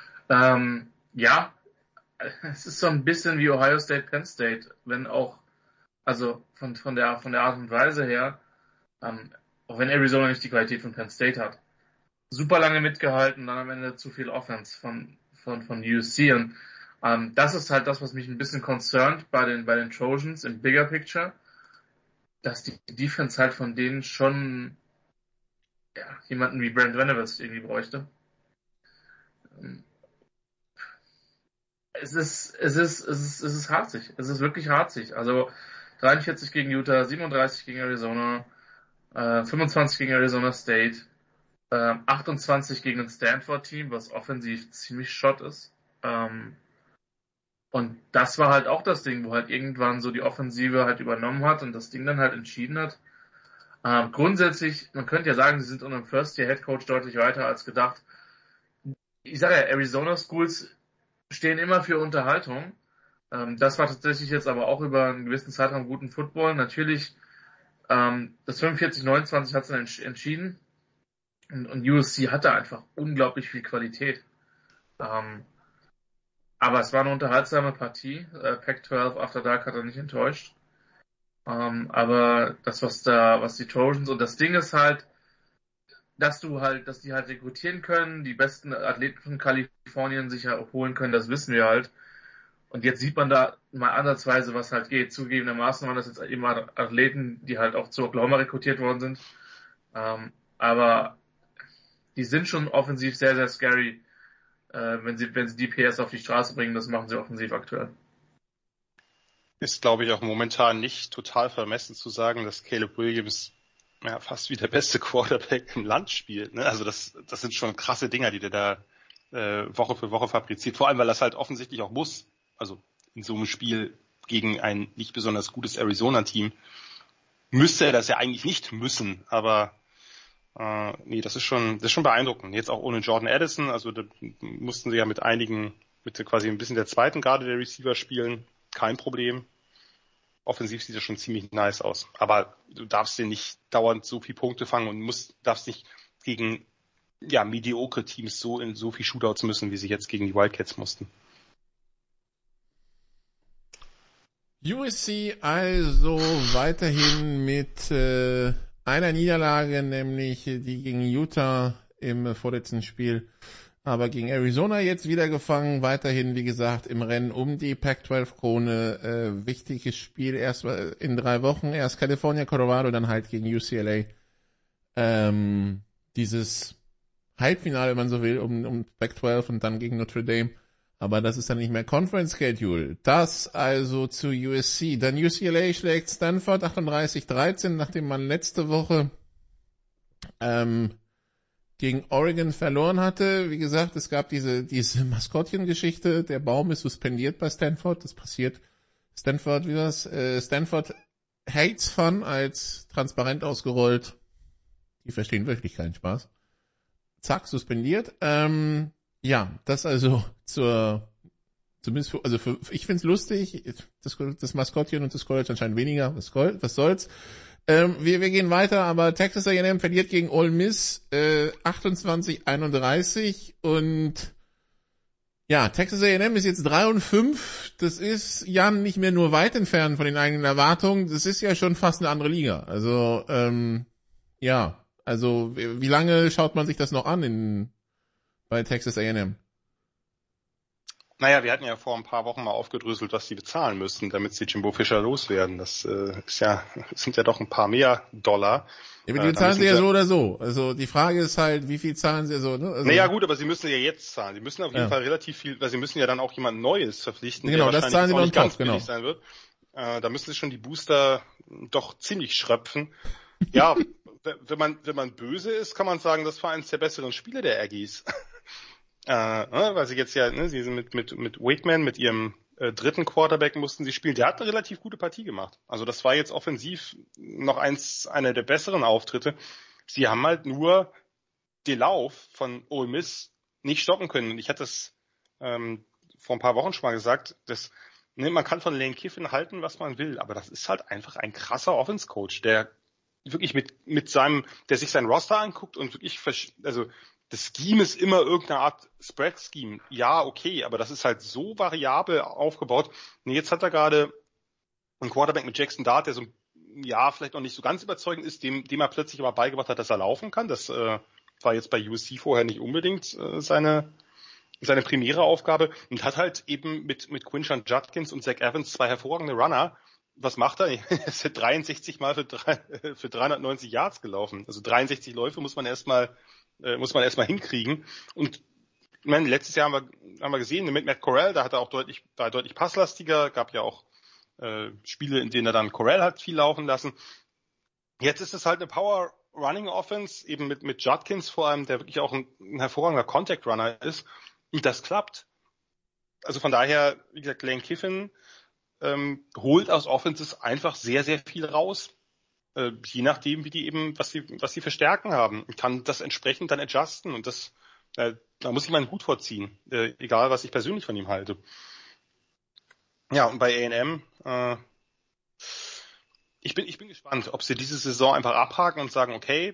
F: Es ist so ein bisschen wie Ohio State, Penn State, wenn auch, also von der Art und Weise her, auch wenn Arizona nicht die Qualität von Penn State hat. Super lange mitgehalten, dann am Ende zu viel Offense von USC. Und das ist halt das, was mich ein bisschen concernt bei den Trojans im Bigger Picture, dass die Defense halt von denen schon jemanden wie Brent Venables irgendwie bräuchte. Es ist harzig. Es ist wirklich harzig. Also 43 gegen Utah, 37 gegen Arizona, 25 gegen Arizona State, 28 gegen ein Stanford-Team, was offensiv ziemlich Schott ist. Und das war halt auch das Ding, wo halt irgendwann so die Offensive halt übernommen hat und das Ding dann halt entschieden hat. Grundsätzlich, man könnte ja sagen, sie sind unter dem First-Year-Head-Coach deutlich weiter als gedacht. Ich sage ja, Arizona Schools stehen immer für Unterhaltung. Das war tatsächlich jetzt aber auch über einen gewissen Zeitraum guten Football. Natürlich, das 45-29 hat es dann entschieden. Und USC hatte einfach unglaublich viel Qualität. Aber es war eine unterhaltsame Partie. Pac-12 After Dark hat er nicht enttäuscht. Aber das, was die Trojans, und das Ding ist halt, dass die halt rekrutieren können, die besten Athleten von Kalifornien sich ja holen können, das wissen wir halt. Und jetzt sieht man da mal ansatzweise, was halt geht. Zugegebenermaßen waren das jetzt eben Athleten, die halt auch zu Oklahoma rekrutiert worden sind. Aber die sind schon offensiv sehr, sehr scary, wenn sie die PS auf die Straße bringen. Das machen sie offensiv aktuell.
E: Ist, glaube ich, auch momentan nicht total vermessen zu sagen, dass Caleb Williams fast wie der beste Quarterback im Land spielt. Ne? Also das sind schon krasse Dinger, die der da Woche für Woche fabriziert. Vor allem, weil das halt offensichtlich auch muss. Also in so einem Spiel gegen ein nicht besonders gutes Arizona-Team müsste er das ja eigentlich nicht müssen. Aber das ist schon beeindruckend. Jetzt auch ohne Jordan Addison. Also da mussten sie ja mit quasi ein bisschen der zweiten Garde der Receiver spielen. Kein Problem. Offensiv sieht das schon ziemlich nice aus. Aber du darfst dir nicht dauernd so viele Punkte fangen und darfst nicht gegen mediocre Teams in so viel Shootouts müssen, wie sie jetzt gegen die Wildcats mussten.
D: USC also weiterhin mit einer Niederlage, nämlich die gegen Utah im vorletzten Spiel. Aber gegen Arizona jetzt wieder gefangen, weiterhin, wie gesagt, im Rennen um die Pac-12-Krone. Wichtiges Spiel erst in 3 Wochen, erst California, Colorado, dann halt gegen UCLA. Dieses Halbfinale, wenn man so will, um Pac-12 und dann gegen Notre Dame. Aber das ist dann nicht mehr Conference Schedule. Das also zu USC. Dann UCLA schlägt Stanford 38-13, nachdem man letzte Woche gegen Oregon verloren hatte. Wie gesagt, es gab diese Maskottchengeschichte. Der Baum ist suspendiert bei Stanford. Das passiert Stanford, wie war's? Stanford hates fun als transparent ausgerollt. Die verstehen wirklich keinen Spaß. Zack, suspendiert. Ja, das also ich find's lustig. Das Maskottchen und das College anscheinend weniger. Was soll's? Wir gehen weiter, aber Texas A&M verliert gegen Ole Miss 28-31 und ja, Texas A&M ist jetzt 3-5. Das ist, Jan, nicht mehr nur weit entfernt von den eigenen Erwartungen. Das ist ja schon fast eine andere Liga. Also, ja, also wie lange schaut man sich das noch an bei Texas A&M?
E: Naja, wir hatten ja vor ein paar Wochen mal aufgedröselt, was sie bezahlen müssten, damit sie Jimbo Fisher loswerden. Das sind ja doch ein paar mehr Dollar.
D: Ja, aber die bezahlen sie ja so oder so. Also die Frage ist halt, wie viel zahlen sie so, ne? Also,
E: naja gut, aber sie müssen ja jetzt zahlen. Sie müssen auf jeden Fall relativ viel, weil sie müssen ja dann auch jemand Neues verpflichten,
D: genau,
E: der
D: das zahlen
E: wahrscheinlich
D: sie
E: auch nicht ganz
D: genau.
E: billig sein wird. Da müssen sie schon die Booster doch ziemlich schröpfen. Ja, wenn man böse ist, kann man sagen, das war eines der besseren Spiele der Aggies. Weil sie jetzt ja, ne, sie sind mit Wakeman, mit ihrem dritten Quarterback mussten sie spielen. Der hat eine relativ gute Partie gemacht. Also das war jetzt offensiv noch einer der besseren Auftritte. Sie haben halt nur den Lauf von Ole Miss nicht stoppen können. Und ich hatte das vor ein paar Wochen schon mal gesagt, man kann von Lane Kiffin halten, was man will, aber das ist halt einfach ein krasser Offense-Coach, der wirklich der sich sein Roster anguckt und wirklich, also das Scheme ist immer irgendeine Art Spread-Scheme. Ja, okay, aber das ist halt so variabel aufgebaut. Und jetzt hat er gerade einen Quarterback mit Jackson Dart, der so, ja, vielleicht noch nicht so ganz überzeugend ist, dem er plötzlich aber beigebracht hat, dass er laufen kann. Das war jetzt bei USC vorher nicht unbedingt seine primäre Aufgabe. Und hat halt eben mit Quinshon Judkins und Zach Evans zwei hervorragende Runner. Was macht er? Er ist 63 Mal für 390 Yards gelaufen. Also 63 Läufe muss man erstmal hinkriegen. Und ich meine, letztes Jahr haben wir gesehen, mit Matt Corral, da hat er auch deutlich passlastiger, gab ja auch Spiele, in denen er dann Corral hat viel laufen lassen. Jetzt ist es halt eine Power Running Offense, eben mit Judkins vor allem, der wirklich auch ein hervorragender Contact Runner ist. Und das klappt. Also von daher, wie gesagt, Lane Kiffin holt aus Offenses einfach sehr, sehr viel raus. Je nachdem, was die für Stärken haben, kann das entsprechend dann adjusten und da muss ich meinen Hut vorziehen, egal was ich persönlich von ihm halte. Ja, und bei A&M, ich bin gespannt, ob sie diese Saison einfach abhaken und sagen, okay,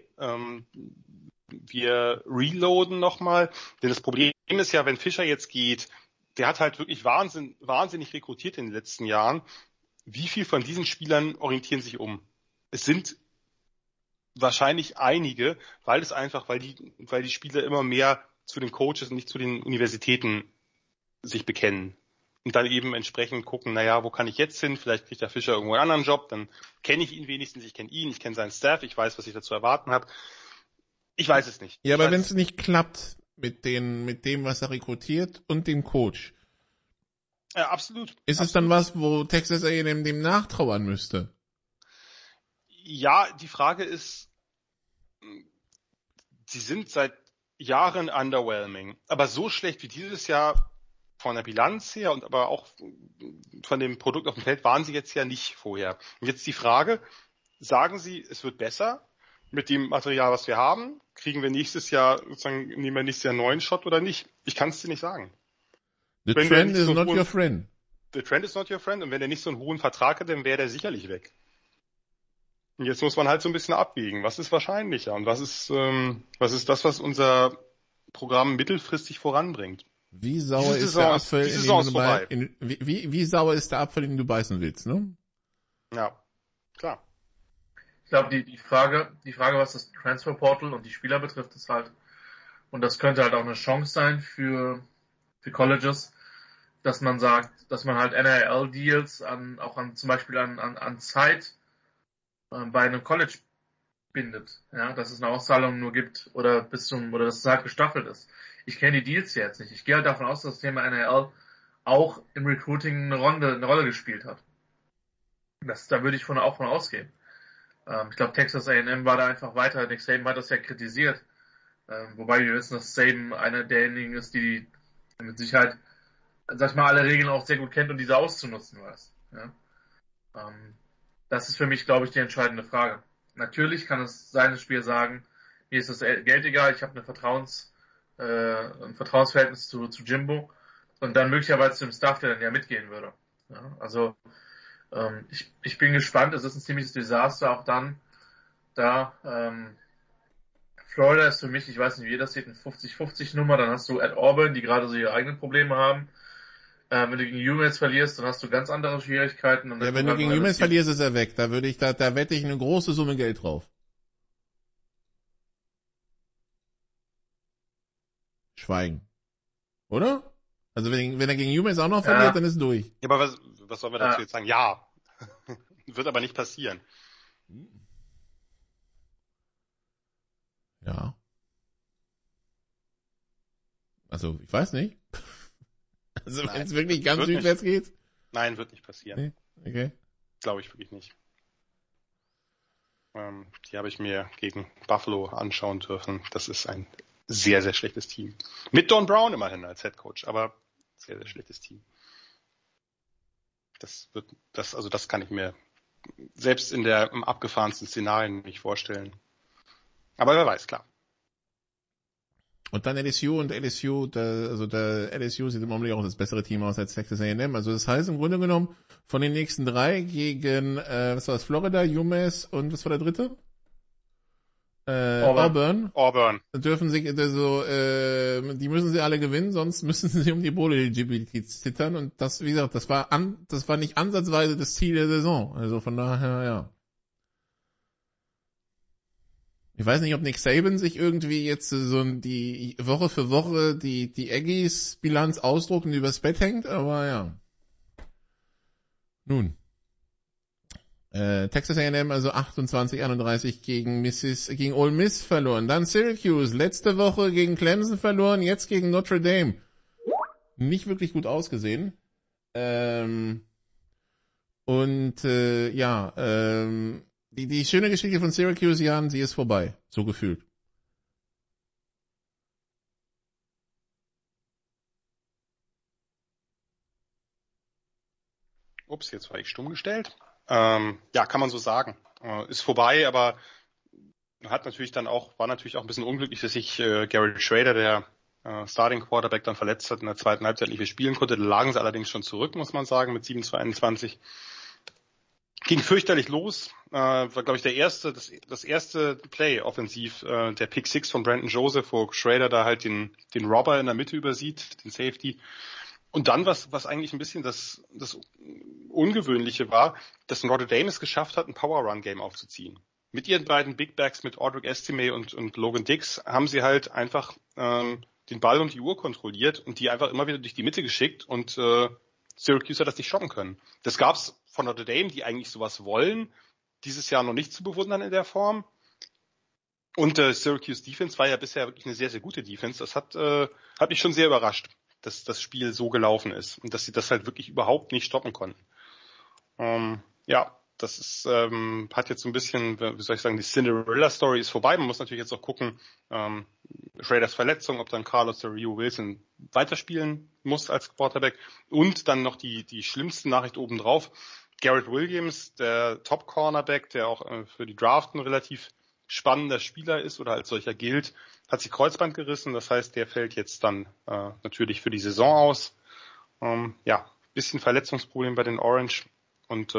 E: wir reloaden nochmal, denn das Problem ist ja, wenn Fischer jetzt geht, der hat halt wirklich wahnsinnig rekrutiert in den letzten Jahren. Wie viel von diesen Spielern orientieren sich um? Es sind wahrscheinlich einige, weil die Spieler immer mehr zu den Coaches und nicht zu den Universitäten sich bekennen. Und dann eben entsprechend gucken, naja, wo kann ich jetzt hin? Vielleicht kriegt der Fischer irgendwo einen anderen Job, dann kenne ich ihn wenigstens, ich kenne ihn, ich kenne seinen Staff, ich weiß, was ich dazu erwarten habe. Ich weiß es nicht.
D: Ja, aber wenn es nicht klappt mit dem, was er rekrutiert und dem Coach.
E: Ja, absolut.
D: Ist es dann was, wo Texas A&M dem nachtrauern müsste?
E: Ja, die Frage ist, sie sind seit Jahren underwhelming, aber so schlecht wie dieses Jahr von der Bilanz her und aber auch von dem Produkt auf dem Feld waren sie jetzt ja nicht vorher. Und jetzt die Frage, sagen Sie, es wird besser mit dem Material, was wir haben? Nehmen wir nächstes Jahr einen neuen Shot oder nicht? Ich kann es dir nicht sagen.
D: The trend is not your friend.
E: The trend is not your friend. Und wenn er nicht so einen hohen Vertrag hat, dann wäre der sicherlich weg. Und jetzt muss man halt so ein bisschen abwägen. Was ist wahrscheinlicher? Und was ist das, was unser Programm mittelfristig voranbringt?
D: Wie sauer ist der Apfel, wie sauer ist der Apfel, den du beißen willst, ne?
E: Ja, klar.
F: Ich glaube, die Frage, was das Transfer Portal und die Spieler betrifft, ist halt, und das könnte halt auch eine Chance sein für Colleges, dass man sagt, dass man halt NIL-Deals zum Beispiel an Zeit bei einem College bindet, ja, dass es eine Auszahlung nur gibt oder dass es halt gestaffelt ist. Ich kenne die Deals jetzt nicht. Ich gehe halt davon aus, dass das Thema NIL auch im Recruiting eine Rolle gespielt hat. Da würde ich auch von ausgehen. Ich glaube, Texas A&M war da einfach weiter. Nick Saban hat das ja kritisiert. Wobei wir wissen, dass Saban einer derjenigen ist, die mit Sicherheit, sag ich mal, alle Regeln auch sehr gut kennt und diese auszunutzen weiß. Ja? Das ist für mich, glaube ich, die entscheidende Frage. Natürlich kann es sein, das Spiel sagen, mir ist das Geld egal, ich habe ein Vertrauensverhältnis zu Jimbo und dann möglicherweise zu dem Staff, der dann ja mitgehen würde. Ja? Also ich bin gespannt, es ist ein ziemliches Desaster auch dann da. Florida ist für mich, ich weiß nicht, wie ihr das seht, eine 50-50-Nummer, dann hast du at Auburn, die gerade so ihre eigenen Probleme haben. Wenn du gegen UMass verlierst, dann hast du ganz andere Schwierigkeiten. Und
D: ja, wenn du gegen UMass verlierst, ist er weg. Da wette ich eine große Summe Geld drauf. Schweigen. Oder? Also wenn er gegen UMass auch noch verliert, dann ist es durch.
E: Ja, aber was sollen wir dazu jetzt sagen? Ja. Wird aber nicht passieren.
D: Ja. Also, ich weiß nicht. Also, wenn es wirklich ganz südwärts geht?
E: Nein, wird nicht passieren.
D: Nee? Okay.
E: Glaube ich wirklich nicht. Die habe ich mir gegen Buffalo anschauen dürfen. Das ist ein sehr, sehr schlechtes Team. Mit Don Brown immerhin als Head Coach, aber sehr, sehr schlechtes Team. Das kann ich mir selbst im abgefahrensten Szenarien nicht vorstellen. Aber wer weiß, klar.
D: Und dann LSU LSU sieht im Augenblick auch das bessere Team aus als Texas A&M. Also das heißt im Grunde genommen, von den nächsten 3 gegen, was war das, Florida, UMass und was war der dritte? Auburn. Dürfen sie, die müssen sie alle gewinnen, sonst müssen sie um die Bowl-Eligibility zittern. Und das, wie gesagt, das war nicht ansatzweise das Ziel der Saison. Also von daher, ja. Ich weiß nicht, ob Nick Saban sich irgendwie jetzt die Woche für Woche die Aggies Bilanz ausdruckt und übers Bett hängt, aber ja. Nun. Texas A&M also 28-31 gegen Ole Miss verloren. Dann Syracuse letzte Woche gegen Clemson verloren, jetzt gegen Notre Dame. Nicht wirklich gut ausgesehen. Die schöne Geschichte von Syracuse, Jan, sie ist vorbei. So gefühlt.
E: Ups, jetzt war ich stumm gestellt. Ja, kann man so sagen. Ist vorbei, aber war natürlich auch ein bisschen unglücklich, dass sich Garrett Schrader, der Starting Quarterback, dann verletzt hat in der zweiten Halbzeit nicht mehr spielen konnte. Da lagen sie allerdings schon zurück, muss man sagen, mit 7-21. Ging fürchterlich los. War, glaube ich, das erste Play offensiv, der Pick 6 von Brandon Joseph, wo Schrader da halt den Robber in der Mitte übersieht, den Safety. Und dann, was eigentlich ein bisschen das Ungewöhnliche war, dass Notre Dame es geschafft hat, ein Power-Run-Game aufzuziehen. Mit ihren beiden Big Backs, mit Audric Estime und Logan Dix, haben sie halt einfach den Ball und die Uhr kontrolliert und die einfach immer wieder durch die Mitte geschickt und Syracuse hat das nicht stoppen können. Das gab's von Notre Dame, die eigentlich sowas wollen, dieses Jahr noch nicht zu bewundern in der Form. Und Syracuse Defense war ja bisher wirklich eine sehr, sehr gute Defense. Das hat mich schon sehr überrascht, dass das Spiel so gelaufen ist und dass sie das halt wirklich überhaupt nicht stoppen konnten. Das ist, hat jetzt so ein bisschen, wie soll ich sagen, die Cinderella-Story ist vorbei. Man muss natürlich jetzt auch gucken, Schraders Verletzung, ob dann Carlos oder Rio Wilson weiterspielen muss als Quarterback. Und dann noch die schlimmste Nachricht obendrauf. Garrett Williams, der Top-Cornerback, der auch für die Draft ein relativ spannender Spieler ist oder als solcher gilt, hat sich Kreuzband gerissen. Das heißt, der fällt jetzt dann natürlich für die Saison aus. Bisschen Verletzungsproblem bei den Orange und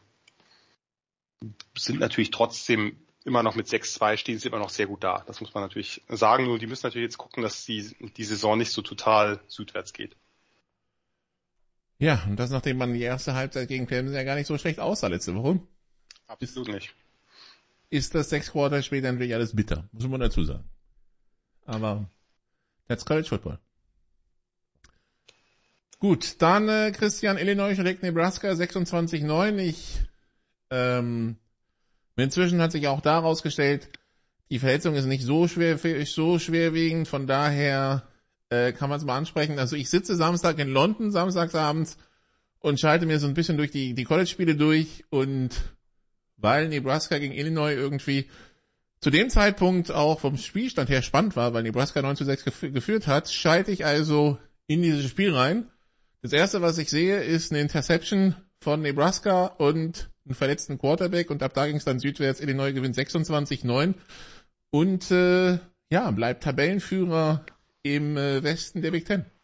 E: sind natürlich trotzdem immer noch mit 6-2 stehen sie immer noch sehr gut da. Das muss man natürlich sagen. Nur die müssen natürlich jetzt gucken, dass die Saison nicht so total südwärts geht.
D: Ja, und das nachdem man die erste Halbzeit gegen Clemson ja gar nicht so schlecht aussah letzte Woche.
E: Absolut nicht.
D: Ist das 6 Quarter später natürlich alles bitter, muss man dazu sagen. Aber that's College Football. Gut, dann Christian, Illinois schlägt Nebraska 26-9. Inzwischen hat sich auch da rausgestellt, die Verletzung ist nicht so schwerwiegend, von daher kann man es mal ansprechen. Also ich sitze Samstag in London, samstagsabends, und schalte mir so ein bisschen durch die College-Spiele durch, und weil Nebraska gegen Illinois irgendwie zu dem Zeitpunkt auch vom Spielstand her spannend war, weil Nebraska 9-6 geführt hat, schalte ich also in dieses Spiel rein. Das erste, was ich sehe, ist eine Interception von Nebraska und einen verletzten Quarterback und ab da ging es dann südwärts. Illinois gewinnt 26-9 und bleibt Tabellenführer im Westen der Big Ten.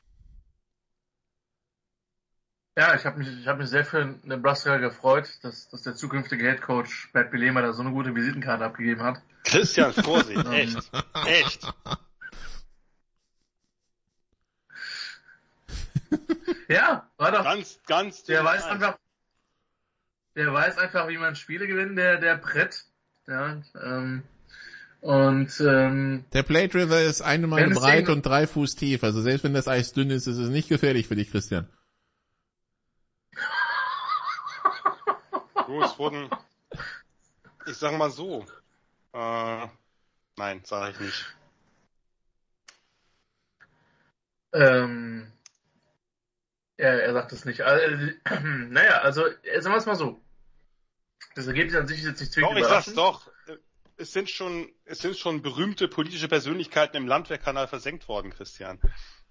F: Ja, ich hab mich sehr für Nebraska gefreut, dass der zukünftige Headcoach Pat Bielema da so eine gute Visitenkarte abgegeben hat.
E: Christian, Vorsicht, echt.
F: Ja, war doch.
E: Ganz
F: der weiß einfach, wie man Spiele gewinnt, der Brett. Ja,
D: der Plate River ist 1 Meile breit und 3 Fuß tief. Also selbst wenn das Eis dünn ist, ist es nicht gefährlich für dich, Christian.
E: Du, es wurden, ich sag mal so, nein, sage ich nicht.
F: Er sagt es nicht. Sagen wir es mal so. Das Ergebnis an sich ist jetzt nicht zwingend überraschend.
E: Doch, ich sag's doch. Es sind schon berühmte politische Persönlichkeiten im Landwehrkanal versenkt worden, Christian.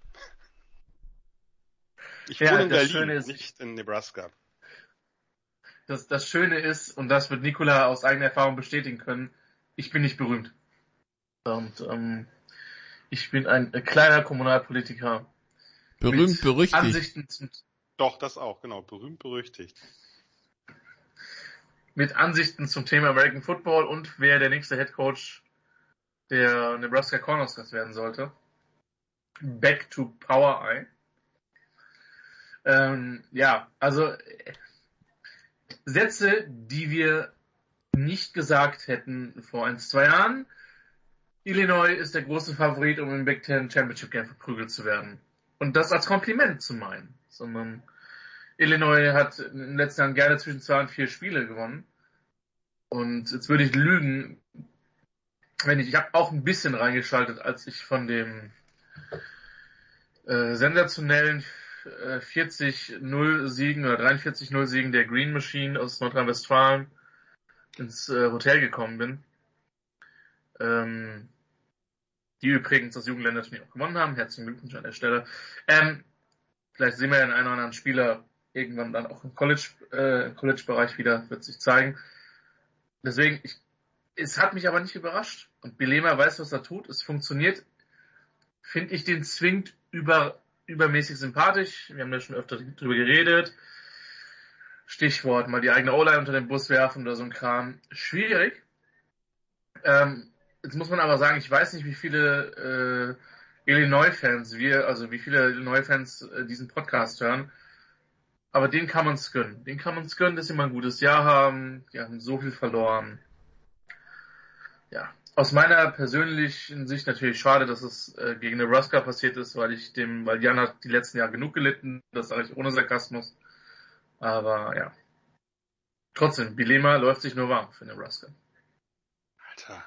E: Ich wohne in Berlin, nicht in Nebraska.
F: Das Schöne ist, und das wird Nikola aus eigener Erfahrung bestätigen können, ich bin nicht berühmt. Und ich bin ein kleiner Kommunalpolitiker.
D: Berühmt, berüchtigt.
E: Doch, das auch, genau. Berühmt, berüchtigt.
F: Mit Ansichten zum Thema American Football und wer der nächste Headcoach der Nebraska Cornhuskers werden sollte. Back to Power Eye. Sätze, die wir nicht gesagt hätten vor 1-2 Jahren. Illinois ist der große Favorit, um im Big Ten Championship Game verprügelt zu werden. Und das als Kompliment zu meinen. Sondern Illinois hat in den letzten Jahren gerne zwischen 2 und 4 Spiele gewonnen. Und jetzt würde ich lügen, ich habe auch ein bisschen reingeschaltet, als ich von dem sensationellen 40-0 Siegen oder 43-0 Siegen der Green Machine aus Nordrhein-Westfalen ins Hotel gekommen bin. Die übrigens das Jugendländerturnier auch gewonnen haben. Herzlichen Glückwunsch an der Stelle. Vielleicht sehen wir den einen oder anderen Spieler irgendwann dann auch im College-Bereich wieder, wird sich zeigen. Deswegen, es hat mich aber nicht überrascht. Und Bielema weiß, was er tut. Es funktioniert. Finde ich den zwingend übermäßig sympathisch. Wir haben da schon öfter drüber geredet. Stichwort, mal die eigene O-Line unter den Bus werfen oder so ein Kram. Schwierig. Jetzt muss man aber sagen, ich weiß nicht, wie viele Illinois-Fans diesen Podcast hören. Aber denen kann man es gönnen. Dass sie mal ein gutes Jahr haben. Die haben so viel verloren. Ja. Aus meiner persönlichen Sicht natürlich schade, dass es gegen Nebraska passiert ist, weil Jan hat die letzten Jahre genug gelitten. Das sage ich ohne Sarkasmus. Aber ja. Trotzdem, Bielema läuft sich nur warm für Nebraska.
E: Alter.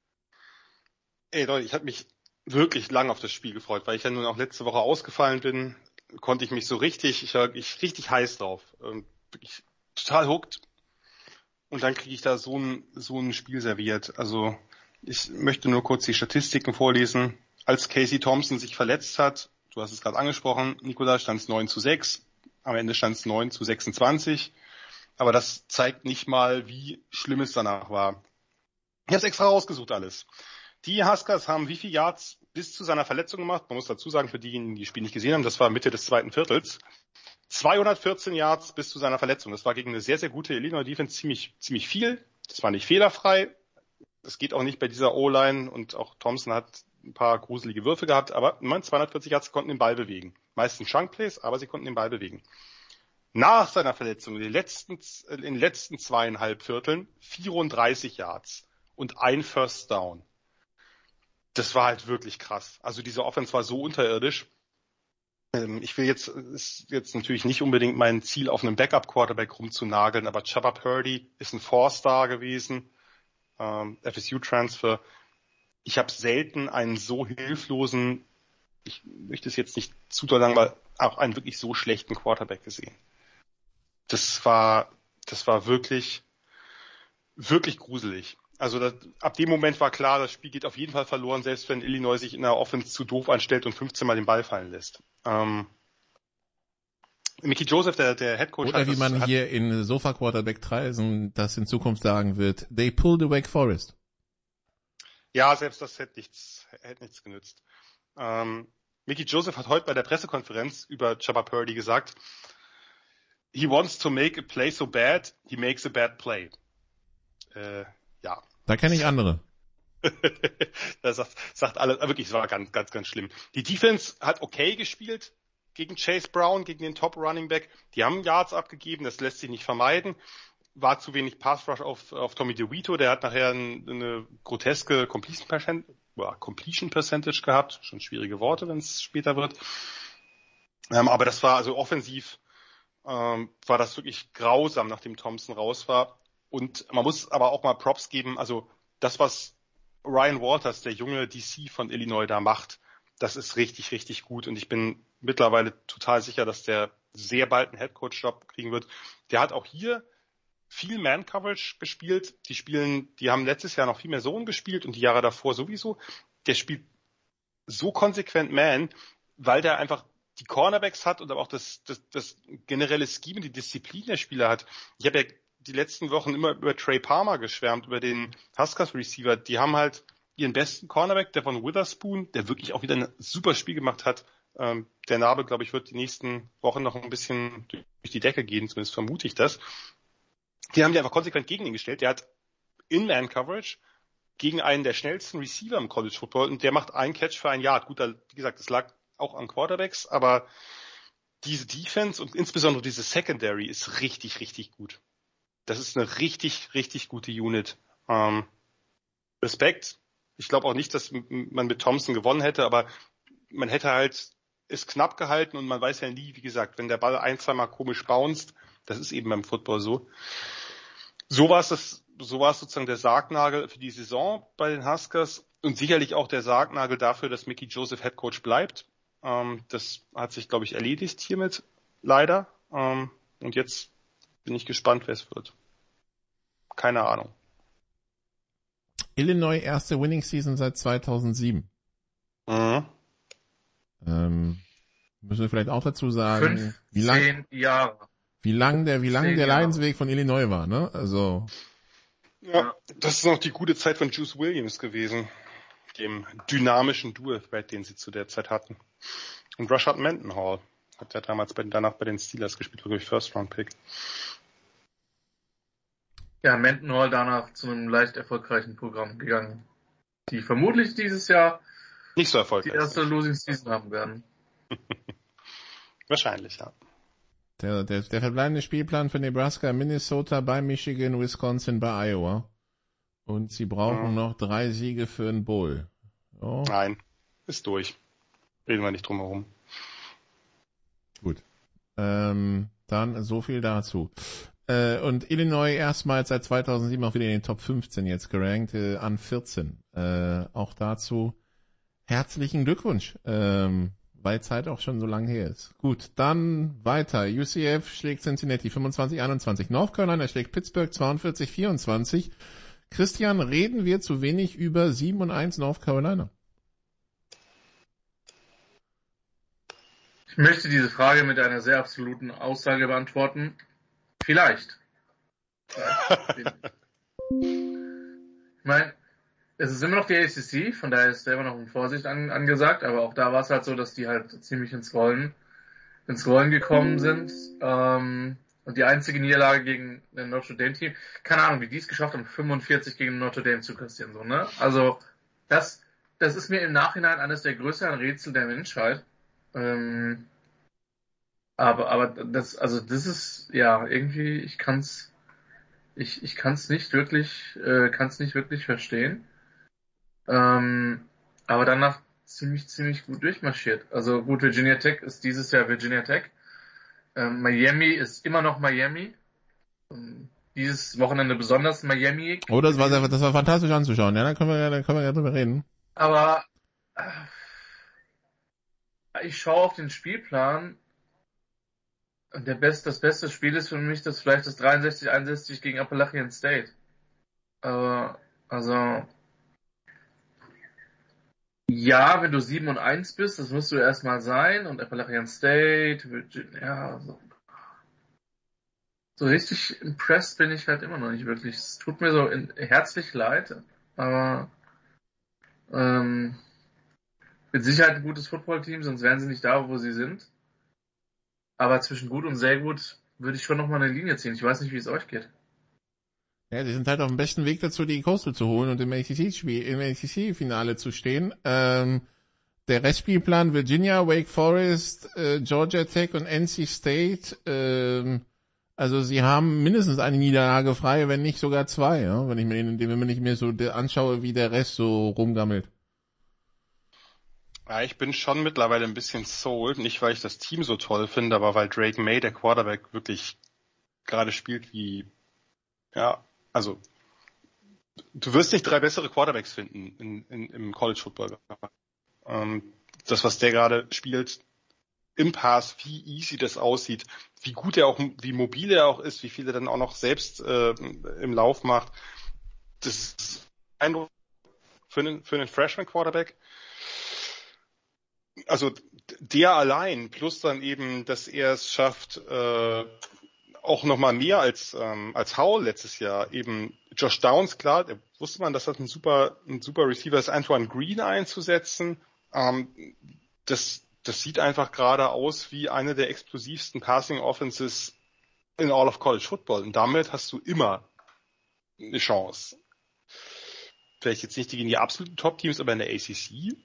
E: Ey Leute, ich habe mich wirklich lang auf das Spiel gefreut, weil ich ja nun auch letzte Woche ausgefallen bin. Konnte ich mich so richtig heiß drauf. Wirklich total hooked. Und dann kriege ich da so ein Spiel serviert. Also ich möchte nur kurz die Statistiken vorlesen. Als Casey Thompson sich verletzt hat, du hast es gerade angesprochen, Nikola, stand es 9-6. Am Ende stand es 9-26. Aber das zeigt nicht mal, wie schlimm es danach war. Ich habe es extra rausgesucht alles. Die Huskers haben wie viel Yards bis zu seiner Verletzung gemacht? Man muss dazu sagen, für diejenigen, die das Spiel nicht gesehen haben, das war Mitte des zweiten Viertels. 214 Yards bis zu seiner Verletzung. Das war gegen eine sehr, sehr gute Illinois Defense ziemlich viel. Das war nicht fehlerfrei. Das geht auch nicht bei dieser O-Line und auch Thompson hat ein paar gruselige Würfe gehabt, aber 240 Yards konnten den Ball bewegen. Meistens Chunk-Plays, aber sie konnten den Ball bewegen. Nach seiner Verletzung, in den letzten 2,5 Vierteln, 34 Yards und ein First Down. Das war halt wirklich krass. Also diese Offense war so unterirdisch. Ich will ist jetzt natürlich nicht unbedingt mein Ziel, auf einem Backup-Quarterback rumzunageln, aber Chubba Purdy ist ein Four-Star gewesen, FSU-Transfer. Ich habe selten einen so hilflosen, ich möchte es jetzt nicht zu doll sagen, aber auch einen wirklich so schlechten Quarterback gesehen. Das war wirklich, wirklich gruselig. Also ab dem Moment war klar, das Spiel geht auf jeden Fall verloren, selbst wenn Illinois sich in der Offense zu doof anstellt und 15 Mal den Ball fallen lässt. Mickey Joseph, der Head Coach.
D: Oder wie man hier in Sofa Quarterback 3 das in Zukunft sagen wird, they pulled the Wake Forest.
E: Ja, selbst das hätte nichts genützt. Mickey Joseph hat heute bei der Pressekonferenz über Chubba Purdy gesagt, he wants to make a play so bad, he makes a bad play. Ja.
D: Da kenne ich andere.
E: Das sagt alles, wirklich, es war ganz, ganz, ganz schlimm. Die Defense hat okay gespielt gegen Chase Brown, gegen den Top Running Back. Die haben Yards abgegeben, das lässt sich nicht vermeiden. War zu wenig Pass Rush auf Tommy DeVito, der hat nachher eine groteske Completion Percentage gehabt. Schon schwierige Worte, wenn es später wird. Aber das war also offensiv, war das wirklich grausam, nachdem Thompson raus war. Und man muss aber auch mal Props geben, also das, was Ryan Walters, der junge DC von Illinois, da macht, das ist richtig, richtig gut. Und ich bin mittlerweile total sicher, dass der sehr bald einen Headcoach-Job kriegen wird. Der hat auch hier viel Man-Coverage gespielt. Die haben letztes Jahr noch viel mehr Zone gespielt und die Jahre davor sowieso. Der spielt so konsequent Man, weil der einfach die Cornerbacks hat und aber auch das generelle Scheme, die Disziplin der Spieler hat. Ich habe ja die letzten Wochen immer über Trey Palmer geschwärmt, über den Huskers Receiver. Die haben halt ihren besten Cornerback, Devon Witherspoon, der wirklich auch wieder ein super Spiel gemacht hat. Der Narbe, glaube ich, wird die nächsten Wochen noch ein bisschen durch die Decke gehen, zumindest vermute ich das. Die haben die einfach konsequent gegen ihn gestellt. Der hat In-Man-Coverage gegen einen der schnellsten Receiver im College Football und der macht einen Catch für ein Yard. Gut, wie gesagt, das lag auch an Quarterbacks, aber diese Defense und insbesondere diese Secondary ist richtig, richtig gut. Das ist eine richtig, richtig gute Unit. Respekt. Ich glaube auch nicht, dass man mit Thompson gewonnen hätte, aber man hätte halt es knapp gehalten und man weiß ja nie, wie gesagt, wenn der Ball ein, zweimal komisch bounced, das ist eben beim Football so. So war es sozusagen der Sargnagel für die Saison bei den Huskers und sicherlich auch der Sargnagel dafür, dass Mickey Joseph Headcoach bleibt. Das hat sich, glaube ich, erledigt hiermit, leider. Und jetzt bin ich gespannt, wer es wird. Keine Ahnung.
D: Illinois erste Winning Season seit 2007.
E: Mhm.
D: Müssen wir vielleicht auch dazu sagen,
F: 10 Jahre.
D: Wie lang der Leidensweg von Illinois war, ne? Also.
E: Ja, das ist noch die gute Zeit von Juice Williams gewesen. Dem dynamischen Dual-Threat, den sie zu der Zeit hatten. Und Rashad Mendenhall hat ja damals danach bei den Steelers gespielt, glaube ich, First-Round-Pick.
F: Ja, Mendenhall danach zu einem leicht erfolgreichen Programm gegangen, die vermutlich dieses Jahr
E: nicht so erfolgreich
F: die erste Losing Season haben werden.
E: Wahrscheinlich, ja.
D: Der verbleibende Spielplan für Nebraska, Minnesota, bei Michigan, Wisconsin, bei Iowa. Und sie brauchen noch 3 Siege für einen Bowl. Oh.
E: Nein, ist durch. Reden wir nicht drum herum.
D: Gut. Dann so viel dazu. Und Illinois erstmals seit 2007 auch wieder in den Top 15 jetzt gerankt, an 14. Auch dazu herzlichen Glückwunsch, weil Zeit auch schon so lange her ist. Gut, dann weiter. UCF schlägt Cincinnati 25-21. North Carolina schlägt Pittsburgh 42-24. Christian, reden wir zu wenig über 7-1 North Carolina?
F: Ich möchte diese Frage mit einer sehr absoluten Aussage beantworten. Vielleicht. Ich meine, es ist immer noch die ACC, von daher ist da immer noch eine Vorsicht angesagt, aber auch da war es halt so, dass die halt ziemlich ins Rollen gekommen sind. Und die einzige Niederlage gegen ein Notre Dame Team, keine Ahnung, wie die es geschafft haben, 45 gegen Notre Dame zu kassieren, so, ne? Also, das ist mir im Nachhinein eines der größeren Rätsel der Menschheit. Aber das ist, ja, irgendwie, ich kann's nicht wirklich verstehen. Aber danach ziemlich gut durchmarschiert. Also gut, Virginia Tech ist dieses Jahr Virginia Tech. Miami ist immer noch Miami. Dieses Wochenende besonders Miami.
D: Oh, das war fantastisch anzuschauen. Ja, da können wir ja drüber reden.
F: Aber ich schaue auf den Spielplan und das beste Spiel ist für mich vielleicht das 63-61 gegen Appalachian State. Also ja, wenn du 7-1 bist, das musst du erstmal sein und Appalachian State, Virginia, so. so richtig impressed bin ich halt immer noch nicht wirklich. Es tut mir so herzlich leid, aber mit Sicherheit ein gutes Footballteam, sonst wären sie nicht da, wo sie sind. Aber zwischen gut und sehr gut würde ich schon nochmal eine Linie ziehen. Ich weiß nicht, wie es euch geht.
D: Ja, die sind halt auf dem besten Weg dazu, die Coastal zu holen und im ACC-Finale zu stehen. Der Restspielplan Virginia, Wake Forest, Georgia Tech und NC State, also sie haben mindestens eine Niederlage frei, wenn nicht sogar zwei, ja? wenn ich mir so anschaue, wie der Rest so rumgammelt.
E: Ja, ich bin schon mittlerweile ein bisschen sold, nicht weil ich das Team so toll finde, aber weil Drake May, der Quarterback, wirklich gerade spielt wie, ja, also du wirst nicht 3 bessere Quarterbacks finden im College Football. Das, was der gerade spielt im Pass, wie easy das aussieht, wie gut er auch, wie mobil er auch ist, wie viel er dann auch noch selbst im Lauf macht, das ist Eindruck für einen Freshman Quarterback. Also der allein, plus dann eben, dass er es schafft, auch nochmal mehr als Howell letztes Jahr, eben Josh Downs, klar, wusste man, dass das ein super Receiver ist, Antoine Green einzusetzen. Das sieht einfach gerade aus wie eine der explosivsten Passing Offenses in all of College Football. Und damit hast du immer eine Chance. Vielleicht jetzt nicht gegen die absoluten Top-Teams, aber in der ACC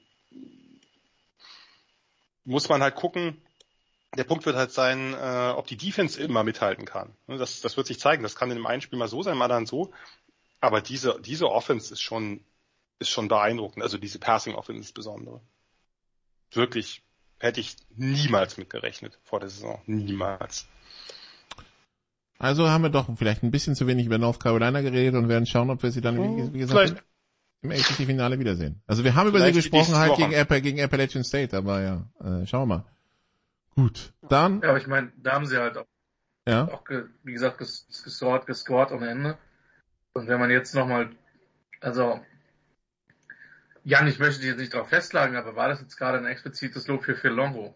E: muss man halt gucken. Der Punkt wird halt sein, ob die Defense immer mithalten kann. Das wird sich zeigen. Das kann in dem einen Spiel mal so sein, im anderen so. Aber diese Offense ist schon beeindruckend. Also diese Passing Offense insbesondere. Wirklich hätte ich niemals mitgerechnet vor der Saison. Niemals.
D: Also haben wir doch vielleicht ein bisschen zu wenig über North Carolina geredet und werden schauen, ob wir sie dann, wie gesagt, im ACC-Finale wiedersehen. Also wir haben über sie gesprochen halt gegen Appalachian State, aber ja, schauen wir mal. Gut, dann...
F: Ja, aber ich meine, da haben sie halt auch wie gesagt, gescored ohne Ende. Und wenn man jetzt nochmal, also, Jan, ich möchte dich jetzt nicht darauf festlegen, aber war das jetzt gerade ein explizites Lob für Phil Longo?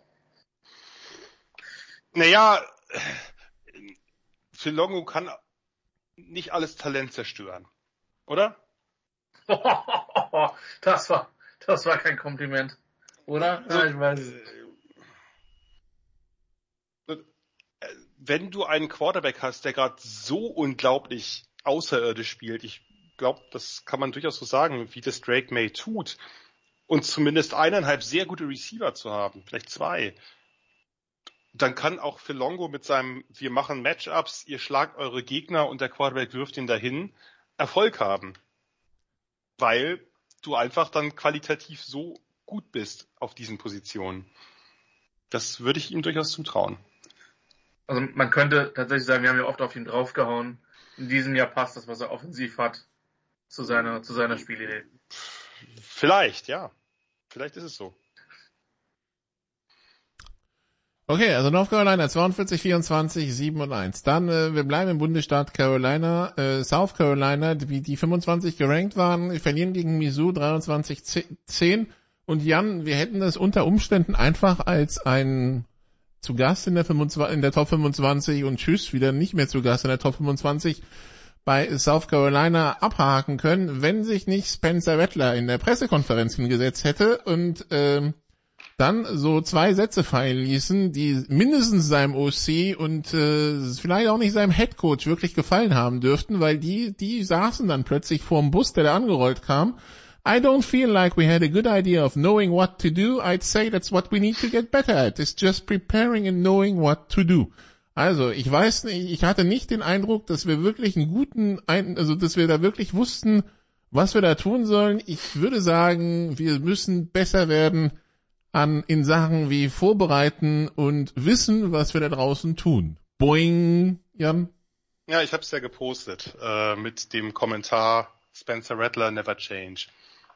E: Naja, Phil Longo kann nicht alles Talent zerstören, oder?
F: Das war kein Kompliment, oder? Ja, ich weiß es.
E: Wenn du einen Quarterback hast, der gerade so unglaublich außerirdisch spielt, ich glaube, das kann man durchaus so sagen, wie das Drake May tut, und zumindest 1,5 sehr gute Receiver zu haben, vielleicht 2, dann kann auch Phil Longo mit seinem wir machen Matchups, ihr schlagt eure Gegner und der Quarterback wirft ihn dahin, Erfolg haben. Weil du einfach dann qualitativ so gut bist auf diesen Positionen. Das würde ich ihm durchaus zutrauen.
F: Also man könnte tatsächlich sagen, wir haben ja oft auf ihn draufgehauen. In diesem Jahr passt das, was er offensiv hat, zu seiner Spielidee.
E: Vielleicht, ja. Vielleicht ist es so.
D: Okay, also North Carolina 42-24, 7-1. Dann, wir bleiben im Bundesstaat Carolina, South Carolina, wie die 25 gerankt waren, verlieren gegen Mizzou 23-10. Und Jan, wir hätten das unter Umständen einfach als ein zu Gast in der Top 25 und tschüss, wieder nicht mehr zu Gast in der Top 25 bei South Carolina abhaken können, wenn sich nicht Spencer Rattler in der Pressekonferenz hingesetzt hätte und dann so 2 Sätze fallen ließen, die mindestens seinem OC und vielleicht auch nicht seinem Headcoach wirklich gefallen haben dürften, weil die saßen dann plötzlich vorm Bus, der da angerollt kam. I don't feel like we had a good idea of knowing what to do. I'd say that's what we need to get better at. It's just preparing and knowing what to do. Also, ich weiß nicht, ich hatte nicht den Eindruck, dass wir wirklich dass wir da wirklich wussten, was wir da tun sollen. Ich würde sagen, wir müssen besser werden in Sachen wie vorbereiten und wissen, was wir da draußen tun. Boing, Jan?
E: Ja, ich habe es ja gepostet mit dem Kommentar Spencer Rattler never change.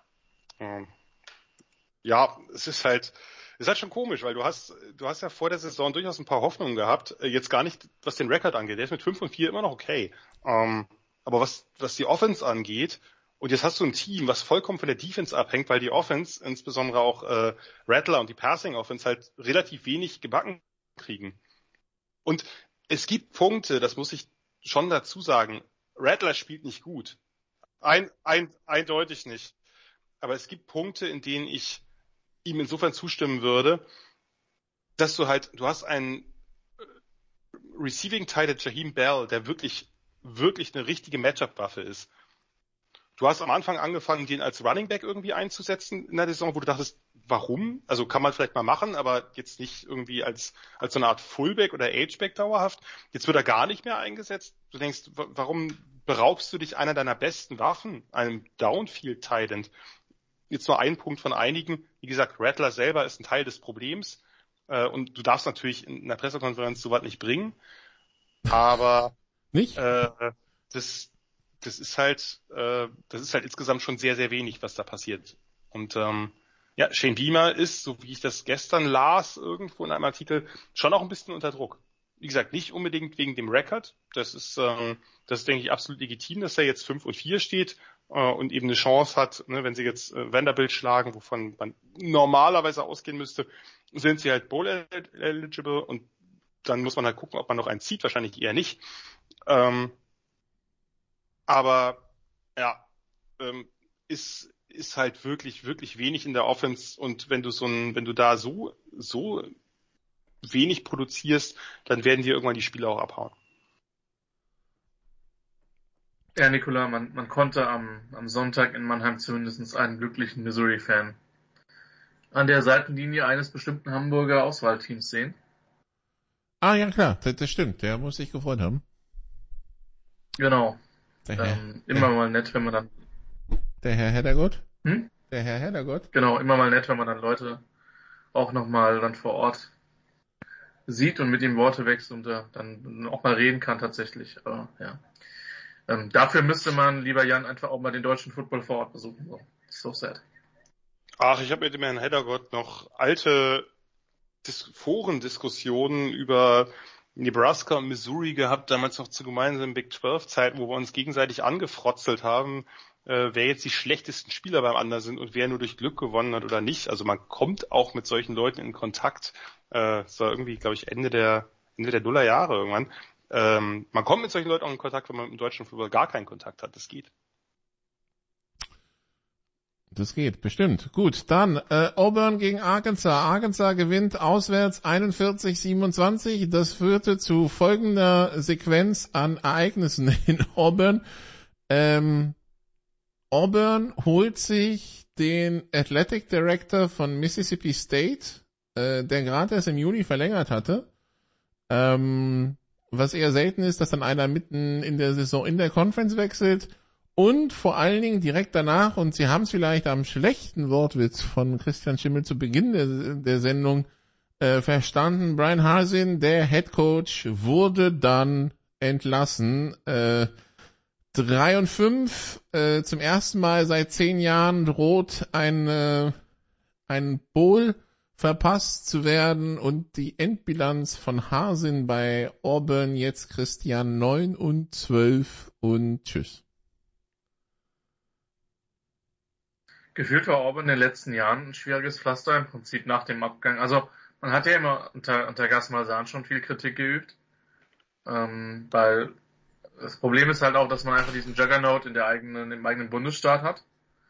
E: Ja, es ist halt schon komisch, weil du hast ja vor der Saison durchaus ein paar Hoffnungen gehabt, jetzt gar nicht, was den Rekord angeht. Der ist mit 5-4 immer noch okay. Aber was die Offense angeht, und jetzt hast du ein Team, was vollkommen von der Defense abhängt, weil die Offense, insbesondere auch Rattler und die Passing Offense halt relativ wenig gebacken kriegen. Und Es gibt Punkte, das muss ich schon dazu sagen. Rattler spielt nicht gut. Eindeutig nicht. Aber es gibt Punkte, in denen ich ihm insofern zustimmen würde, dass du hast einen Receiving Tight Jaheim Bell, der wirklich eine richtige Matchup-Waffe ist. Du hast am Anfang angefangen, den als Running Back irgendwie einzusetzen in der Saison, wo du dachtest, warum? Also kann man vielleicht mal machen, aber jetzt nicht irgendwie als so eine Art Fullback oder H-Back dauerhaft. Jetzt wird er gar nicht mehr eingesetzt. Du denkst, warum beraubst du dich einer deiner besten Waffen, einem Downfield Tight End? Jetzt nur ein Punkt von einigen. Wie gesagt, Rattler selber ist ein Teil des Problems. Und du darfst natürlich in einer Pressekonferenz sowas nicht bringen. Aber
D: Nicht?
E: Das ist halt insgesamt schon sehr, sehr wenig, was da passiert. Und Shane Beamer ist, so wie ich das gestern las, irgendwo in einem Artikel, schon auch ein bisschen unter Druck. Wie gesagt, nicht unbedingt wegen dem Rekord. Das ist, denke ich, absolut legitim, dass er jetzt 5-4 steht und eben eine Chance hat, ne, wenn sie jetzt Vanderbilt schlagen, wovon man normalerweise ausgehen müsste, sind sie halt Bowl-eligible und dann muss man halt gucken, ob man noch einen zieht, wahrscheinlich eher nicht. Aber ja, ist halt wirklich, wirklich wenig in der Offense und wenn du da so wenig produzierst, dann werden dir irgendwann die Spiele auch abhauen.
F: Ja, Nikola, man konnte am Sonntag in Mannheim zumindest einen glücklichen Missouri-Fan an der Seitenlinie eines bestimmten Hamburger Auswahlteams sehen.
D: Ah, ja klar, das stimmt. Der muss sich gefreut haben.
F: Genau. Immer mal nett, wenn man dann...
D: Der Herr Heddergott?
F: Hm?
D: Der Herr Heddergott?
F: Genau, immer mal nett, wenn man dann Leute auch nochmal dann vor Ort sieht und mit ihm Worte wechselt und dann auch mal reden kann tatsächlich. Aber ja. Dafür müsste man, lieber Jan, einfach auch mal den deutschen Football vor Ort besuchen. So. So sad.
E: Ach, ich habe mit dem Herrn Heddergott noch alte Forendiskussionen über Nebraska und Missouri gehabt, damals noch zu gemeinsamen Big 12-Zeiten, wo wir uns gegenseitig angefrotzelt haben, wer jetzt die schlechtesten Spieler beim anderen sind und wer nur durch Glück gewonnen hat oder nicht. Also man kommt auch mit solchen Leuten in Kontakt. Das war irgendwie, glaube ich, Ende der Nullerjahre irgendwann. Man kommt mit solchen Leuten auch in Kontakt, wenn man im deutschen Fußball gar keinen Kontakt hat. Das geht.
D: Das geht, bestimmt. Gut, dann Auburn gegen Arkansas. Arkansas gewinnt auswärts 41-27. Das führte zu folgender Sequenz an Ereignissen in Auburn. Auburn holt sich den Athletic Director von Mississippi State, der gerade erst im Juni verlängert hatte. Was eher selten ist, dass dann einer mitten in der Saison in der Conference wechselt. Und vor allen Dingen direkt danach, und Sie haben es vielleicht am schlechten Wortwitz von Christian Schimmel zu Beginn der Sendung verstanden, Brian Harsin, der Head Coach, wurde dann entlassen. 3-5, zum ersten Mal seit 10 Jahren droht ein Bowl verpasst zu werden und die Endbilanz von Harsin bei Auburn jetzt, Christian, 9-12 und tschüss.
F: Gefühlt war Auburn in den letzten Jahren ein schwieriges Pflaster im Prinzip nach dem Abgang. Also man hat ja immer unter Gus Malzahn schon viel Kritik geübt, weil das Problem ist halt auch, dass man einfach diesen Juggernaut im eigenen Bundesstaat hat.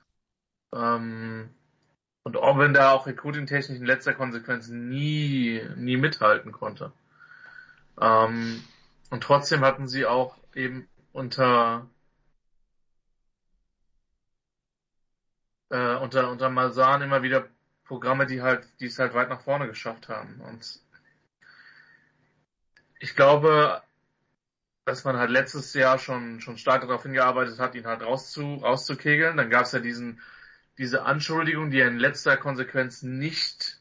F: Und Auburn da auch recruiting-technisch in letzter Konsequenz nie mithalten konnte. Und trotzdem hatten sie auch eben unter Malzahn immer wieder Programme, die es halt weit nach vorne geschafft haben. Und ich glaube, dass man halt letztes Jahr schon stark darauf hingearbeitet hat, ihn halt rauszukegeln. Dann gab es ja diese Anschuldigung, die ja in letzter Konsequenz nicht,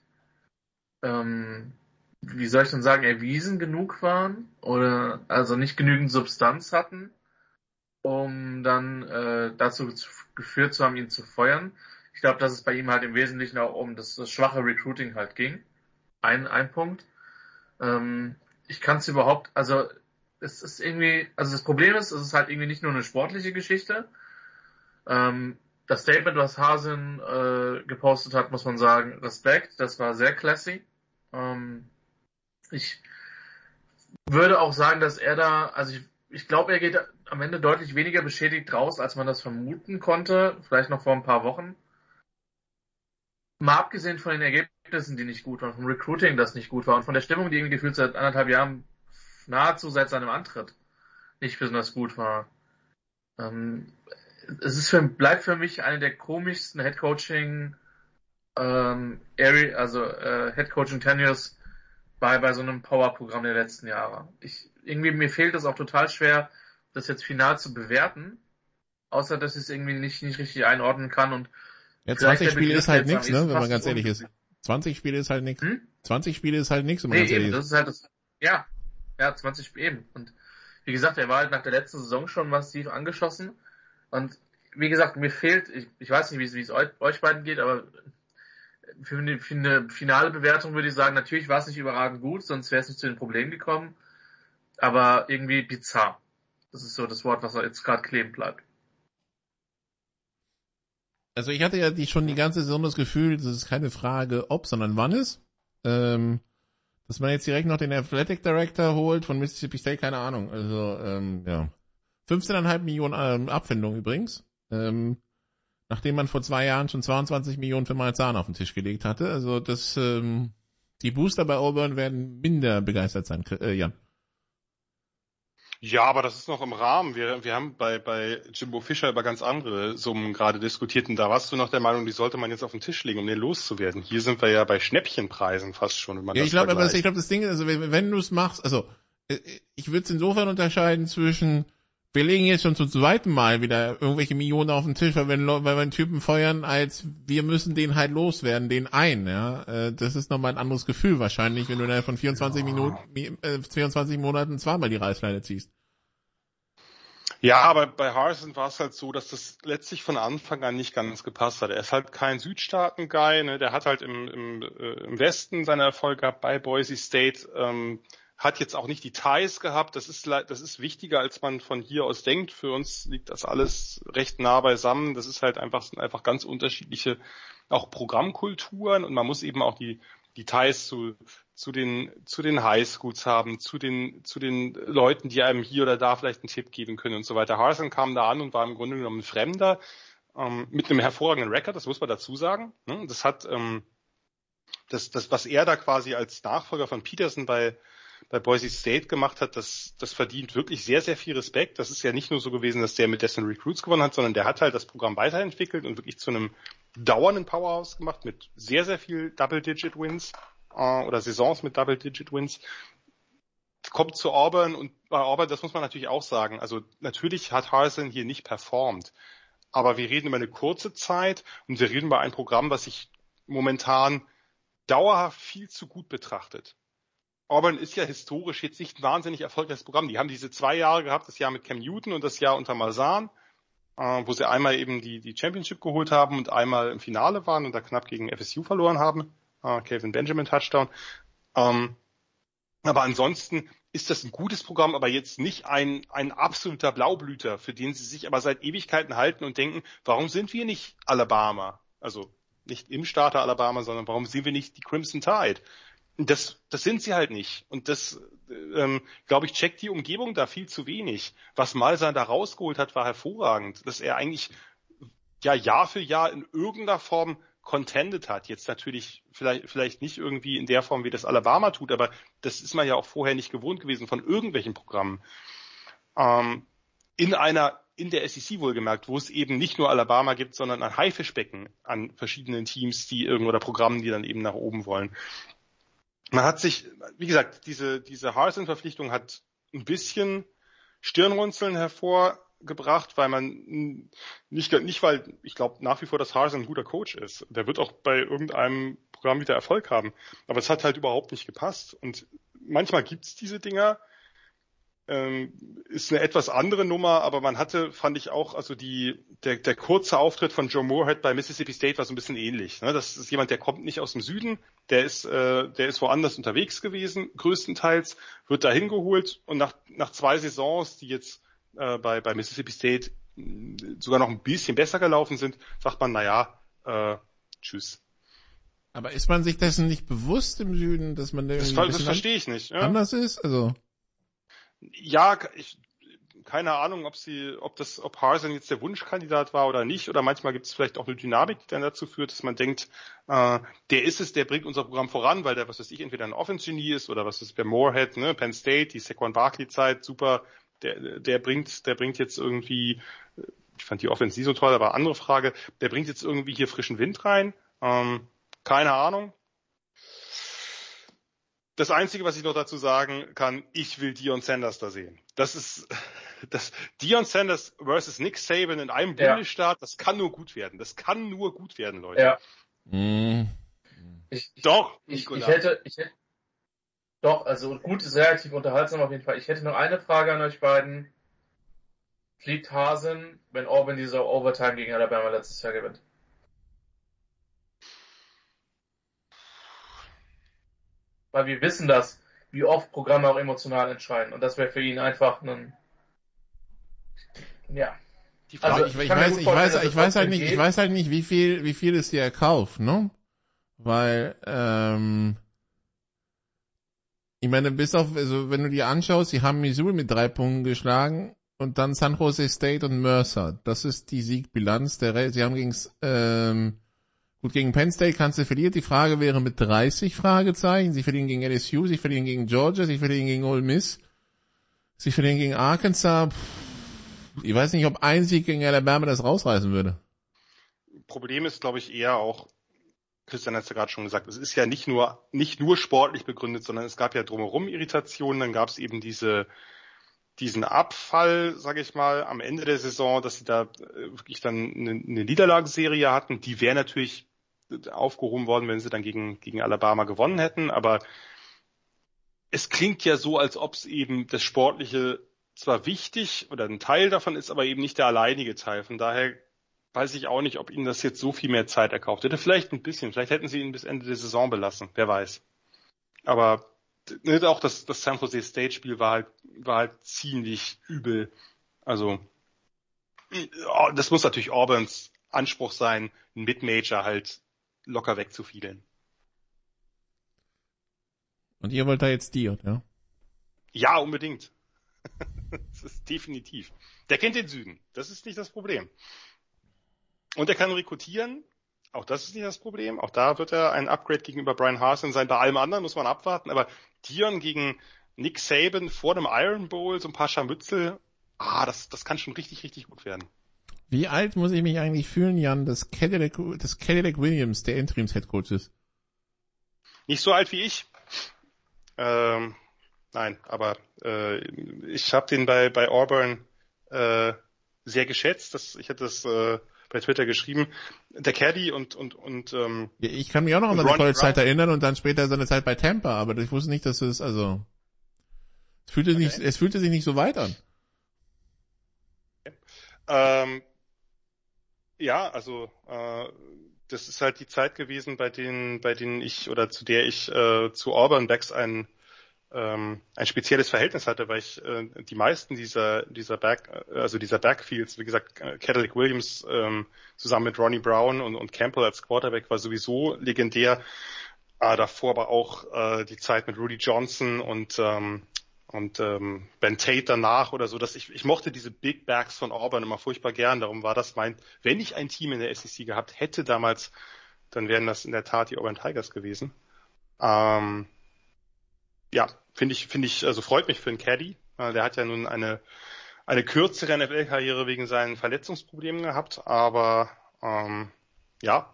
F: wie soll ich denn sagen, erwiesen genug waren oder also nicht genügend Substanz hatten, um dann dazu geführt zu haben, ihn zu feuern. Ich glaube, dass es bei ihm halt im Wesentlichen auch um das schwache Recruiting halt ging. Ein Punkt. Ich kann es überhaupt, also es ist irgendwie, also das Problem ist, es ist halt irgendwie nicht nur eine sportliche Geschichte. Das Statement, was Harsin gepostet hat, muss man sagen, Respekt, das war sehr classy. Ich würde auch sagen, dass er da, also ich glaube, er geht am Ende deutlich weniger beschädigt raus, als man das vermuten konnte, vielleicht noch vor ein paar Wochen. Mal abgesehen von den Ergebnissen, die nicht gut waren, vom Recruiting, das nicht gut war und von der Stimmung, die irgendwie gefühlt seit 1,5 Jahren, nahezu seit seinem Antritt, nicht besonders gut war. Es ist bleibt für mich eine der komischsten Headcoaching Headcoaching Tenures bei so einem Power-Programm der letzten Jahre. Mir fehlt es auch total schwer, das jetzt final zu bewerten, außer dass ich es irgendwie nicht richtig einordnen kann und
D: ja, 20 Spiele ist halt nichts, ne, wenn man ganz ehrlich ist. 20 Spiele ist halt nichts. 20 Spiele ist halt nichts, wenn man ganz ehrlich ist.
F: Das ist halt das, ja, 20 Spiele eben. Und wie gesagt, er war halt nach der letzten Saison schon massiv angeschossen und wie gesagt, mir fehlt, ich weiß nicht, wie es euch beiden geht, aber für eine finale Bewertung würde ich sagen, natürlich war es nicht überragend gut, sonst wäre es nicht zu den Problemen gekommen, aber irgendwie bizarr. Das ist so das Wort, was jetzt gerade kleben bleibt.
D: Also ich hatte ja schon die ganze Saison das Gefühl, das ist keine Frage ob, sondern wann ist. Dass man jetzt direkt noch den Athletic Director holt von Mississippi State, keine Ahnung. Also, ja. 15,5 Millionen Abfindung übrigens. Nachdem man vor 2 Jahren schon 22 Millionen für Malzahn auf den Tisch gelegt hatte. Also die Booster bei Auburn werden minder begeistert sein, Jan.
E: Ja, aber das ist noch im Rahmen. Wir haben bei Jimbo Fischer über ganz andere Summen gerade diskutiert und da warst du noch der Meinung, die sollte man jetzt auf den Tisch legen, um den loszuwerden. Hier sind wir ja bei Schnäppchenpreisen fast schon, wenn man das vergleicht.
D: Ich glaube, das Ding ist, also wenn du es machst, also ich würde es insofern unterscheiden zwischen, wir legen jetzt schon zum zweiten Mal wieder irgendwelche Millionen auf den Tisch, weil wir einen Typen feuern, als wir müssen den halt loswerden, den einen, ja. Das ist nochmal ein anderes Gefühl wahrscheinlich, wenn du innerhalb von 24 Monaten zweimal die Reißleine ziehst.
E: Ja, aber bei Harsin war es halt so, dass das letztlich von Anfang an nicht ganz gepasst hat. Er ist halt kein Südstaaten-Guy, ne? Der hat halt im Westen seine Erfolge gehabt bei Boise State, hat jetzt auch nicht die Ties gehabt. Das ist wichtiger, als man von hier aus denkt. Für uns liegt das alles recht nah beisammen. Das ist halt sind einfach ganz unterschiedliche auch Programmkulturen und man muss eben auch die Ties zu den Highschools haben, zu den Leuten, die einem hier oder da vielleicht einen Tipp geben können und so weiter. Harsin kam da an und war im Grunde genommen ein Fremder, mit einem hervorragenden Rekord, das muss man dazu sagen. Ne? Das hat, das, was er da quasi als Nachfolger von Peterson bei Boise State gemacht hat, das verdient wirklich sehr, sehr viel Respekt. Das ist ja nicht nur so gewesen, dass der mit dessen Recruits gewonnen hat, sondern der hat halt das Programm weiterentwickelt und wirklich zu einem dauernden Powerhouse gemacht mit sehr, sehr viel Double-Digit-Wins oder Saisons mit Double-Digit-Wins. Kommt zu Auburn und bei Auburn, das muss man natürlich auch sagen, also natürlich hat Harsin hier nicht performt, aber wir reden über eine kurze Zeit und wir reden über ein Programm, was sich momentan dauerhaft viel zu gut betrachtet. Auburn ist ja historisch jetzt nicht ein wahnsinnig erfolgreiches Programm. Die haben diese 2 Jahre gehabt, das Jahr mit Cam Newton und das Jahr unter Malzahn, wo sie einmal eben die Championship geholt haben und einmal im Finale waren und da knapp gegen FSU verloren haben. Kelvin Benjamin Touchdown. Aber ansonsten ist das ein gutes Programm, aber jetzt nicht ein absoluter Blaublüter, für den sie sich aber seit Ewigkeiten halten und denken, warum sind wir nicht Alabama? Also nicht im Starter Alabama, sondern warum sind wir nicht die Crimson Tide? Das sind sie halt nicht. Und das, glaube ich, checkt die Umgebung da viel zu wenig. Was Malzahn da rausgeholt hat, war hervorragend. Dass er eigentlich ja Jahr für Jahr in irgendeiner Form contended hat. Jetzt natürlich vielleicht nicht irgendwie in der Form, wie das Alabama tut, aber das ist man ja auch vorher nicht gewohnt gewesen von irgendwelchen Programmen. In der SEC wohlgemerkt, wo es eben nicht nur Alabama gibt, sondern ein Haifischbecken an verschiedenen Teams, oder Programmen, die dann eben nach oben wollen. Man hat sich, wie gesagt, diese Harsin-Verpflichtung hat ein bisschen Stirnrunzeln hervorgebracht, weil man nicht weil ich glaube nach wie vor, dass Harsin ein guter Coach ist. Der wird auch bei irgendeinem Programm wieder Erfolg haben. Aber es hat halt überhaupt nicht gepasst. Und manchmal gibt's diese Dinger, ist eine etwas andere Nummer, aber man hatte, fand ich auch, also der kurze Auftritt von Joe Moorhead bei Mississippi State war so ein bisschen ähnlich. Ne? Das ist jemand, der kommt nicht aus dem Süden, der ist woanders unterwegs gewesen, größtenteils, wird da hingeholt und nach 2 Saisons, die jetzt bei Mississippi State sogar noch ein bisschen besser gelaufen sind, sagt man, tschüss.
D: Aber ist man sich dessen nicht bewusst im Süden, dass man
E: das verstehe ich nicht. Ja?
D: Anders ist? Also
E: Ja, keine Ahnung, ob Harsin jetzt der Wunschkandidat war oder nicht, oder manchmal gibt es vielleicht auch eine Dynamik, die dann dazu führt, dass man denkt, der ist es, der bringt unser Programm voran, weil der, was weiß ich, entweder ein Offense-Genie ist oder was ist bei Moorhead, ne, Penn State, die Saquon Barkley-Zeit, super, der bringt jetzt irgendwie, ich fand die Offense nie so toll, aber andere Frage, der bringt jetzt irgendwie hier frischen Wind rein, keine Ahnung. Das Einzige, was ich noch dazu sagen kann, ich will Deion Sanders da sehen. Das Deion Sanders versus Nick Saban in einem Bundesstaat, das kann nur gut werden. Das kann nur gut werden, Leute.
F: Ja.
E: Ich
F: hätte, doch, also gut, ist relativ unterhaltsam auf jeden Fall. Ich hätte noch eine Frage an euch beiden. Fliegt Hasen, wenn Auburn diese Overtime gegen Alabama letztes Jahr gewinnt? Weil wir wissen das, wie oft Programme auch emotional entscheiden. Und das wäre für ihn einfach ein, ja.
D: Ich weiß halt nicht, wie viel ist dir erkauft, ne? Weil, ich meine, also wenn du dir anschaust, sie haben Missouri mit 3 Punkten geschlagen und dann San Jose State und Mercer. Das ist die Siegbilanz. Sie haben gegen Penn State kannst du verlieren. Die Frage wäre mit 30 Fragezeichen. Sie verlieren gegen LSU, sie verlieren gegen Georgia, sie verlieren gegen Ole Miss, sie verlieren gegen Arkansas. Ich weiß nicht, ob ein Sieg gegen Alabama das rausreißen würde.
E: Problem ist, glaube ich, eher auch, Christian hat es ja gerade schon gesagt, es ist ja nicht nur sportlich begründet, sondern es gab ja drumherum Irritationen, dann gab es eben diesen Abfall, sage ich mal, am Ende der Saison, dass sie da wirklich dann eine Niederlagenserie hatten, die wäre natürlich aufgehoben worden, wenn sie dann gegen Alabama gewonnen hätten, aber es klingt ja so, als ob es eben das Sportliche zwar wichtig oder ein Teil davon ist, aber eben nicht der alleinige Teil. Von daher weiß ich auch nicht, ob ihnen das jetzt so viel mehr Zeit erkauft hätte. Vielleicht ein bisschen, vielleicht hätten sie ihn bis Ende der Saison belassen, wer weiß. Aber auch das San Jose State Spiel war halt ziemlich übel. Also das muss natürlich Auburns Anspruch sein, einen Mid-Major halt locker wegzufiedeln.
D: Und ihr wollt da jetzt Dion, ja?
E: Ja, unbedingt. Das ist definitiv. Der kennt den Süden. Das ist nicht das Problem. Und er kann rekrutieren. Auch das ist nicht das Problem. Auch da wird er ein Upgrade gegenüber Brian Harsin sein. Bei allem anderen muss man abwarten. Aber Dion gegen Nick Saban vor dem Iron Bowl, so ein paar Scharmützel, das kann schon richtig, richtig gut werden.
D: Wie alt muss ich mich eigentlich fühlen, Jan, dass Cadillac Williams der Interims-Headcoach ist?
E: Nicht so alt wie ich. Nein, aber ich habe den bei Auburn sehr geschätzt. Ich hätte das bei Twitter geschrieben. Der Caddy und
D: ich kann mich auch noch an seine College-Zeit erinnern und dann später seine Zeit bei Tampa, aber ich wusste nicht, dass es fühlte sich nicht so weit an.
E: Ja, also das ist halt die Zeit gewesen, bei denen ich oder zu der ich zu Auburn Backs ein spezielles Verhältnis hatte, weil ich die meisten dieser Backfields, wie gesagt, Cadillac Williams zusammen mit Ronnie Brown und Campbell als Quarterback war sowieso legendär. Davor aber auch die Zeit mit Rudy Johnson und Ben Tate danach oder so, dass ich mochte diese Big Backs von Auburn immer furchtbar gern. Darum war das wenn ich ein Team in der SEC gehabt hätte damals, dann wären das in der Tat die Auburn Tigers gewesen. Ja, finde ich, also freut mich für den Caddy. Der hat ja nun eine kürzere NFL-Karriere wegen seinen Verletzungsproblemen gehabt, aber ja,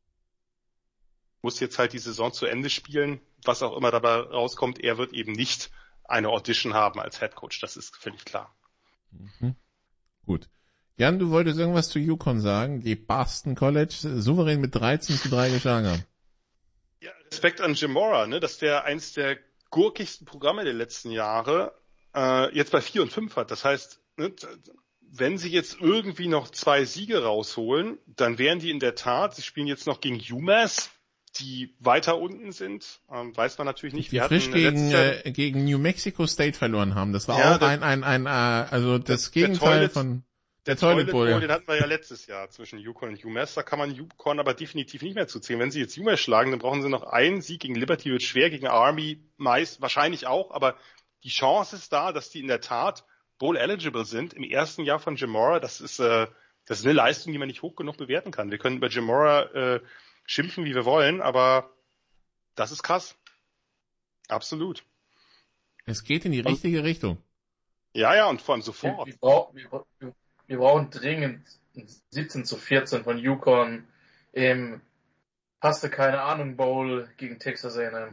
E: muss jetzt halt die Saison zu Ende spielen. Was auch immer dabei rauskommt, er wird eben nicht eine Audition haben als Headcoach. Das ist völlig klar.
D: Mhm. Gut. Jan, du wolltest irgendwas zu UConn sagen, die Boston College souverän mit 13-3 geschlagen haben.
E: Ja, Respekt an Jim Mora, ne? Das wäre eins der gurkigsten Programme der letzten Jahre, jetzt bei 4-5 hat. Das heißt, ne, wenn sie jetzt irgendwie noch 2 Siege rausholen, dann wären die in der Tat, sie spielen jetzt noch gegen UMass, die weiter unten sind, weiß man natürlich nicht.
D: Die frisch gegen New Mexico State verloren haben. Das war auch also das Gegenteil von der Toilet Bowl.
E: Den hatten wir ja letztes Jahr zwischen UConn und UMass. Da kann man UConn aber definitiv nicht mehr zuzählen. Wenn sie jetzt UMass schlagen, dann brauchen sie noch einen Sieg gegen Liberty, wird schwer, gegen Army meist wahrscheinlich auch, aber die Chance ist da, dass die in der Tat Bowl-eligible sind im ersten Jahr von Jim Mora. Das ist eine Leistung, die man nicht hoch genug bewerten kann. Wir können über Jim Mora schimpfen, wie wir wollen, aber das ist krass. Absolut.
D: Es geht in die richtige Richtung.
E: Ja, und vor allem sofort.
F: Wir brauchen dringend 17-14 von UConn im Hast du keine Ahnung Bowl gegen Texas A&M.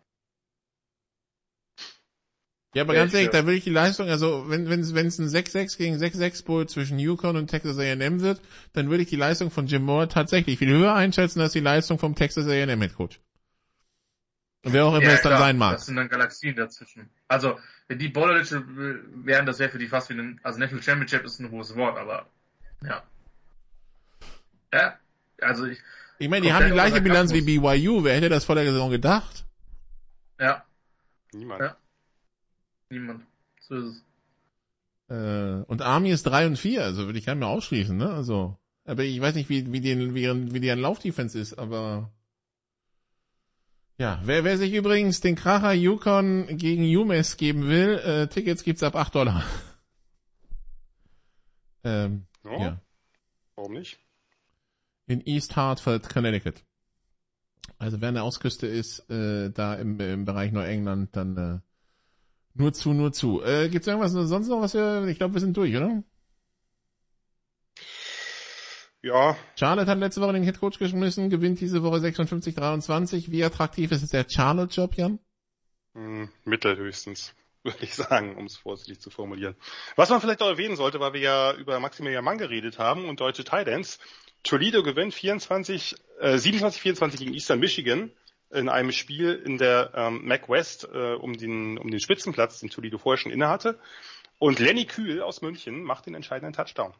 D: Ja, aber ganz ehrlich, da will ich die Leistung, also wenn es ein 6-6 gegen 6-6 Bowl zwischen UConn und Texas A&M wird, dann würde ich die Leistung von Jim Mora tatsächlich viel höher einschätzen als die Leistung vom Texas A&M Headcoach. Und wer auch immer es dann sein mag.
F: Das sind dann Galaxien dazwischen. Also, wenn die Bowl wären, das wäre für die fast wie also National Championship ist ein hohes Wort, aber ja. Ja, also
D: ich meine, die haben die gleiche Bilanz wie BYU. Wer hätte das vor der Saison gedacht?
F: Ja.
E: Niemand.
F: Ja. Niemand. So ist es.
D: Und Army ist 3-4, also würde ich gar nicht mehr ausschließen, ne? Also, aber ich weiß nicht, wie deren Laufdefense ist, aber ja, wer sich übrigens den Kracher UConn gegen UMass geben will, Tickets gibt's ab $8. Ja.
E: Warum nicht?
D: In East Hartford, Connecticut. Also wer an der Ostküste ist, da im Bereich Neuengland, dann nur zu. Gibt's irgendwas sonst noch, ich glaube, wir sind durch, oder?
E: Ja.
D: Charlotte hat letzte Woche den Headcoach geschmissen, gewinnt diese Woche 56-23. Wie attraktiv ist der Charlotte-Job, Jan?
E: Mittelhöchstens, würde ich sagen, um es vorsichtig zu formulieren. Was man vielleicht auch erwähnen sollte, weil wir ja über Maximilian Mann geredet haben und deutsche Tight Ends. Toledo gewinnt 27-24 gegen Eastern Michigan in einem Spiel in der MAC West um den Spitzenplatz, den Toledo vorher schon innehatte. Und Lenny Kühl aus München macht den entscheidenden Touchdown.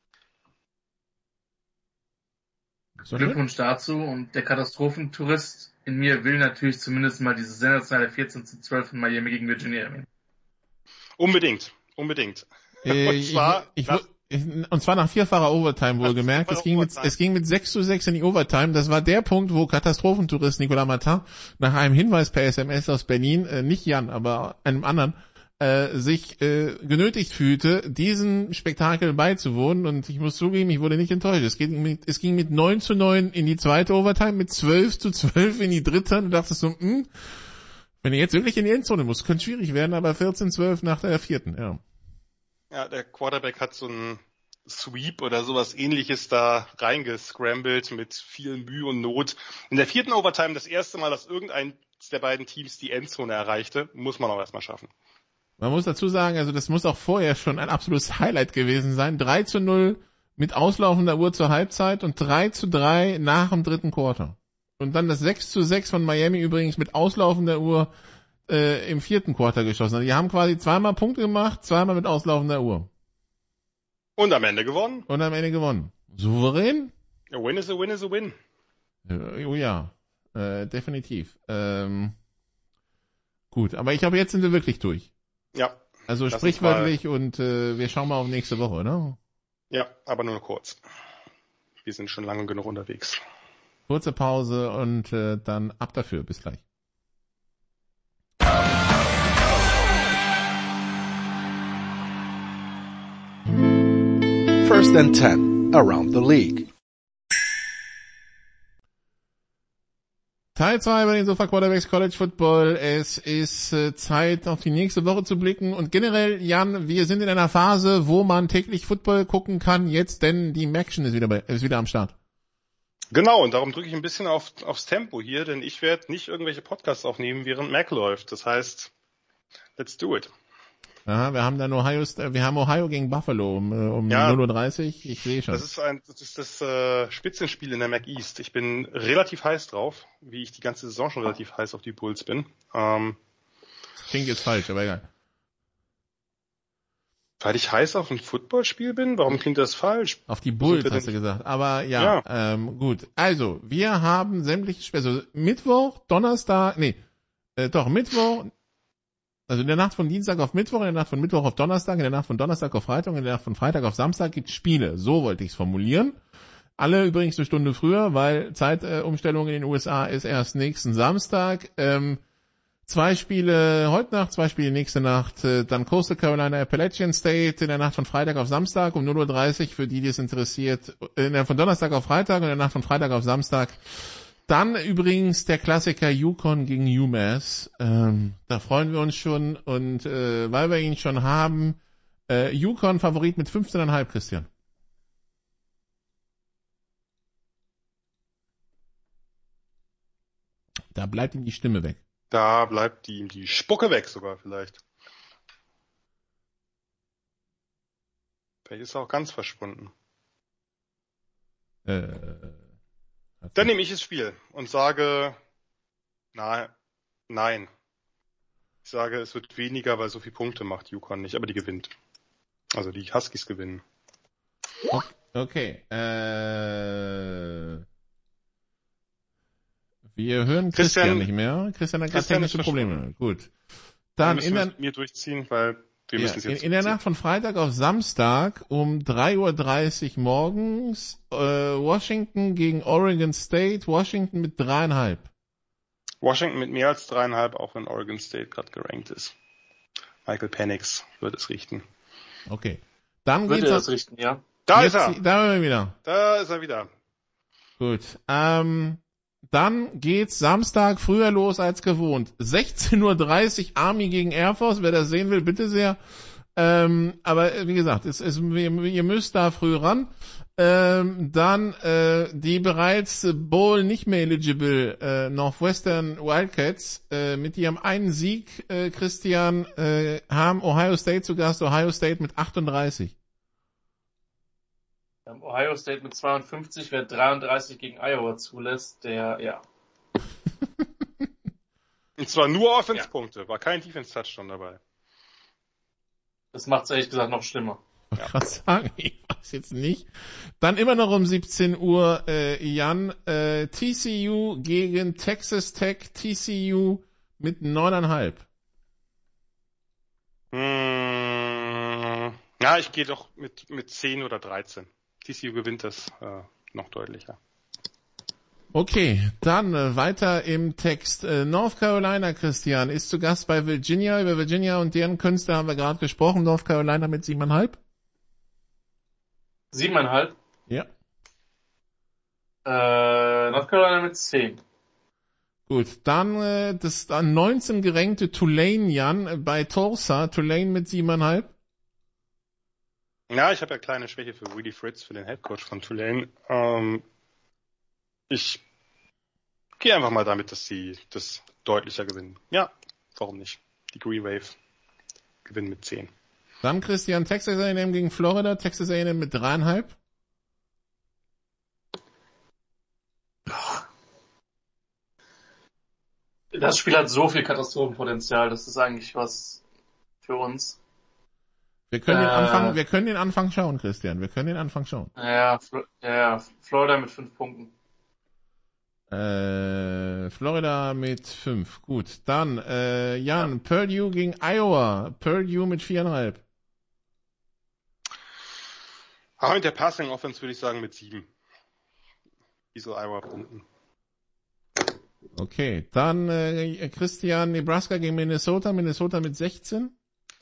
F: Glückwunsch dazu, und der Katastrophentourist in mir will natürlich zumindest mal diese sensationelle 14-12 von Miami gegen Virginia erwähnen.
E: Unbedingt. Und zwar
D: nach vierfacher Overtime wohlgemerkt. Es ging mit 6-6 in die Overtime. Das war der Punkt, wo Katastrophentourist Nicolas Martin nach einem Hinweis per SMS aus Berlin, nicht Jan, aber einem anderen, sich genötigt fühlte, diesen Spektakel beizuwohnen, und ich muss zugeben, ich wurde nicht enttäuscht. Es ging mit 9-9 in die zweite Overtime, mit 12-12 in die dritte, und du dachtest so, wenn er jetzt wirklich in die Endzone muss, könnte schwierig werden, aber 14-12 nach der vierten, ja.
E: Ja, der Quarterback hat so einen Sweep oder sowas Ähnliches da reingescrambled mit viel Mühe und Not. In der vierten Overtime das erste Mal, dass irgendeins der beiden Teams die Endzone erreichte, muss man auch erstmal schaffen.
D: Man muss dazu sagen, also das muss auch vorher schon ein absolutes Highlight gewesen sein. 3-0 mit auslaufender Uhr zur Halbzeit und 3-3 nach dem dritten Quarter. Und dann das 6-6 von Miami übrigens mit auslaufender Uhr im vierten Quarter geschossen. Also die haben quasi zweimal Punkte gemacht, zweimal mit auslaufender Uhr.
E: Und am Ende gewonnen.
D: Souverän?
E: A win is a win is a win.
D: Oh ja, definitiv. Gut, aber ich glaube, jetzt sind wir wirklich durch.
E: Ja.
D: Also sprichwörtlich, und wir schauen mal auf nächste Woche, oder?
E: Ja, aber nur kurz. Wir sind schon lange genug unterwegs.
D: Kurze Pause und dann ab dafür. Bis gleich.
B: First and 10 around the league.
D: Teil 2 bei den Sofa Quarterbacks College Football. Es ist Zeit, auf die nächste Woche zu blicken. Und generell, Jan, wir sind in einer Phase, wo man täglich Football gucken kann, jetzt, denn die Maction ist wieder am Start.
E: Genau, und darum drücke ich ein bisschen aufs Tempo hier, denn ich werde nicht irgendwelche Podcasts aufnehmen, während Mac läuft. Das heißt, let's do it.
D: Aha, wir haben dann Ohio gegen Buffalo um 0:30 Uhr. Ich sehe schon.
E: Das ist das Spitzenspiel in der Mac East. Ich bin relativ heiß drauf, wie ich die ganze Saison schon relativ heiß auf die Bulls bin.
D: Das klingt jetzt falsch, aber egal.
E: Weil ich heiß auf ein Footballspiel bin? Warum klingt das falsch?
D: Auf die Bulls hast du gesagt. Aber ja. Gut. Also, wir haben sämtliche Spiele. Also Mittwoch, also in der Nacht von Dienstag auf Mittwoch, in der Nacht von Mittwoch auf Donnerstag, in der Nacht von Donnerstag auf Freitag und in der Nacht von Freitag auf Samstag gibt es Spiele. So wollte ich es formulieren. Alle übrigens eine Stunde früher, weil Zeitumstellung in den USA ist erst nächsten Samstag. 2 Spiele heute Nacht, 2 Spiele nächste Nacht, dann Coastal Carolina Appalachian State in der Nacht von Freitag auf Samstag um 0:30 Uhr für die es interessiert, von Donnerstag auf Freitag und in der Nacht von Freitag auf Samstag. Dann übrigens der Klassiker Yukon gegen UMass, da freuen wir uns schon und weil wir ihn schon haben, Yukon Favorit mit 15,5, Christian. Da bleibt ihm die Stimme weg.
E: Da bleibt ihm die Spucke weg sogar vielleicht. Vielleicht ist er auch ganz verschwunden. Dann nehme ich das Spiel und sage, nein. Ich sage, es wird weniger, weil so viele Punkte macht Yukon nicht, aber die gewinnt. Also die Huskies gewinnen.
D: Okay. Wir hören Christian nicht mehr. Christian hat gerade technische Probleme. Gut. Dann
E: müssen wir mir durchziehen, weil wir müssen es jetzt
D: in der Nacht von Freitag auf Samstag um 3:30 Uhr morgens Washington gegen Oregon State. Washington mit 3,5.
E: Washington mit mehr als 3,5, auch wenn Oregon State gerade gerankt ist. Michael Penix wird es richten.
D: Okay. Dann
F: Wird
D: geht's
F: er das richten, ja?
E: Da ist er.
D: Da sind wir wieder.
E: Da ist er wieder.
D: Gut. Dann geht's Samstag früher los als gewohnt. 16:30 Uhr Army gegen Air Force. Wer das sehen will, bitte sehr. Aber wie gesagt, ihr müsst da früh ran. Dann die bereits Bowl nicht mehr eligible Northwestern Wildcats mit ihrem einen Sieg, Christian, haben Ohio State zu Gast. Ohio State mit 38.
F: Ohio State mit 52, wer 33 gegen Iowa zulässt, ja.
E: Und zwar nur Offense-Punkte, war kein Defense-Touchdown dabei.
F: Das macht es ehrlich gesagt noch schlimmer.
D: Ich wollte gerade sagen, ich weiß jetzt nicht. Dann immer noch um 17 Uhr, Jan, TCU gegen Texas Tech, TCU mit 9,5.
E: Ja, ich gehe doch mit 10 oder 13. TCU gewinnt das noch deutlicher.
D: Okay, dann weiter im Text. North Carolina, Christian, ist zu Gast bei Virginia. Über Virginia und deren Künste haben wir gerade gesprochen. North Carolina mit 7,5.
F: 7,5?
D: Ja.
F: North Carolina mit 10.
D: Gut, dann das an 19 gerankte Tulane, Jan, bei Tulsa. Tulane mit 7,5.
E: Ja, ich habe ja kleine Schwäche für Willie Fritz, für den Headcoach von Tulane. Ich gehe einfach mal damit, dass sie das deutlicher gewinnen. Ja, warum nicht? Die Green Wave gewinnen mit 10.
D: Dann Christian, Texas A&M gegen Florida. Texas A&M mit 3,5.
F: Das Spiel hat so viel Katastrophenpotenzial, das ist eigentlich was für uns.
D: Wir können den Anfang schauen, Christian. Wir können den Anfang schauen.
F: Ja, Florida mit 5 Punkten.
D: Florida mit 5. Gut, dann Jan, Purdue gegen Iowa. Purdue mit 4,5.
E: Aber mit der Passing Offense würde ich sagen mit 7. Wie soll Iowa punkten?
D: Okay, dann Christian, Nebraska gegen Minnesota. Minnesota mit 16.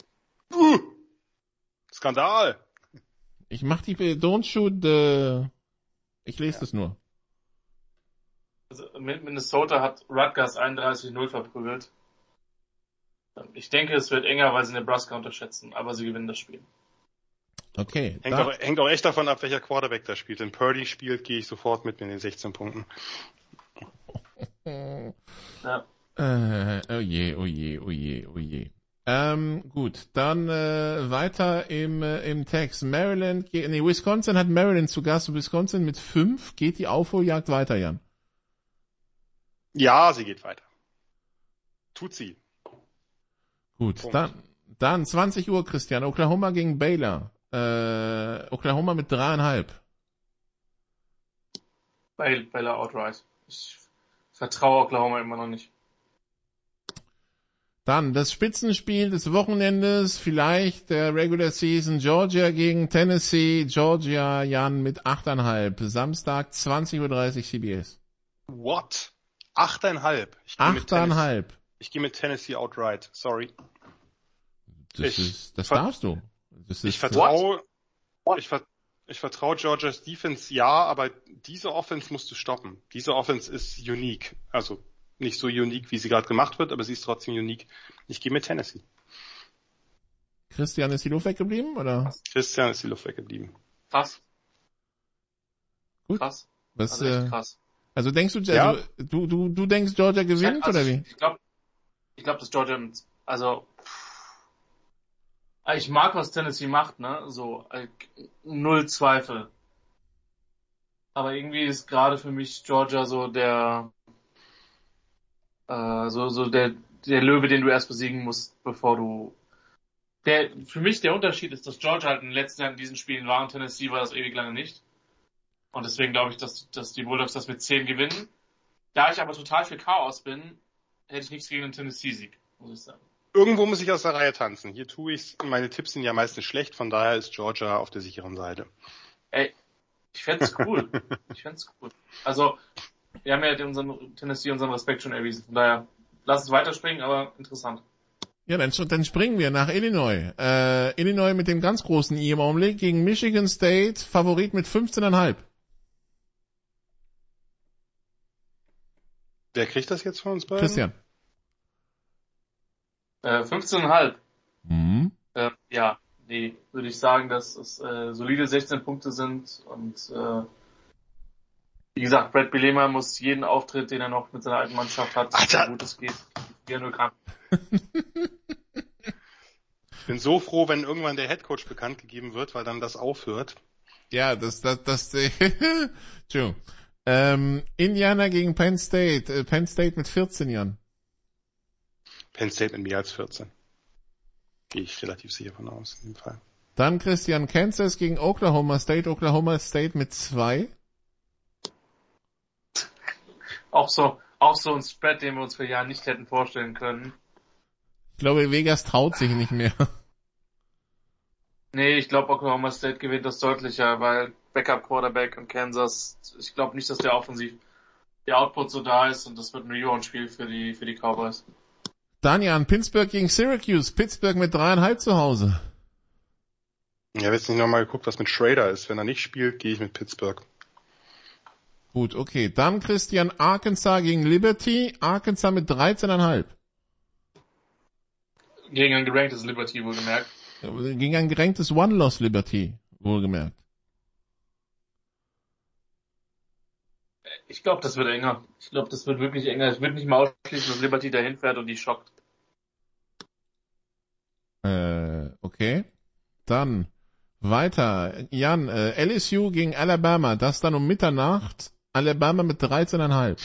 E: Skandal!
D: Ich mach die Don't Shoot, ich lese das nur.
F: Also Minnesota hat Rutgers 31-0 verprügelt. Ich denke, es wird enger, weil sie Nebraska unterschätzen, aber sie gewinnen das Spiel.
D: Okay.
E: Hängt auch echt davon ab, welcher Quarterback da spielt. Wenn Purdy spielt, gehe ich sofort mit den 16 Punkten.
F: Ja.
D: Oh je. Gut, dann weiter im Text. Wisconsin hat Maryland zu Gast. Wisconsin mit 5. Geht die Aufholjagd weiter, Jan?
E: Ja, sie geht weiter. Tut sie.
D: Gut, dann 20 Uhr, Christian. Oklahoma gegen Baylor. Oklahoma mit 3,5.
F: Baylor outright. Ich vertraue Oklahoma immer noch nicht.
D: Dann das Spitzenspiel des Wochenendes, vielleicht der Regular Season, Georgia gegen Tennessee. Georgia, Jan, mit 8,5. Samstag, 20:30 Uhr CBS.
E: What? 8,5?
D: 8,5.
E: Ich gehe mit Tennessee outright. Sorry.
D: Das darfst du.
E: Ich vertraue Georgias Defense, ja, aber diese Offense musst du stoppen. Diese Offense ist unique. Also nicht so unique, wie sie gerade gemacht wird, aber sie ist trotzdem unique. Ich gehe mit Tennessee.
D: Christian, ist die Luft weggeblieben, oder?
E: Christian ist die Luft weggeblieben.
F: Krass.
D: Gut.
F: Krass.
D: Was,
F: Also echt krass.
D: also denkst du,
E: Ja.
D: also, du denkst, Georgia gewinnt, oder wie?
F: Ich glaube, dass Georgia, also, ich mag, was Tennessee macht, ne, so, null Zweifel. Aber irgendwie ist gerade für mich Georgia so der Löwe, den du erst besiegen musst, bevor du, für mich der Unterschied ist, dass Georgia halt in den letzten Jahren in diesen Spielen war und Tennessee war das ewig lange nicht. Und deswegen glaube ich, dass die Bulldogs das mit 10 gewinnen. Da ich aber total für Chaos bin, hätte ich nichts gegen den Tennessee-Sieg, muss ich sagen.
E: Irgendwo muss ich aus der Reihe tanzen. Hier tue ich's. Meine Tipps sind ja meistens schlecht, von daher ist Georgia auf der sicheren Seite.
F: Ey, ich fänd's cool. Also, wir haben ja Tennessee unseren Respekt schon erwiesen. Von daher, lass es weiterspringen, aber interessant.
D: Ja, dann springen wir nach Illinois. Illinois mit dem ganz großen I im Augenblick gegen Michigan State, Favorit mit 15,5.
E: Wer kriegt das jetzt von uns beiden?
D: Christian.
F: 15,5.
D: Mhm.
F: Ja, nee, würde ich sagen, dass es solide 16 Punkte sind und wie gesagt, Brad Bielema muss jeden Auftritt, den er noch mit seiner alten Mannschaft hat, so gut es geht, wie er nur kann.
E: Ich bin so froh, wenn irgendwann der Headcoach bekannt gegeben wird, weil dann das aufhört.
D: Ja, Entschuldigung. Indiana gegen Penn State. Penn State mit 14 Jahren.
E: Penn State mit mehr als 14. Gehe ich relativ sicher von aus, in dem Fall.
D: Dann Christian, Kansas gegen Oklahoma State. Oklahoma State mit 2.
F: Auch so ein Spread, den wir uns vor Jahren nicht hätten vorstellen können.
D: Ich glaube, Vegas traut sich nicht mehr.
F: Nee, ich glaube, Oklahoma State gewinnt das deutlicher, weil Backup Quarterback und Kansas, ich glaube nicht, dass der Output so da ist und das wird ein Rebound-Spiel für die Cowboys.
D: Daniel, Pittsburgh gegen Syracuse. Pittsburgh mit 3,5 zu Hause.
E: Ich habe jetzt nicht nochmal geguckt, was mit Schrader ist. Wenn er nicht spielt, gehe ich mit Pittsburgh.
D: Gut, okay. Dann Christian, Arkansas gegen Liberty. Arkansas mit 13,5.
F: Gegen ein geranktes Liberty, wohlgemerkt.
D: Gegen ein geranktes One-Loss Liberty, wohlgemerkt.
F: Ich glaube, das wird enger. Ich glaube, das wird wirklich enger. Ich würde nicht mal ausschließen, dass Liberty dahin fährt und die schockt.
D: Okay. Dann weiter. Jan, LSU gegen Alabama. Das dann um Mitternacht. Alabama mit 13,5.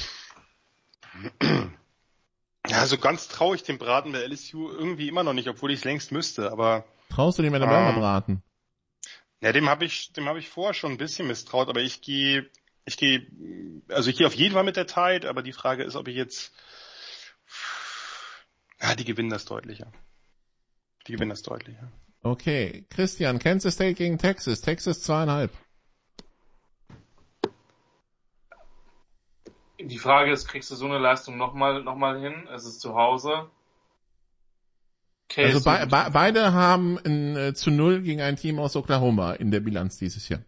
E: Ja, so ganz traue ich dem Braten der LSU irgendwie immer noch nicht, obwohl ich es längst müsste, aber...
D: Traust du dem Alabama braten?
E: Ja, dem hab ich vorher schon ein bisschen misstraut, aber ich gehe auf jeden Fall mit der Tide, aber die Frage ist, ob ich jetzt... Ja, die gewinnen das deutlicher.
D: Okay. Christian, Kansas State gegen Texas. Texas 2,5.
F: Die Frage ist, kriegst du so eine Leistung nochmal hin? Es ist zu Hause.
D: Also beide haben ein zu 0 gegen ein Team aus Oklahoma in der Bilanz dieses Jahr.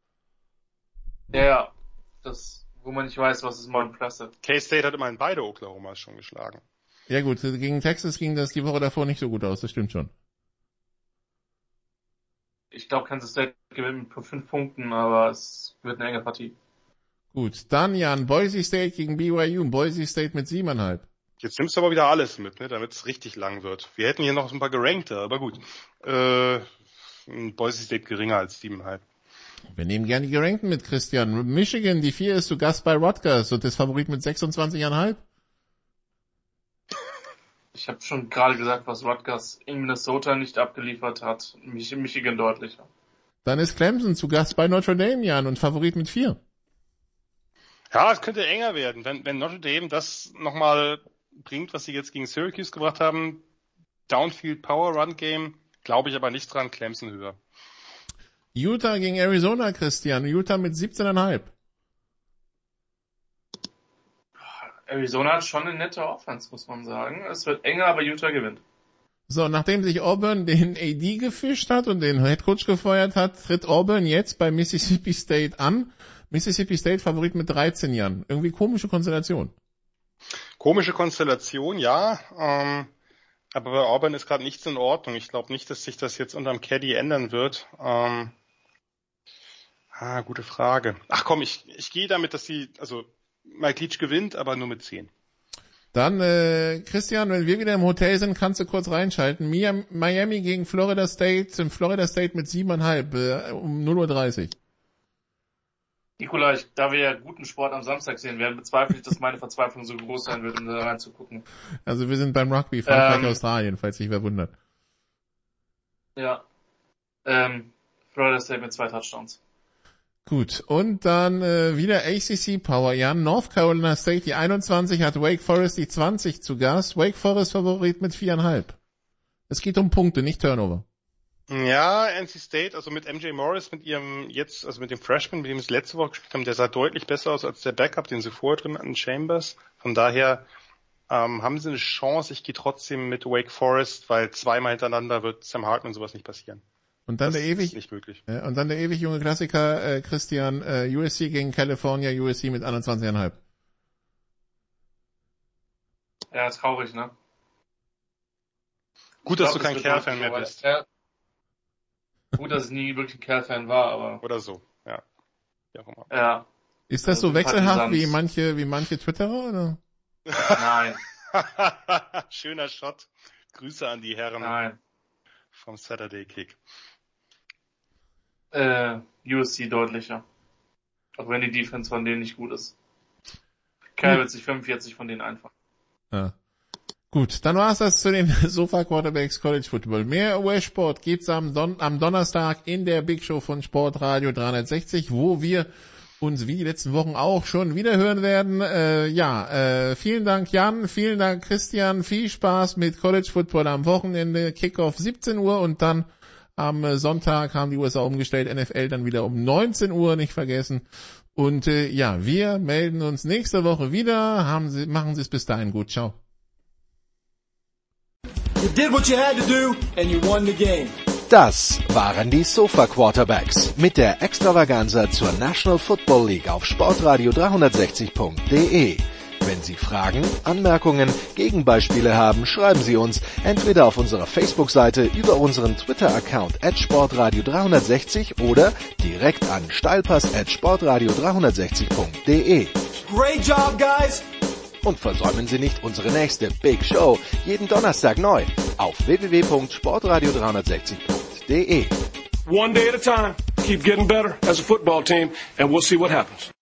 F: Ja, das, wo man nicht weiß, was ist more impressive.
E: K-State hat immerhin beide Oklahomas schon geschlagen.
D: Ja gut, gegen Texas ging das die Woche davor nicht so gut aus, das stimmt schon.
F: Ich glaube, Kansas State gewinnt mit 5 Punkten, aber es wird eine enge Partie.
D: Gut, dann Jan, Boise State gegen BYU. Boise State mit 7,5.
E: Jetzt nimmst du aber wieder alles mit, ne, damit es richtig lang wird. Wir hätten hier noch so ein paar Gerankte, aber gut. Boise State geringer als 7,5.
D: Wir nehmen gerne die Gerankten mit, Christian. Michigan, die 4 ist zu Gast bei Rutgers und das Favorit mit 26,5.
F: Ich habe schon gerade gesagt, was Rutgers in Minnesota nicht abgeliefert hat. Michigan deutlicher.
D: Dann ist Clemson zu Gast bei Notre Dame, Jan, und Favorit mit 4.
E: Ja, es könnte enger werden, wenn Notre Dame das nochmal bringt, was sie jetzt gegen Syracuse gebracht haben. Downfield Power Run Game, glaube ich aber nicht dran, Clemson höher.
D: Utah gegen Arizona, Christian. Utah mit 17,5.
F: Arizona hat schon eine nette Offense, muss man sagen. Es wird enger, aber Utah gewinnt.
D: So, nachdem sich Auburn den AD gefischt hat und den Headcoach gefeuert hat, tritt Auburn jetzt bei Mississippi State an. Mississippi State Favorit mit 13 Jahren. Irgendwie komische Konstellation.
E: Komische Konstellation, ja. Aber bei Auburn ist gerade nichts in Ordnung. Ich glaube nicht, dass sich das jetzt unterm Caddy ändern wird. Gute Frage. Ach komm, ich gehe damit, dass Mike Leach gewinnt, aber nur mit 10.
D: Dann, Christian, wenn wir wieder im Hotel sind, kannst du kurz reinschalten. Miami gegen Florida State, Florida State mit 7,5 um 0:30 Uhr.
F: Nikola, da wir ja guten Sport am Samstag sehen werden, bezweifle ich, dass meine Verzweiflung so groß sein wird, um da reinzugucken.
D: Also wir sind beim Rugby, Frankreich, Australien, falls sich wer wundert.
F: Ja. Florida State mit 2 Touchdowns.
D: Gut, und dann wieder ACC Power, Jan. North Carolina State, die 21, hat Wake Forest die 20 zu Gast. Wake Forest Favorit mit 4,5. Es geht um Punkte, nicht Turnover.
E: Ja, NC State, also mit MJ Morris, mit dem Freshman, mit dem sie letzte Woche gespielt haben, der sah deutlich besser aus als der Backup, den sie vorher drin hatten, Chambers. Von daher haben sie eine Chance. Ich gehe trotzdem mit Wake Forest, weil zweimal hintereinander wird Sam Hartman und sowas nicht passieren.
D: Und dann
E: das ist nicht möglich.
D: Ja, und dann der ewig junge Klassiker, Christian, USC gegen California, USC mit 21,5.
F: Ja, ist traurig, ne?
E: Gut, dass du kein Kerl-Fan mehr bist.
F: Gut, dass es nie wirklich ein Kerl-Fan war, aber...
E: Oder so, ja. Wie auch immer.
F: Ja.
D: Ist das so wechselhaft wie manche Twitterer, oder?
F: Nein.
E: Schöner Shot. Grüße an die Herren.
F: Nein.
E: Vom Saturday Kick.
F: USC deutlicher. Auch wenn die Defense von denen nicht gut ist. Kerl wird sich 45 von denen einfangen.
D: Ja. Gut, dann war's das zu den Sofa Quarterbacks College Football. Mehr US-Sport gibt's am Donnerstag in der Big Show von Sportradio 360, wo wir uns wie die letzten Wochen auch schon wieder hören werden. Vielen Dank Jan, vielen Dank Christian, viel Spaß mit College Football am Wochenende, Kickoff 17 Uhr und dann am Sonntag haben die USA umgestellt, NFL dann wieder um 19 Uhr, nicht vergessen. Und wir melden uns nächste Woche wieder. Machen Sie es bis dahin gut. Ciao.
G: You did what you had to do and you won the game.
B: Das waren die Sofa Quarterbacks mit der Extravaganza zur National Football League auf Sportradio 360.de. Wenn Sie Fragen, Anmerkungen, Gegenbeispiele haben, schreiben Sie uns entweder auf unserer Facebook-Seite, über unseren Twitter-Account @sportradio360 oder direkt an steilpass@sportradio360.de.
G: Great job, guys!
B: Und versäumen Sie nicht unsere nächste Big Show, jeden Donnerstag neu auf www.sportradio360.de.
C: One day at a time. Keep getting better as a football team, and we'll see what happens.